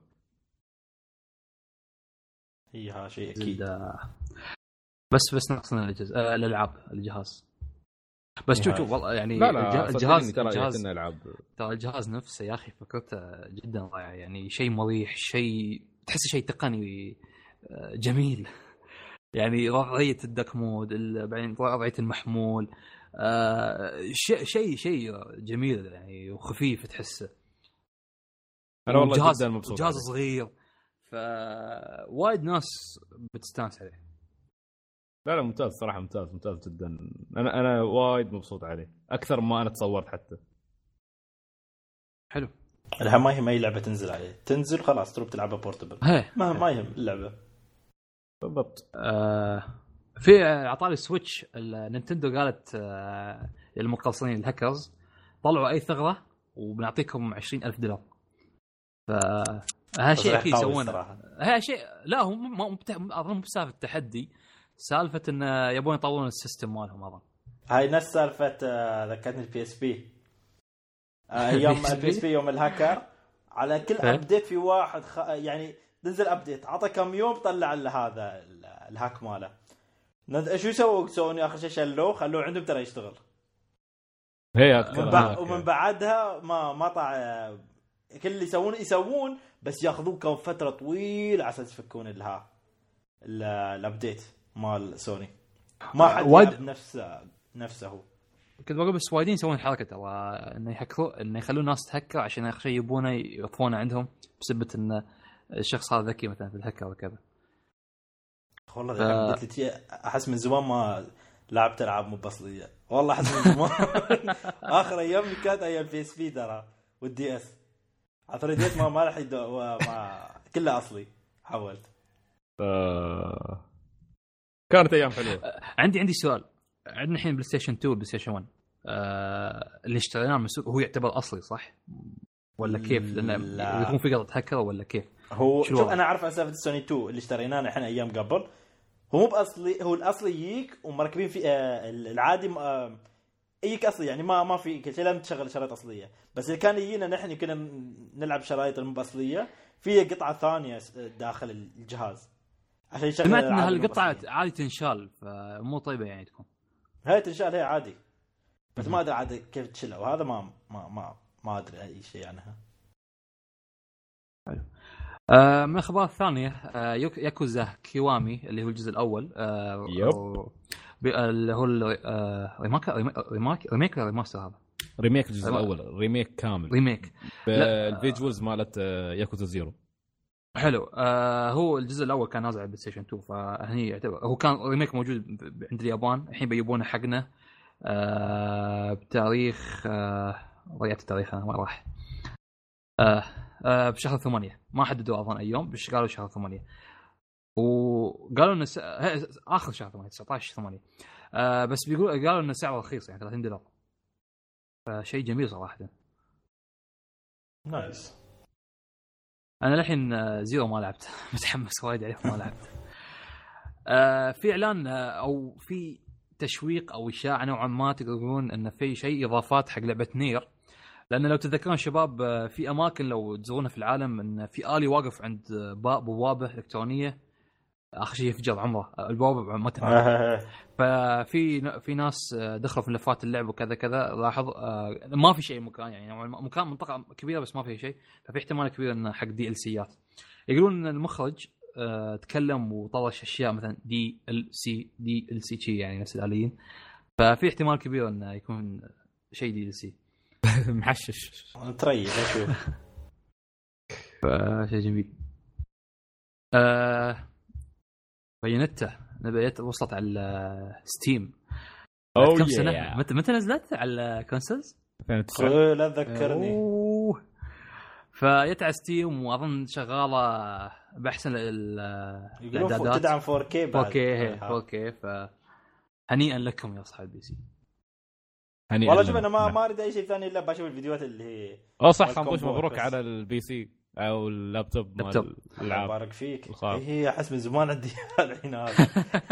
هي شيء اكيد
بس نقصنا الالعاب الجهاز بس شوف والله يعني الجهاز نفسه يا اخي فكرته جدا رائعه يعني شيء مريح شيء تحس شيء تقني جميل يعني وضعيه الدك مود بعدين وضعيه المحمول شيء جميل يعني وخفيف تحسه.
انا والله جدا مبسوط.
جهاز صغير فوايد ناس بتستانس عليه.
لا ممتاز صراحه ممتاز جدا. انا وايد مبسوط عليه اكثر ما انا تصورت حتى. حلو.
الحين ما يهم اي لعبه تنزل عليه تنزل خلاص تروح تلعبها بورتبل ما يهم اللعبه
بالضبط.
في عطاري سويتش النينتندو قالت للمقلصين الهاكرز طلعوا اي ثغره وبنعطيكم $20,000. فهذا شيء اكيد يسوونه. هذا شيء لا هم مو بسالفه التحدي سالفه ان يبون يطورون السيستم مالهم اظن.
هاي نفس سالفه ذكرتني البي اس بي يوم البي اس بي يوم الهاكر على كل ابديت في واحد يعني نزل ابديت عطى كم يوم طلع هذا الهاك ماله. شو يسووا سوني اخر شيء شلوه خلوه عندهم ترى يشتغل.
هي
ومن بعدها ما طع كل اللي يسوون بس ياخذون فتره طويله على اساس يفكون الابديت مال سوني. ما حد يلعب نفسه.
كنت بقول بس وايدين يسوون حركه ترى انه يهكروا انه يخلون الناس تهكر عشان اخر شيء يبونه يطفونه عندهم بسبب ان الشخص هذا ذكي مثلا في الهكر وكذا.
والله احس من زمان ما لعبت العاب مبصريه والله احس من زمان. اخر ايامي كانت ايام بي اس بي ترى والدي اس على دي اس ما راح كله اصلي حاولت.
كانت ايام حلوه.
عندي سؤال. عندنا الحين بلاي ستيشن 2 بلاي ستيشن 1 اللي اشتريناه من السوق هو يعتبر اصلي صح ولا كيف؟ لانه يكون في قطعه هكر ولا كيف؟
هو شوف انا اعرف اسافه السوني 2 اللي اشتريناه نحن ايام قبل هو مو باصلي. هو الاصلي يجيك ومركبين في العادي يجيك اصلي يعني ما في كل شيء لازم تشغل شرايط اصليه. بس اللي كان يجينا نحن كنا نلعب شرايط المو اصليه في قطعه ثانيه داخل الجهاز عشان يشغل.
سمعت ان هالقطعه عادي تنشال فمو طيبه يعني تكون
هاي تنشال هي عادي بس ما ادري عاد كيف تشيلها وهذا ما ادري اي شيء عنها.
حلو. من الاخبار الثانيه ياكوزا كيوامي اللي هو الجزء الاول
اللي
هو ريماستر هذا
ريميك الجزء الاول، ريميك كامل،
ريميك
الفيجوالز مالت ياكوزا زيرو.
حلو. هو الجزء الاول كان نازل على بلاي ستيشن 2، فهني يعتبر هو كان ريميك موجود عند اليابان، الحين بيجيبونه حقنا بتاريخ ضيعت التاريخ انا، ما راح بشهر 8 ما حددوا اظن اي يوم، بس قالوا شهر 8 وقالوا انه اخر شهر 8 19/8 بس قالوا انه سعره رخيص يعني $30. فشيء جميل صراحه.
نايس.
انا الحين زيرو ما لعبت متحمس وايد عليه ما لعبت. في اعلان او في تشويق او اشاعه نوعا ما تقولون ان في شيء اضافات حق لعبه نير، لان لو تتذكرون شباب في اماكن لو تزورونها في العالم ان في آلي واقف عند بوابه الكترونيه اخر شيء يفجر عمره البوابه ما تنفتح. ففي ناس دخلوا في ملفات اللعب وكذا كذا، لاحظ ما في شيء مكان يعني مكان منطقه كبيره بس ما في شيء، ففي احتمال كبير انه حق دي ال سيات. يقولون ان المخرج تكلم وطرش اشياء مثلا دي ال سي شيء يعني نفس الاليين، ففي احتمال كبير انه يكون شيء دي ال سي
محشش
تريح اشوف.
فشيء جميل. بينته نبيت وصلت على ستيم. كم سنة؟ متى نزلت على كونسولز؟
2009.
لا تذكرني.
فيتع ستيم واظن شغاله باحسن الاعدادات،
تدعم 4K بعد
4K فهنيئا لكم يا اصحاب البي سي.
والله شوف انا ما اريد اي شيء ثاني الا بشوف الفيديوهات اللي هي
صح. خنبوش مبروك على البي سي او اللابتوب مال الالعاب.
بارك فيك. هي احس من زمان عندي الحين هذا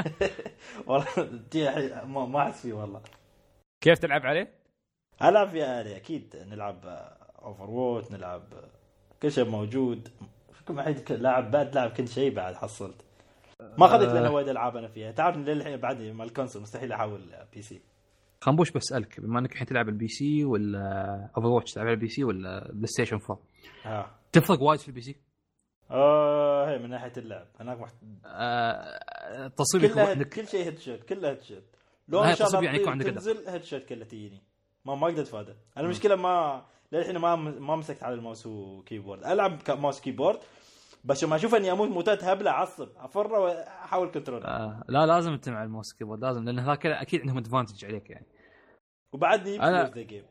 والله ما احس فيه والله.
كيف تلعب عليه؟
العب في آلي اكيد، نلعب اوفر ووت، نلعب كل شيء موجود فيكم. الحين لاعب بعد لعب كل شيء بعد حصلت. ما خذيت لنا وايد العاب انا فيها، تعرف للحين بعد مع الكونسول مستحيل احول بي سي.
خنبوش بسألك بما انك الحين تلعب البي سي ولا اوفر واتش، تلعب على البي سي ولا بلاي ستيشن 4؟ تفرق وايد في البي سي؟
هي من ناحيه اللعب هناك
تصوير
عندك كل شيء هيد شوت، كله هيد شوت. لو ان شاء الله
يعني يكون عندك
تنزل هيد شوت كله تجيني، ما اقدر اتفادى. انا المشكله ما للحين ما مسكت على الماوس وكيبورد. العب ماوس كيبورد بس ما اشوف اني اموت موتات هبله اعصب افر واحاول كنترول.
لا لازم تمع الماوس كيبورد لازم، لان هذاك اكيد عندهم ادفانتج عليك يعني.
وبعدني
أنا...
ذا جيم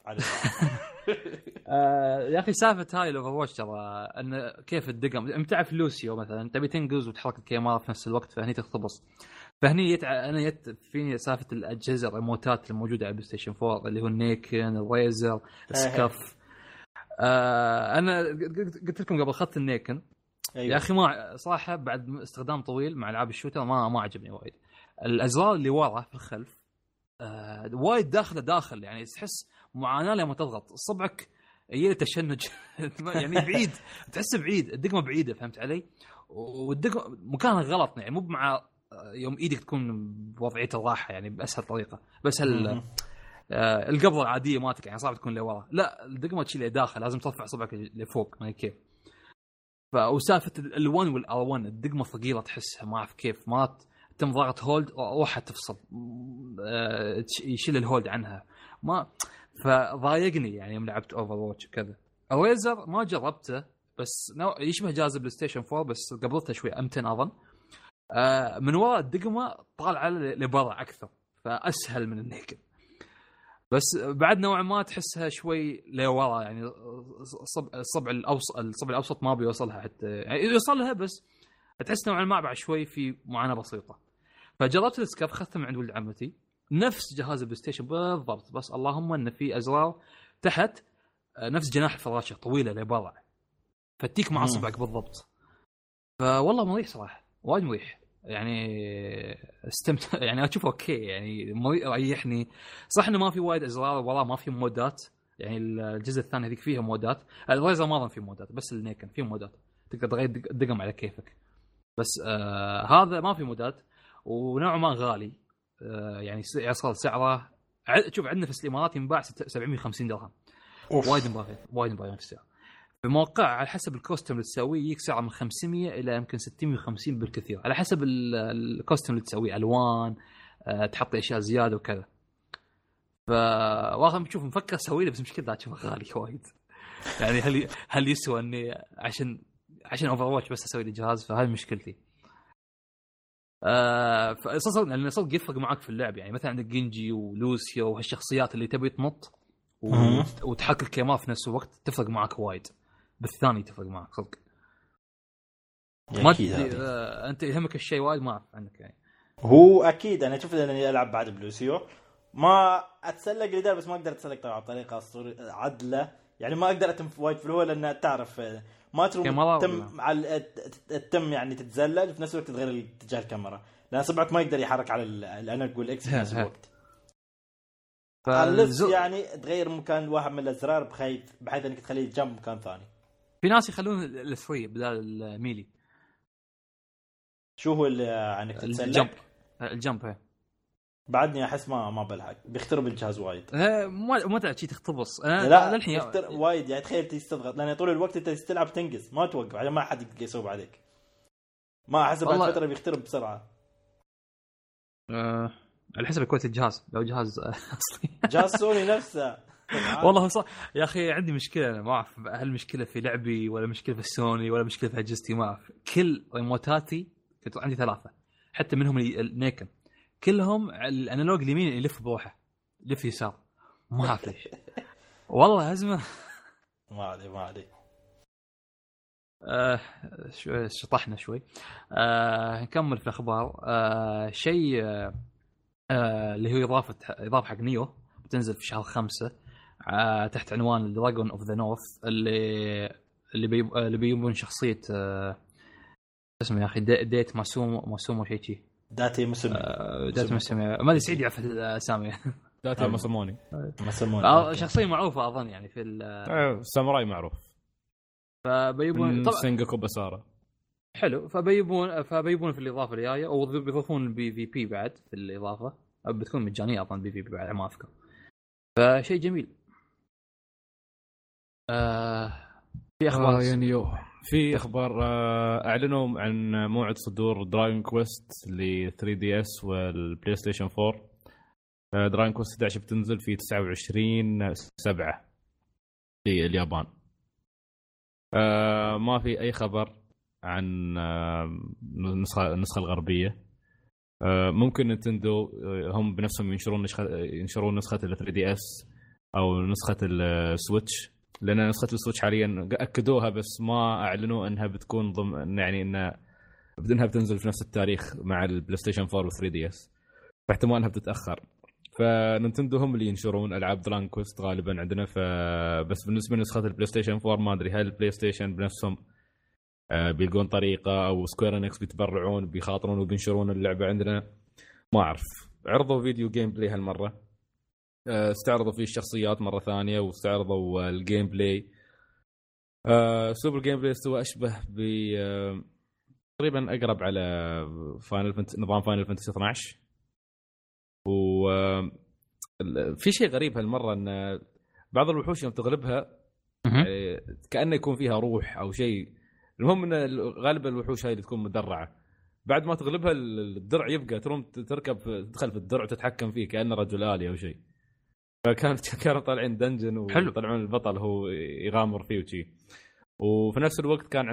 يا اخي سالفه هاي الاوفر واتش ترى ان كيف الدقم انت تعرف لوسيو مثلا تبي تنقز وتحرك الكاميرا في نفس الوقت، فهني تخبص. فهني انا فيني سالفه الاجهزه الريموتات الموجوده على البلاي ستيشن 4 اللي هو النيكن، الريزر، السكاف. انا قلت لكم قبل اخذت النيكن. أيوة. يا اخي ما صراحه بعد استخدام طويل مع العاب الشوتر ما عجبني وايد. الازرار اللي ورا في الخلف وايد داخل يعني تحس معاناه لما تضغط صبعك يجي تشنج يعني بعيد، تحس بعيد، الدقمه بعيده، فهمت علي؟ والدقمه مكانها غلط يعني مو مع يوم ايدك تكون بوضعيه الراحه يعني باسهل طريقه، بس القبضه العاديه مالتك يعني صعب تكون لورا، لا الدقمه تشيلها داخل، لازم ترفع صبعك لفوق ما كيف. وسالفه ال1 والR1 الدقمه ثقيله تحسها ما اعرف كيف، ما تم ضغط هولد روحها تفصل يشيل الهولد عنها، ما فضايقني يعني يوم لعبت اوفر واتش كذا. الريزر ما جربته بس يشبه جهاز بلاي ستيشن 4 بس قبضته شوي امتن اظن. من وراء الدقمه طالعه لبرا اكثر فاسهل من النيكن، بس بعد نوعا ما تحسها شوي لورا يعني الصبع الاوسط ما بيوصلها حتى يعني يوصلها بس تحس نوعا ما بعد شوي في معاناه بسيطه. فجربت السكاف خذته من عند ولد عمتي نفس جهاز البلاي ستيشن بالضبط، بس اللهم ان في ازرار تحت نفس جناح الفراشه طويله لبرا فتيك مع صبعك بالضبط. فوالله مريح صراحه وايد مريح يعني استمتع يعني اشوفه اوكي يعني ريحني. صح انه ما في وايد ازرار وراه، ما في مودات يعني الجزء الثاني هذيك فيها مودات، الريزر ما في مودات بس النيكن في مودات تقدر تغير الدقم على كيفك، بس هذا ما في مودات ونوع ما غالي يعني يصل سعره شوف عندنا في الامارات ينباع $750 وايد مبالغ في السعر. في موقع على حسب الكوستم اللي تسويه يجيك سعره من 500 الى يمكن 650 بالكثير على حسب الكوستم اللي تسويه، الوان تحط اشياء زياده وكذا. واخا بشوف مفكر اسوي له، بس مشكلة اشوفه غالي وايد. يعني هل يسوى اني عشان اوفر واتش بس اسوي لي جهاز؟ فهذه مشكلتي. فصدق لان صدق يفرق معك في اللعب. يعني مثلا عندك جينجي ولوسيو وهالشخصيات اللي تبي تنط وتحرك الكاميرا في نفس الوقت تفرق معك وايد. بالثاني تفرق معك صدق. ما انت يهمك الشيء وايد ما اعرف عنك يعني.
هو اكيد انا اشوف اني العب بعد بلوسيو ما اتسلق لدار، بس ما اقدر اتسلق طبعا بطريقه عدله. يعني ما اقدر اتم وايد فلو، لان تعرف ما تم على التم يعني تتزلل في نفس الوقت تغير اتجاه الكاميرا، لان صبعك ما يقدر يحرك على الانالوج والاكس في نفس الوقت. يعني تغير مكان واحد من الازرار بحيث انك تخليه جنب مكان ثاني.
في ناس يخلون الثري بدل الميلي.
شو هو انك تتسلق
الجمب هي.
بعدني احس ما بلحق، بيخترب الجهاز وايد.
ما تعرف شيء تختبص.
لا للحين وايد يعني تخيل تستضغط، لان طول الوقت انت تلعب تنقز ما توقف عشان ما حد يقدر يسوي عليك. ما احس بعد فتره بيخترب بسرعه.
على حسب كواليتي الجهاز. لو جهاز اصلي
جهاز سوني نفسه
والله صح يا اخي. عندي مشكله انا ما اعرف هل المشكله في لعبي ولا مشكله في السوني ولا مشكله في اجهزتي، ما اعرف. كل ريموتاتي كنت عندي 3 حتى منهم النيكن كلهم الانالوج اليمين يلف بروحه يلف يسار، ما اعرف ليش والله ازمه.
ما عليه
شطحنا شوي. نكمل في الاخبار. شيء اللي هو اضافه حق نيو بتنزل في شهر 5 تحت عنوان دراجون اوف ذا نورث، اللي بيجيبون شخصيه اسمه يا اخي ديت ماسومو شيء
داتي مسمى
ما ادري سعيد يعرف الاسامي.
داتي مسموني
شخصيه معروفه اظن يعني في
الساموراي معروف.
فبيبون
طبعا سينجاكو بسارة
حلو. فبيبون في الاضافه الجايه، او بيضيفون البي في بي بعد في الاضافه. بتكون مجانيه اظن بي في بي بعد ما اذكر. فشيء جميل. في اخبار
يعني في اخبار اعلنوا عن موعد صدور دراجون كويست ل 3 دي اس والبلاي ستيشن 4. دراجون كويست 11 بتنزل في 29/7 في اليابان. ما في اي خبر عن النسخه الغربيه. ممكن نينتندو هم بنفسهم ينشرون نسخه ال 3 دي اس او نسخه السويتش، لان نسخه السويتش حاليا اكدوها بس ما اعلنوا انها بتكون ضمن يعني انها بتنزل في نفس التاريخ مع البلاي ستيشن 4 و 3 دي اس، فاحتمال انها بتتاخر. فنينتندو هم اللي ينشرون العاب دراجون كويست غالبا عندنا. بس بالنسبه لنسخه البلاي ستيشن 4 ما ادري هل البلاي ستيشن بنفسهم بيلقون طريقه او سكوير انكس بيتبرعون بيخاطرون وبينشرون اللعبه عندنا، ما اعرف. عرضوا فيديو جيم بلاي هالمره، استعرضوا فيه الشخصيات مره ثانيه واستعرضوا الجيم بلاي. سوبر جيم بلاي استوى اشبه ب تقريبا اقرب على نظام فاينل فانتسي 12. و في شيء غريب هالمره ان بعض الوحوش يوم تغلبها كأنه يكون فيها روح او شيء. المهم ان غالبا الوحوش هاي اللي تكون مدرعه بعد ما تغلبها الدرع يبقى تركب تدخل في الدرع وتتحكم فيه كأنه رجل آلي او شيء. كانوا طالعين دنجن وطلعون البطل هو يغامر فيه وشي. وفي نفس الوقت كان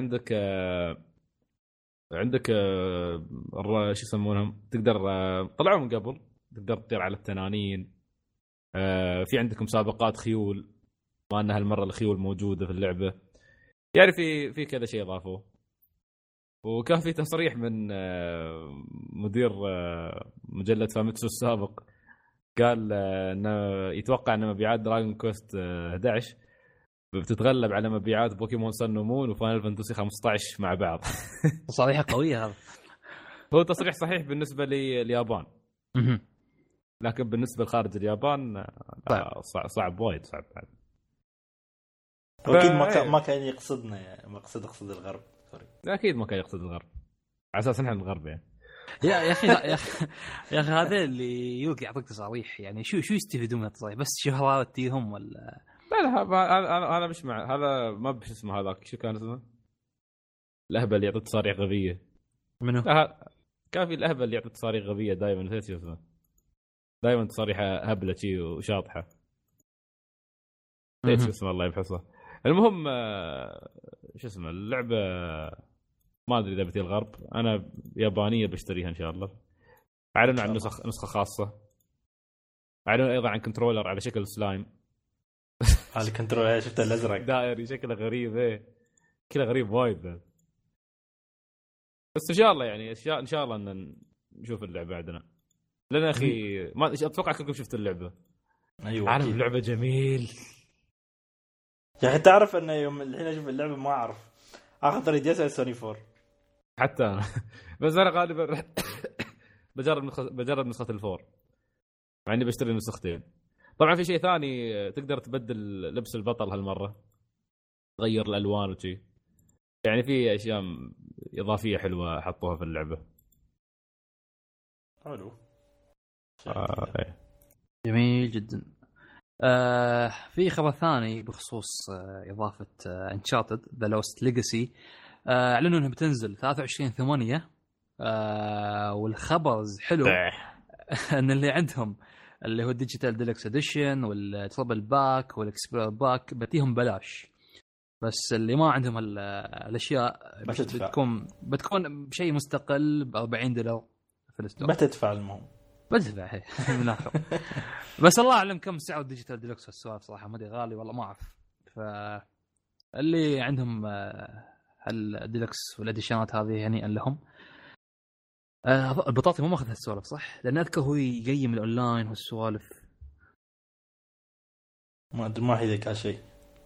عندك شو يسمونهم تقدر طلعوا من قبل تقدر تطير على التنانين. في عندك مسابقات خيول ما انها المره الخيول موجوده في اللعبه. يعني في كذا شيء اضافوه. وكان في تصريح من مدير مجله فاميكسو السابق قال انه يتوقع ان مبيعات دراجون كويست 11 بتتغلب على مبيعات بوكيمون سن ومون وفاينل فانتسي 15 مع بعض.
تصريح قويه هذا.
هو تصريح صحيح بالنسبه لليابان، لكن بالنسبه لخارج اليابان صعب وايد صعب.
اكيد ما كان يقصدنا يعني مقصد الغرب.
اكيد ما كان يقصد الغرب على اساس نحن الغرب يعني.
يا اخي يا اخي هذا اللي يلقي يعطيك تصاريح يعني شو يستفيدون من التصاريح؟ بس شهراتهم ولا
لا انا مش مع هذا. ما بش اسمه هذاك شو كان اسمه الاهبل اللي يعطي تصاريح غبيه.
منو؟
كان في الاهبل اللي يعطي تصاريح غبيه دائما نسيت اسمه. دائما تصريحه هبله شي وشاطحه. ليش اسمه الله يبحثه. المهم شو اسمه اللعبه ما ادري اذا بتي الغرب، انا يابانيه بشتريها ان شاء الله. اعلنوا عن نسخه خاصه، اعلنوا ايضا عن كنترولر على شكل سلايم.
على الكنترولر شفته الازرق
دائري شكله غريب، كله غريب وايد. بس ان شاء الله يعني ان شاء الله ان نشوف اللعبه عندنا، لان اخي ما اتوقع كلكم شفت اللعبه.
ايوه
عارف اللعبه جميل
يا اخي. تعرف ان يوم الحين اشوف اللعبه ما اعرف اخذ طريق اسال سوني 4
حتى أنا. بس انا غالبا بجرب نسخه الفور، مع اني بشتري نسختين. طبعا في شيء ثاني، تقدر تبدل لبس البطل هالمره، تغير الالوان وشي، يعني في اشياء اضافيه حلوه حطوها في اللعبه.
حلو.
جميل جدا. في خبر ثاني بخصوص اضافه انشارتد ذا لوست ليجاسي. اعلنوا انها بتنزل 23/8. والخبر حلو ان اللي عندهم اللي هو الديجيتال ديلكس اديشن والتربل باك والاكسبلور باك بتيهم بلاش، بس اللي ما عندهم الاشياء بتكون بشيء مستقل ب $40 في الستور.
بتدفع المهم
بدفع هي من الاخر. بس الله اعلم كم سعر الديجيتال ديلكس السؤال صراحه ما ادري، غالي والله ما اعرف. فاللي عندهم الديلكس والاديشنات هذه يعني لهم. البطاطي ما ماخذ هالسوالف صح؟ لان اذكر هو يقيم الاونلاين والسوالف.
ما ادري ما حد كان شيء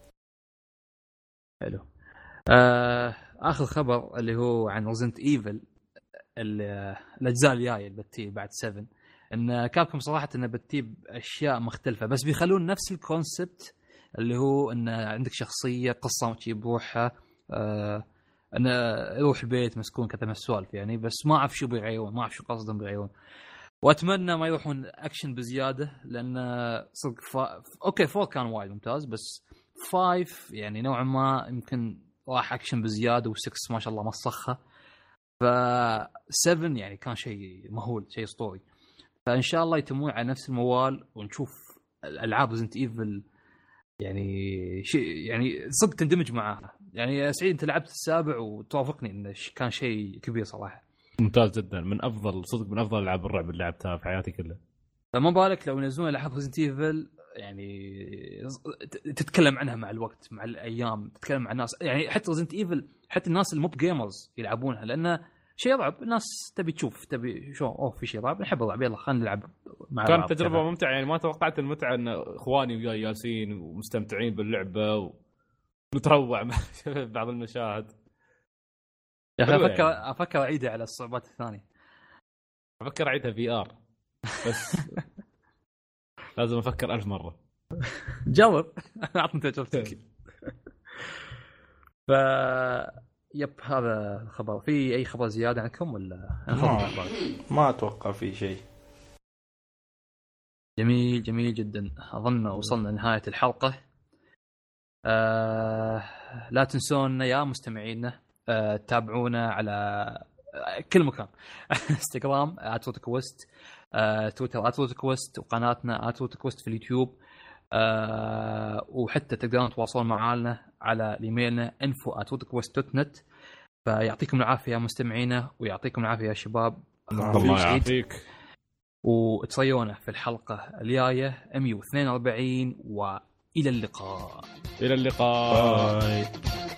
حلو. اخر خبر اللي هو عن ريزنت ايفل الاجزاء الجايه اللي بتجي بعد 7، ان كابكم صراحه انه بتجيب اشياء مختلفه بس بيخلون نفس الكونسبت اللي هو ان عندك شخصيه قصه وشي بروحها. انه يروح البيت مسكون كذا من السوالف يعني، بس ما اعرف شو بيغيرون، ما اعرف شو قصدهم بيغيرون. واتمنى ما يروحون اكشن بزياده، لان صدق اوكي 4 كان وايد ممتاز، بس 5 يعني نوعا ما يمكن راح اكشن بزياده، و6 ما شاء الله مسخه. ف7 يعني كان شيء مهول، شيء اسطوري. فان شاء الله يتمون على نفس الموال ونشوف الالعاب ريزنت ايفل يعني شيء يعني صدق تندمج معاها. يعني سعيد انت لعبت السابع وتوافقني انه كان شيء كبير صراحه.
ممتاز جدا، من افضل العاب الرعب اللي لعبتها في حياتي كلها.
فما بالك لو ينزلون العاب ريزنت ايفل يعني تتكلم عنها مع الوقت مع الايام، تتكلم مع الناس يعني. حتى ريزنت ايفل حتى الناس الموب جيمرز يلعبونها، لانه شيء رعب، الناس تبي تشوف، تبي شو في شيء رعب نحب الرعب، يلا خلينا نلعب مع
كانت تجربه ممتعه يعني. ما توقعت المتعه ان اخواني وياي ياسين ومستمتعين باللعبه ونتروع بعض المشاهد.
يا اخي افكر اعيدها على الصعوبات الثانيه،
افكر اعيدها في ار بس لازم افكر 1000 مره.
جاوب اعطني تجربتك. يب هذا الخبر. في اي خبر زياده عنكم ولا
ما اتوقع في شيء.
جميل جميل جدا. اظن وصلنا لنهايه الحلقه. لا تنسون يا مستمعينا تابعونا على كل مكان. انستغرام @روتكوست، تويتر @روتكوست، وقناتنا @روتكوست في اليوتيوب. وحتى تقدرون تواصلون معنا على ايميلنا info@rootquest.net. فيعطيكم العافيه يا مستمعينا، ويعطيكم العافيه يا شباب.
الله يعافيك،
وتصيرونا في الحلقه الجايه 142. والى اللقاء.
الى اللقاء.
باي.